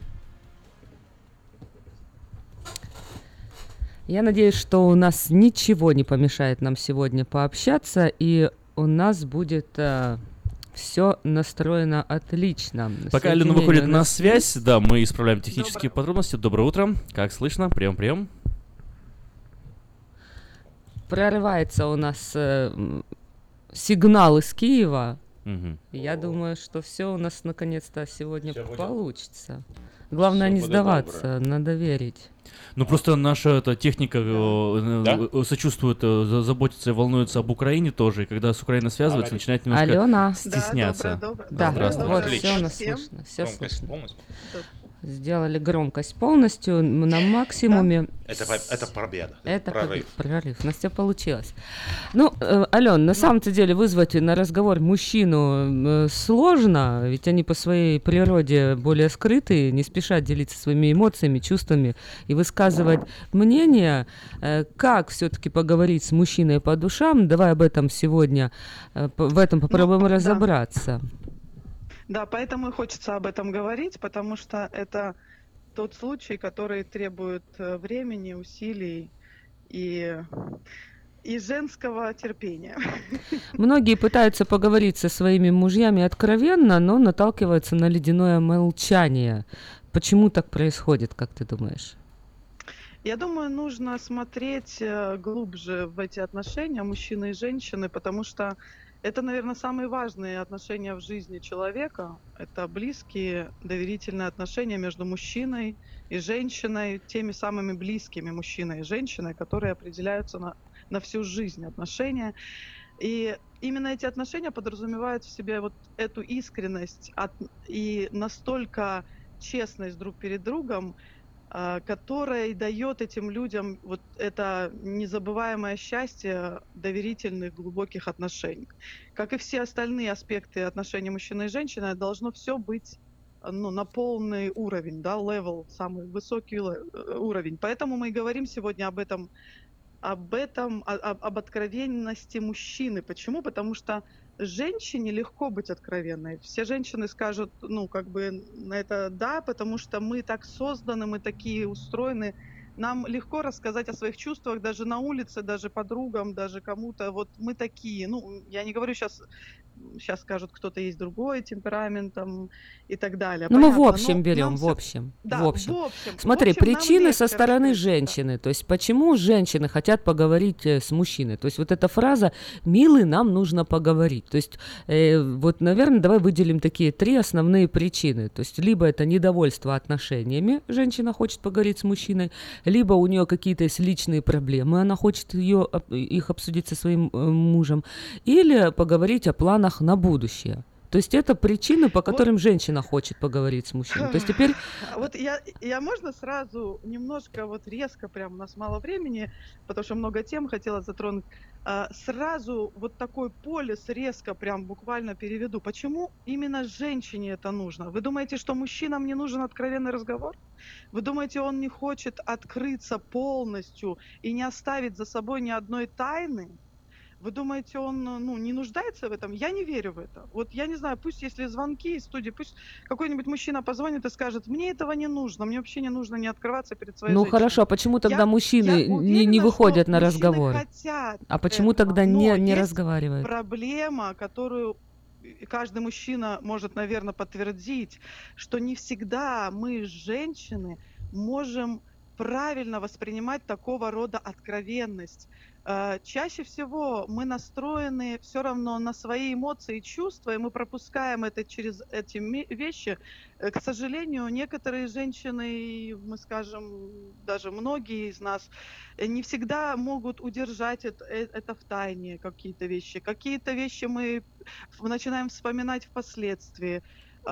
Я надеюсь, что у нас ничего не помешает нам сегодня пообщаться, и у нас будет... Все настроено отлично. Пока Алена выходит на связь, да, мы исправляем технические подробности. Доброе утро. Как слышно? Прием. Прорывается у нас сигнал из Киева. Угу. Я думаю, что все у нас наконец-то сегодня получится. Главное не сдаваться, надо верить. Ну просто наша техника сочувствует, заботится и волнуется об Украине тоже. И когда с Украиной связывается, начинает немножко Алена. стесняться. Да, здравствуйте. вот, все у нас слышно. Все слышно. Сделали громкость полностью на максимуме. Это победа. Это прорыв. Прорыв. Настя, получилось. Ну, Ален, на самом-то деле вызвать на разговор мужчину сложно, ведь они по своей природе более скрытые, не спешат делиться своими эмоциями, чувствами и высказывать мнение. Как все-таки поговорить с мужчиной по душам? Давай об этом сегодня, в этом попробуем разобраться. Да, поэтому и хочется об этом говорить, потому что это тот случай, который требует времени, усилий и женского терпения. Многие пытаются поговорить со своими мужьями откровенно, но наталкиваются на ледяное молчание. Почему так происходит, как ты думаешь? Я думаю, нужно смотреть глубже в эти отношения мужчины и женщины, потому что это, наверное, самые важные отношения в жизни человека. Это близкие, доверительные отношения между мужчиной и женщиной, теми самыми близкими мужчиной и женщиной, которые определяются на всю жизнь отношения. И именно эти отношения подразумевают в себе вот эту искренность и настолько честность друг перед другом, которая дает этим людям вот это незабываемое счастье доверительных, глубоких отношений. Как и все остальные аспекты отношений мужчины и женщины, должно все быть на полный уровень, да, level, самый высокий уровень. Поэтому мы и говорим сегодня об откровенности мужчины. Почему? Потому что женщине легко быть откровенной. Все женщины скажут, на это да, потому что мы так созданы, мы такие устроены. Нам легко рассказать о своих чувствах даже на улице, даже подругам, даже кому-то. Вот мы такие. Я не говорю сейчас скажут, кто-то есть другой темперамент и так далее. Ну, мы в общем берем, в общем. Да, в общем. Смотри, причины со стороны женщины. То есть, почему женщины хотят поговорить с мужчиной? То есть, вот эта фраза «милый, нам нужно поговорить». То есть, вот, наверное, давай выделим такие 3 основные причины. То есть, либо это недовольство отношениями, женщина хочет поговорить с мужчиной, либо у нее какие-то есть личные проблемы, она хочет их обсудить со своим мужем, или поговорить о планах на будущее. То есть это причины, по которым женщина хочет поговорить с мужчиной. То есть теперь... Вот я можно сразу немножко резко, прям у нас мало времени, потому что много тем хотела затронуть, сразу вот такой полис резко прям буквально переведу. Почему именно женщине это нужно? Вы думаете, что мужчинам не нужен откровенный разговор? Вы думаете, он не хочет открыться полностью и не оставить за собой ни одной тайны? Вы думаете, он не нуждается в этом? Я не верю в это. Вот я не знаю, пусть если звонки из студии, пусть какой-нибудь мужчина позвонит и скажет, мне этого не нужно, мне вообще не нужно не открываться перед своей женщиной. Хорошо, а почему тогда мужчины не выходят на разговор? А почему тогда не разговаривают? Проблема, которую каждый мужчина может, наверное, подтвердить, что не всегда мы, женщины, можем правильно воспринимать такого рода откровенность. Чаще всего мы настроены все равно на свои эмоции и чувства, и мы пропускаем это через эти вещи. К сожалению, некоторые женщины, мы скажем, даже многие из нас, не всегда могут удержать это в тайне, какие-то вещи. Какие-то вещи мы начинаем вспоминать впоследствии.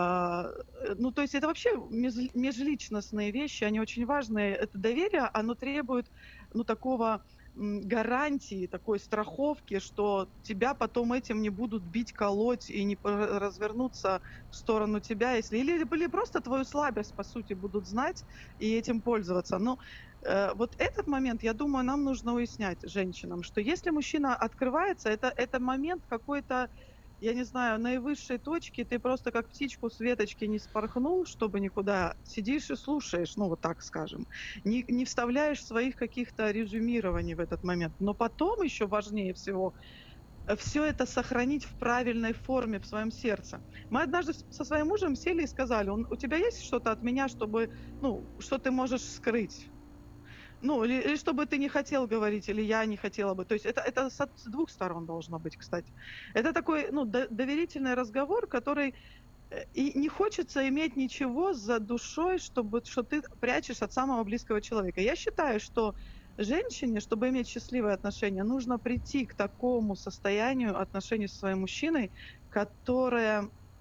То есть это вообще межличностные вещи, они очень важные. Это доверие, оно требует такого гарантии, такой страховки, что тебя потом этим не будут бить, колоть и не развернуться в сторону тебя, или просто твою слабость, по сути, будут знать и этим пользоваться. Но вот этот момент, я думаю, нам нужно уяснять женщинам, что если мужчина открывается, это момент какой-то, я не знаю, наивысшей точки, ты просто как птичку с веточки не спорхнул, чтобы никуда, сидишь и слушаешь, вот так скажем, не вставляешь своих каких-то резюмирований в этот момент. Но потом еще важнее всего все это сохранить в правильной форме в своем сердце. Мы однажды со своим мужем сели и сказали, у тебя есть что-то от меня, чтобы, что ты можешь скрыть? Или чтобы ты не хотел говорить, или я не хотела бы. То есть это с 2 сторон должно быть, кстати. Это такой, доверительный разговор, который и не хочется иметь ничего за душой, что ты прячешь от самого близкого человека. Я считаю, что женщине, чтобы иметь счастливые отношения, нужно прийти к такому состоянию отношений со своим мужчиной, которое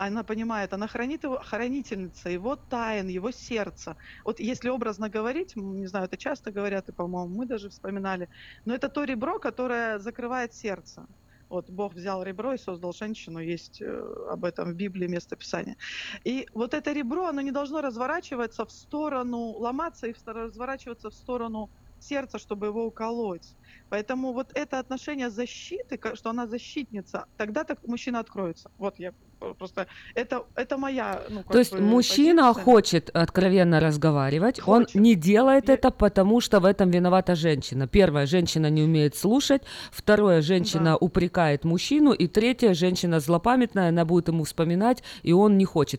она понимает, она хранит его, хранительница его тайн, его сердца. Вот если образно говорить, не знаю, это часто говорят, и, по-моему, мы даже вспоминали, но это то ребро, которое закрывает сердце. Вот Бог взял ребро и создал женщину, есть об этом в Библии местописание. И вот это ребро, оно не должно разворачиваться в сторону, ломаться и разворачиваться в сторону сердца, чтобы его уколоть. Поэтому вот это отношение защиты, что она защитница, тогда так мужчина откроется. Вот я просто... Это моя, То есть мужчина позиция. хочет откровенно разговаривать, он не делает это, потому что в этом виновата женщина. Первое, женщина не умеет слушать, второе, женщина упрекает мужчину, и третье, женщина злопамятная, она будет ему вспоминать, и он не хочет.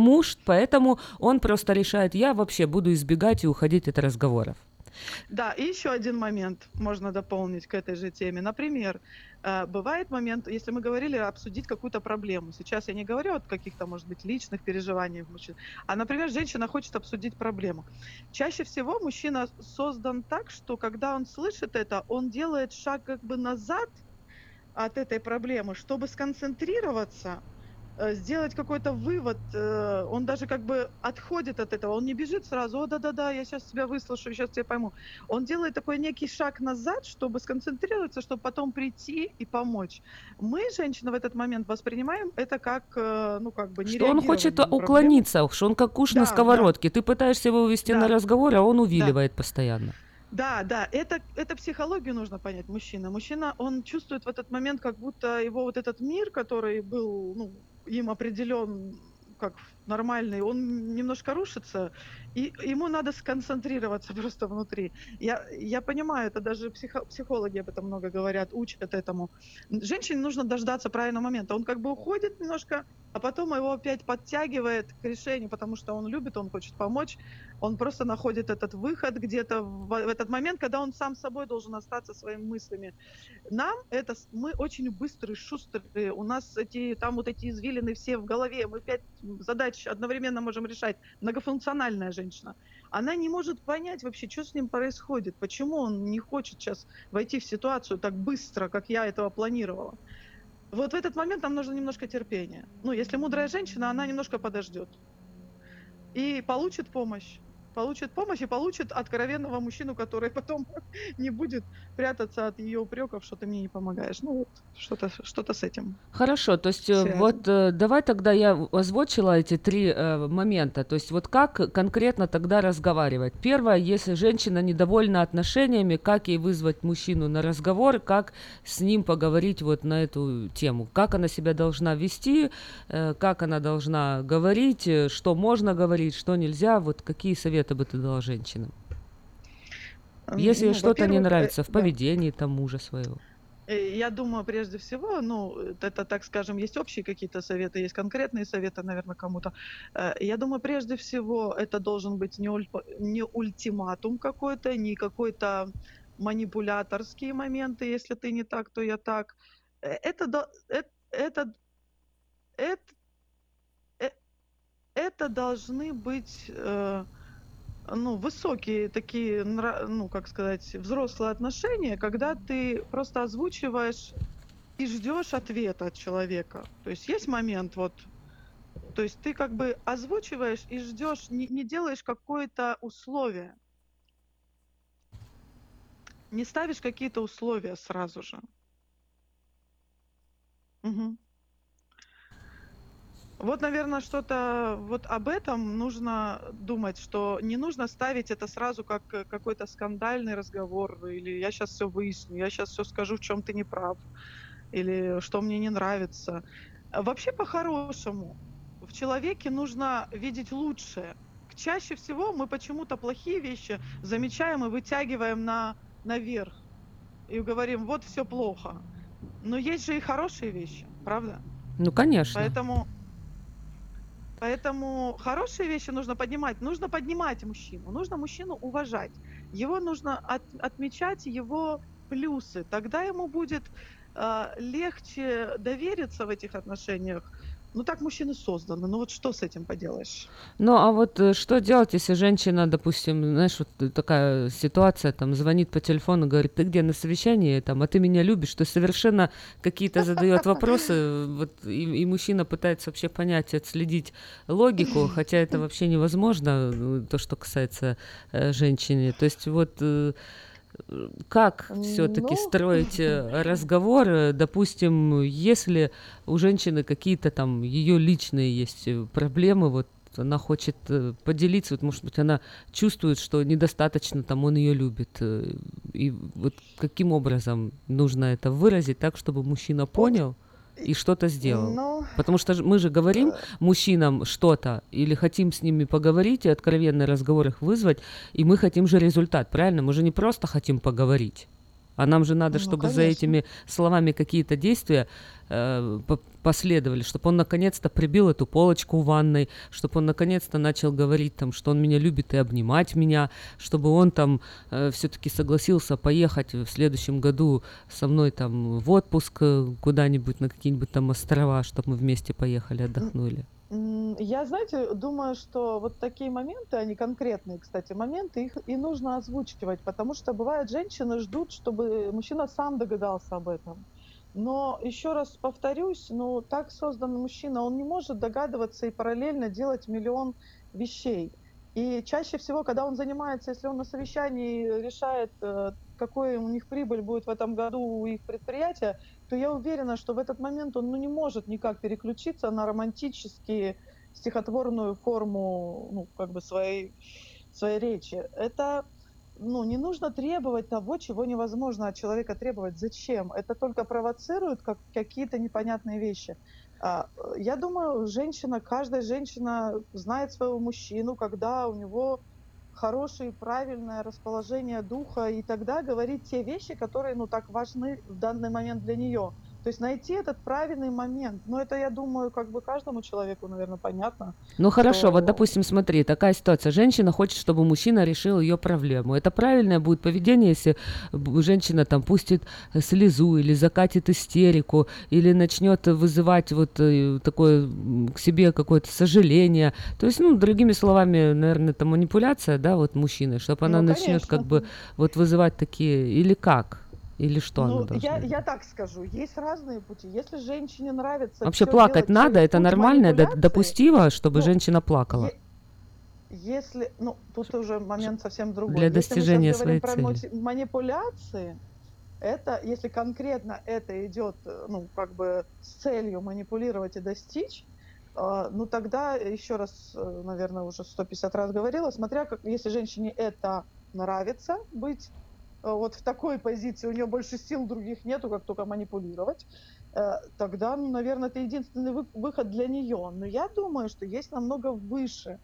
Поэтому он просто решает, я вообще буду избегать и уходить от разговоров. Да, и еще один момент можно дополнить к этой же теме. Например, бывает момент, если мы говорили обсудить какую-то проблему. Сейчас я не говорю о каких-то, может быть, личных переживаниях мужчин, а, например, женщина хочет обсудить проблему. Чаще всего мужчина создан так, что когда он слышит это, он делает шаг как бы назад от этой проблемы, чтобы сконцентрироваться, сделать какой-то вывод, он даже как бы отходит от этого, он не бежит сразу, о, да-да-да, я сейчас тебя выслушаю, сейчас тебя пойму. Он делает такой некий шаг назад, чтобы сконцентрироваться, чтобы потом прийти и помочь. Мы, женщины, в этот момент воспринимаем это как, как бы что он хочет уклониться, что он как уж на сковородке. Ты пытаешься его увести на разговор, а он увиливает постоянно. Да, это психологию нужно понять мужчина. Мужчина, он чувствует в этот момент, как будто его вот этот мир, который был, им определен как нормальный, он немножко рушится, и ему надо сконцентрироваться просто внутри. Я понимаю, это даже психологи об этом много говорят, учат этому. Женщине нужно дождаться правильного момента. Он как бы уходит немножко, а потом его опять подтягивает к решению, потому что он любит, он хочет помочь. Он просто находит этот выход где-то в этот момент, когда он сам собой должен остаться своими мыслями. Мы очень быстрые, шустрые, у нас эти извилины все в голове, мы 5 задач одновременно можем решать. Многофункциональная женщина. Она не может понять вообще, что с ним происходит, почему он не хочет сейчас войти в ситуацию так быстро, как я этого планировала. Вот в этот момент нам нужно немножко терпения. Если мудрая женщина, она немножко подождет. И получит помощь и получит откровенного мужчину, который потом не будет прятаться от ее упреков, что ты мне не помогаешь. Что-то с этим. Хорошо, то есть давай тогда я озвучила эти 3 момента. То есть вот как конкретно тогда разговаривать? Первое, если женщина недовольна отношениями, как ей вызвать мужчину на разговор, как с ним поговорить вот на эту тему? Как она себя должна вести, как она должна говорить, что можно говорить, что нельзя, вот какие советы бы ты дала женщинам? Если что-то не нравится в поведении мужа своего. Я думаю, прежде всего, это, так скажем, есть общие какие-то советы, есть конкретные советы, наверное, кому-то. Я думаю, прежде всего, это должен быть не ультиматум какой-то, не какой-то манипуляторские моменты, если ты не так, то я так. Это должны быть высокие такие, взрослые отношения, когда ты просто озвучиваешь и ждешь ответа от человека. То есть есть момент то есть ты как бы озвучиваешь и ждешь, не делаешь какое-то условие. Не ставишь какие-то условия сразу же. Угу. Вот, наверное, что-то вот об этом нужно думать, что не нужно ставить это сразу как какой-то скандальный разговор, или я сейчас все выясню, я сейчас все скажу, в чем ты не прав, или что мне не нравится. Вообще, по-хорошему, в человеке нужно видеть лучшее. Чаще всего мы почему-то плохие вещи замечаем и вытягиваем наверх, и говорим, вот все плохо. Но есть же и хорошие вещи, правда? Конечно. Поэтому хорошие вещи нужно поднимать. Нужно поднимать мужчину. Нужно мужчину уважать. Его нужно отмечать его плюсы. Тогда ему будет легче довериться в этих отношениях. Ну, так мужчины созданы. Ну, вот что с этим поделаешь? Ну, а вот что делать, если женщина, допустим, знаешь, вот такая ситуация, там, звонит по телефону, говорит, ты где на совещании, там, а ты меня любишь, то есть совершенно какие-то задает вопросы, вот, и мужчина пытается вообще понять, отследить логику, хотя это вообще невозможно, то, что касается женщины. То есть вот как все-таки строить разговор, допустим, если у женщины какие-то там ее личные есть проблемы, вот она хочет поделиться, вот, может быть, она чувствует, что недостаточно там он ее любит, и вот каким образом нужно это выразить так, чтобы мужчина понял и что-то сделал. Ну, Потому что мы же говорим мужчинам что-то, или хотим с ними поговорить и откровенный разговор их вызвать, и мы хотим же результат, правильно? Мы же не просто хотим поговорить, а нам же надо, чтобы за этими словами какие-то действия последовали, чтобы он наконец-то прибил эту полочку в ванной, чтобы он наконец-то начал говорить там, что он меня любит и обнимать меня, чтобы он там все-таки согласился поехать в следующем году со мной там в отпуск куда-нибудь на какие-нибудь там острова, чтобы мы вместе поехали, отдохнули. Я, знаете, думаю, что вот такие моменты, они конкретные, кстати, моменты, их и нужно озвучивать, потому что бывает, женщины ждут, чтобы мужчина сам догадался об этом. Но еще раз повторюсь, ну так создан мужчина, он не может догадываться и параллельно делать миллион вещей. И чаще всего, когда он занимается, если он на совещании решает, какой у них прибыль будет в этом году у их предприятия, то я уверена, что в этот момент он не может никак переключиться на романтические, стихотворную форму, ну, как бы своей речи. Это, ну, не нужно требовать того, чего невозможно от человека требовать. Зачем? Это только провоцирует какие-то непонятные вещи. Я думаю, каждая женщина знает своего мужчину, когда у него хорошее, правильное расположение духа, и тогда говорить те вещи, которые, ну, так важны в данный момент для нее. То есть найти этот правильный момент. Но это, я думаю, как бы каждому человеку, наверное, понятно. Ну хорошо, вот допустим, смотри, такая ситуация. Женщина хочет, чтобы мужчина решил ее проблему. Это правильное будет поведение, если женщина там пустит слезу или закатит истерику, или начнет вызывать вот такое к себе какое-то сожаление. То есть, ну, другими словами, наверное, это манипуляция, да, вот мужчины, чтобы она начнет как бы вот вызывать такие, или как? Или что она должна я так скажу, есть разные пути. Если женщине нравится... Вообще плакать надо, это нормально, допустимо, чтобы женщина плакала? Если, ну, тут уже момент совсем другой. Для достижения своей цели. Если мы сейчас говорим цели. про манипуляции, это, если конкретно это идет, ну, как бы с целью манипулировать и достичь, ну, тогда, еще раз, наверное, уже 150 раз говорила, смотря как, если женщине это нравится быть вот в такой позиции, у нее больше сил других нету, как только манипулировать, тогда, ну, наверное, это единственный выход для нее. Но я думаю, что есть намного выше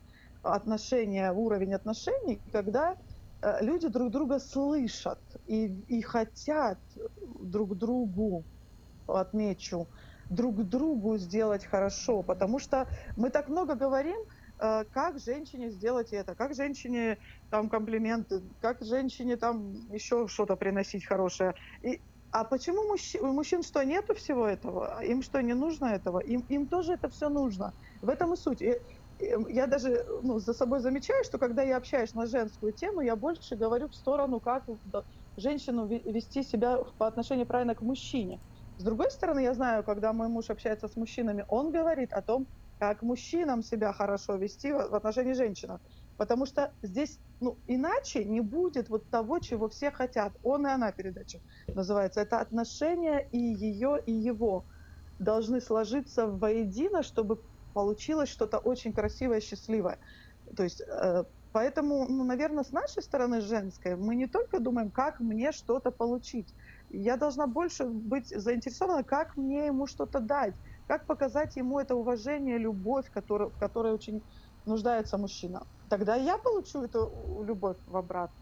уровень отношений, когда люди друг друга слышат и хотят друг другу, отмечу, друг другу сделать хорошо, потому что мы так много говорим, как женщине сделать это, как женщине там комплименты, как женщине там еще что-то приносить хорошее. А почему у мужчин что, нету всего этого? Им что, не нужно этого? Им тоже это все нужно. В этом и суть. Я даже, ну, за собой замечаю, что когда я общаюсь на женскую тему, я больше говорю в сторону, как женщину вести себя по отношению правильно к мужчине. С другой стороны, я знаю, когда мой муж общается с мужчинами, он говорит о том, как мужчинам себя хорошо вести в отношении женщин. Потому что здесь, ну, иначе не будет вот того, чего все хотят. Он и она передача называется. Это отношения и ее, и его должны сложиться воедино, чтобы получилось что-то очень красивое, счастливое. То есть, поэтому, ну, наверное, с нашей стороны женской мы не только думаем, как мне что-то получить. Я должна больше быть заинтересована, как мне ему что-то дать, как показать ему это уважение, любовь, в которой очень нуждается мужчина. Тогда я получу эту любовь в обратно.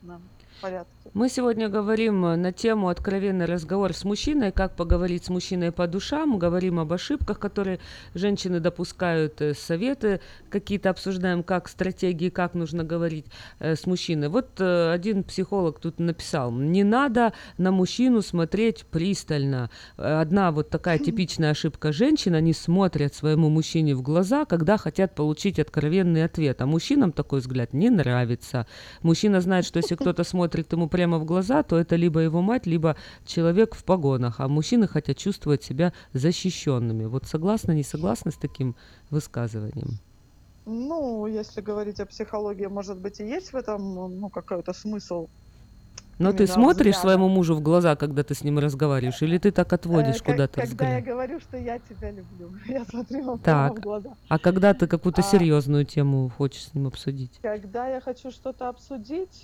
в порядке. Мы сегодня говорим на тему «Откровенный разговор с мужчиной», как поговорить с мужчиной по душам, говорим об ошибках, которые женщины допускают, советы какие-то обсуждаем, как стратегии, как нужно говорить с мужчиной. Вот один психолог тут написал: не надо на мужчину смотреть пристально. Одна вот такая типичная ошибка женщин: они смотрят своему мужчине в глаза, когда хотят получить откровенный ответ, а мужчинам такой взгляд не нравится. Мужчина знает, что если кто-то смотрит ему прямо в глаза, то это либо его мать, либо человек в погонах, а мужчины хотят чувствовать себя защищенными. Вот согласны, не согласны с таким высказыванием? Ну, если говорить о психологии, может быть, и есть в этом, ну, какой-то смысл. Но ты именно смотришь взгляда. своему мужу в глаза, когда ты с ним разговариваешь, или ты так отводишь куда-то Когда я взгляд? говорю, что я тебя люблю, я смотрю ему прямо Так, в глаза. а когда ты какую-то серьезную тему хочешь с ним обсудить? Когда я хочу что-то обсудить,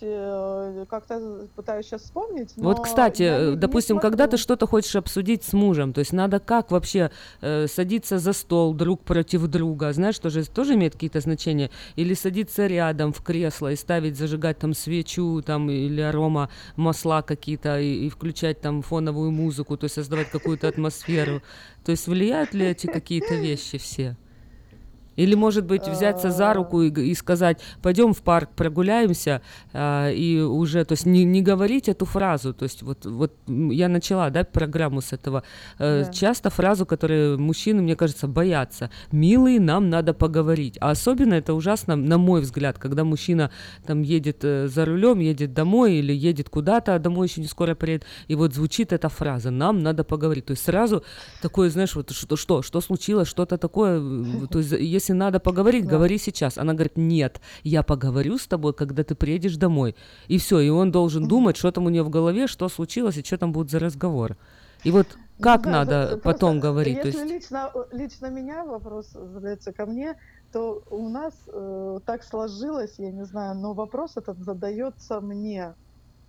как-то пытаюсь сейчас вспомнить, но Вот, кстати, я не допустим, смотрю. когда ты что-то хочешь обсудить с мужем, то есть надо как вообще садиться за стол друг против друга, знаешь, тоже имеет какие-то значения, или садиться рядом в кресло и ставить, зажигать там свечу там, или арома масла какие-то и включать там фоновую музыку, то есть создавать какую-то атмосферу. То есть влияют ли эти какие-то вещи все? Или, может быть, взяться за руку и сказать: пойдем в парк прогуляемся, и уже, то есть не говорить эту фразу, то есть вот я начала, да, программу с этого, часто фразу, которую мужчины, мне кажется, боятся: милый, нам надо поговорить, а особенно это ужасно, на мой взгляд, когда мужчина там едет за рулем, едет домой или едет куда-то, а домой еще не скоро приедет, и вот звучит эта фраза: нам надо поговорить, то есть сразу такое, знаешь, вот что случилось, что-то такое, то есть если надо поговорить, говори сейчас. Она говорит: нет, я поговорю с тобой, когда ты приедешь домой. И все, и он должен думать, что там у нее в голове, что случилось и что там будет за разговор. И вот как Да, надо потом говорить? То Если есть... лично меня вопрос задается ко мне, то у нас так сложилось, я не знаю, но вопрос этот задается мне.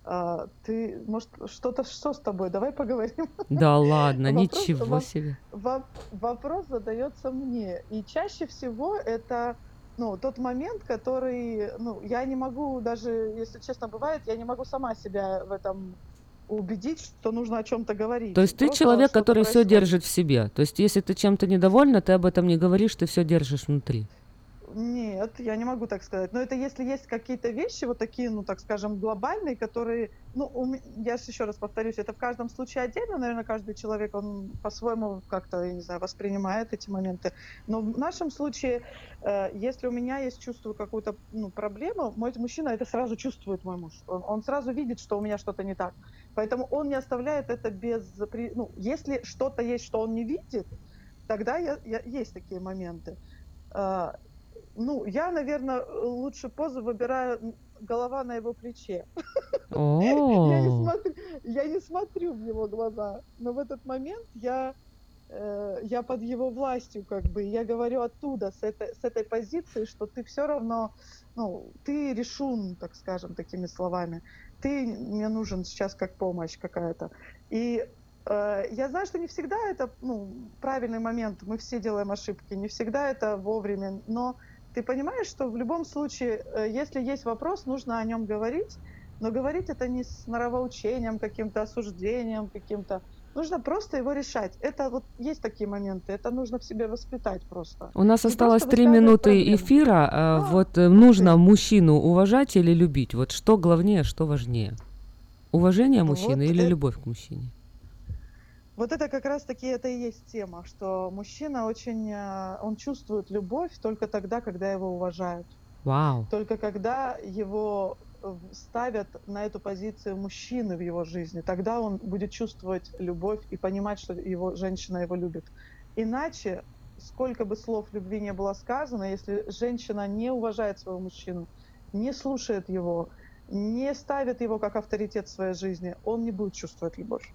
Ты, может, что с тобой? Давай поговорим. Да ладно, Вопрос- ничего во- себе. Вопрос задается мне. И чаще всего это, ну, тот момент, который, ну, я не могу даже, если честно бывает, я не могу сама себя в этом убедить, что нужно о чем-то говорить. То есть ты Просто человек, что-то который все происходит. держит в себе. То есть если ты чем-то недовольна, ты об этом не говоришь, ты все держишь внутри. Нет, я не могу так сказать. Но это если есть какие-то вещи, вот такие, ну, так скажем, глобальные, которые, ну, я же еще раз повторюсь, это в каждом случае отдельно, наверное, каждый человек, он по-своему как-то, я не знаю, воспринимает эти моменты. Но в нашем случае, если у меня есть, чувствую какую-то, ну, проблему, мой мужчина это сразу чувствует, мой муж. Он сразу видит, что у меня что-то не так. Поэтому он не оставляет это без... Ну, если что-то есть, что он не видит, тогда есть такие моменты. Ну, я, наверное, лучше позу выбираю голова на его плече. Я не смотрю в его глаза, но в этот момент я под его властью, как бы, я говорю оттуда, с этой позиции, что ты все равно, ну, ты решун, так скажем, такими словами. Ты мне нужен сейчас как помощь какая-то. И я знаю, что не всегда это, ну, правильный момент, мы все делаем ошибки, не всегда это вовремя, но ты понимаешь, что в любом случае, если есть вопрос, нужно о нем говорить, но говорить это не с норовоучением, каким-то осуждением, каким-то. Нужно просто его решать. Это вот есть такие моменты, это нужно в себе воспитать просто. У нас Не осталось просто 3 высказывать минуты проблему. эфира. Вот нужно мужчину уважать или любить? Вот что главнее, что важнее? Уважение мужчины или любовь к мужчине? Вот это как раз-таки это и есть тема, что мужчина очень, он чувствует любовь только тогда, когда его уважают. Вау. Только когда его ставят на эту позицию мужчины в его жизни, тогда он будет чувствовать любовь и понимать, что его женщина его любит. Иначе, сколько бы слов любви не было сказано, если женщина не уважает своего мужчину, не слушает его, не ставит его как авторитет в своей жизни, он не будет чувствовать любовь.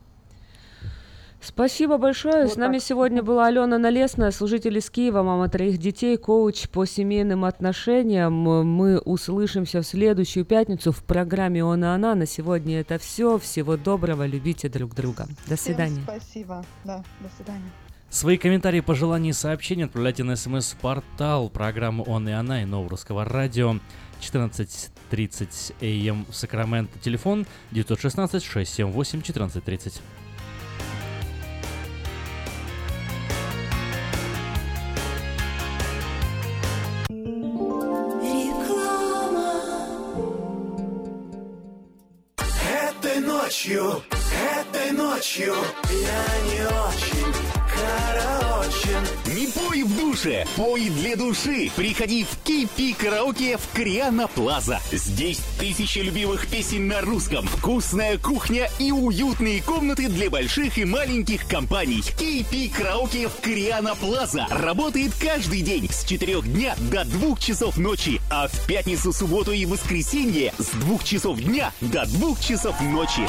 Спасибо большое. Вот С нами так. сегодня была Алена Налесная, служитель из Киева, мама 3 детей, коуч по семейным отношениям. Мы услышимся в следующую пятницу в программе «Он и она». На сегодня это все. Всего доброго. Любите друг друга. До свидания. Всем спасибо. Да, до свидания. Свои комментарии, пожелания и сообщения отправляйте на смс-портал программы «Он и она» и Нового Русского Радио. 14:30 АМ в Сакраменто. Телефон 916-678-1430. Этой ночью я не очень караочен. Не пой в душе, пой для души. Приходи в KP Караоке в Криана Плаза. Здесь тысячи любимых песен на русском, вкусная кухня и уютные комнаты для больших и маленьких компаний. KP Караоке в Криана Плаза работает каждый день с 4 дня до 2 часов ночи, а в пятницу, субботу и воскресенье с 2 часов дня до 2 часов ночи.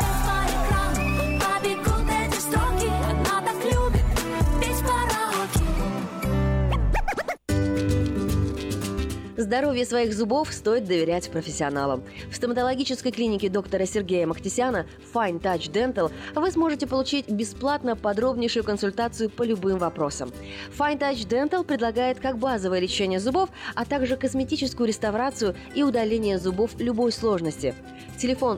Здоровье своих зубов стоит доверять профессионалам. В стоматологической клинике доктора Сергея Махтисяна Fine Touch Dental вы сможете получить бесплатно подробнейшую консультацию по любым вопросам. Fine Touch Dental предлагает как базовое лечение зубов, а также косметическую реставрацию и удаление зубов любой сложности. Телефон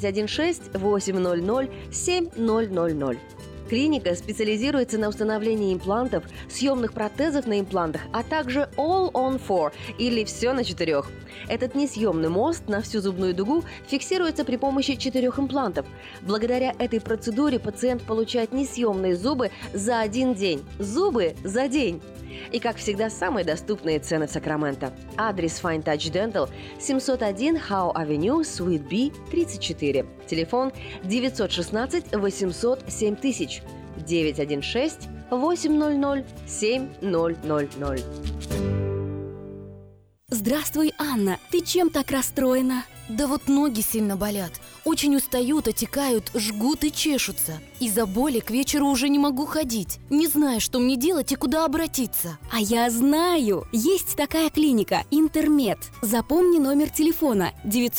916-800-7000. Клиника специализируется на установлении имплантов, съемных протезов на имплантах, а также All on 4 или «Все на 4». Этот несъемный мост на всю зубную дугу фиксируется при помощи 4 имплантов. Благодаря этой процедуре пациент получает несъемные зубы за 1 день. Зубы за день! И, как всегда, самые доступные цены в Сакраменто. Адрес Fine Touch Dental 701 Howe Avenue, Suite B, 34. Телефон 916-800-7000. 916-800-7000. Здравствуй, Анна. Ты чем так расстроена? Да вот ноги сильно болят. Очень устают, отекают, жгут и чешутся. Из-за боли к вечеру уже не могу ходить. Не знаю, что мне делать и куда обратиться. А я знаю! Есть такая клиника «Интермед». Запомни номер телефона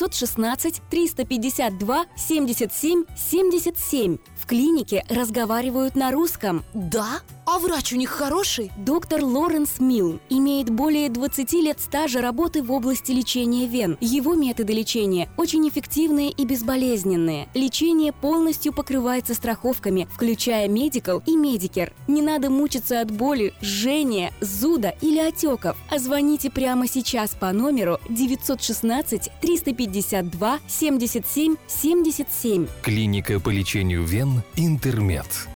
916-352-77-77. В клинике разговаривают на русском. Да? А врач у них хороший? Доктор Лоренс Милн имеет более 20 лет стажа работы в области лечения вен. Его методы лечения очень эффективные и безболезненные. Лечение полностью покрывается страховками, включая Medical и Medicare. Не надо мучиться от боли, жжения, зуда или отеков. А звоните прямо сейчас по номеру 916-352-77-77. Клиника по лечению вен «Интермед».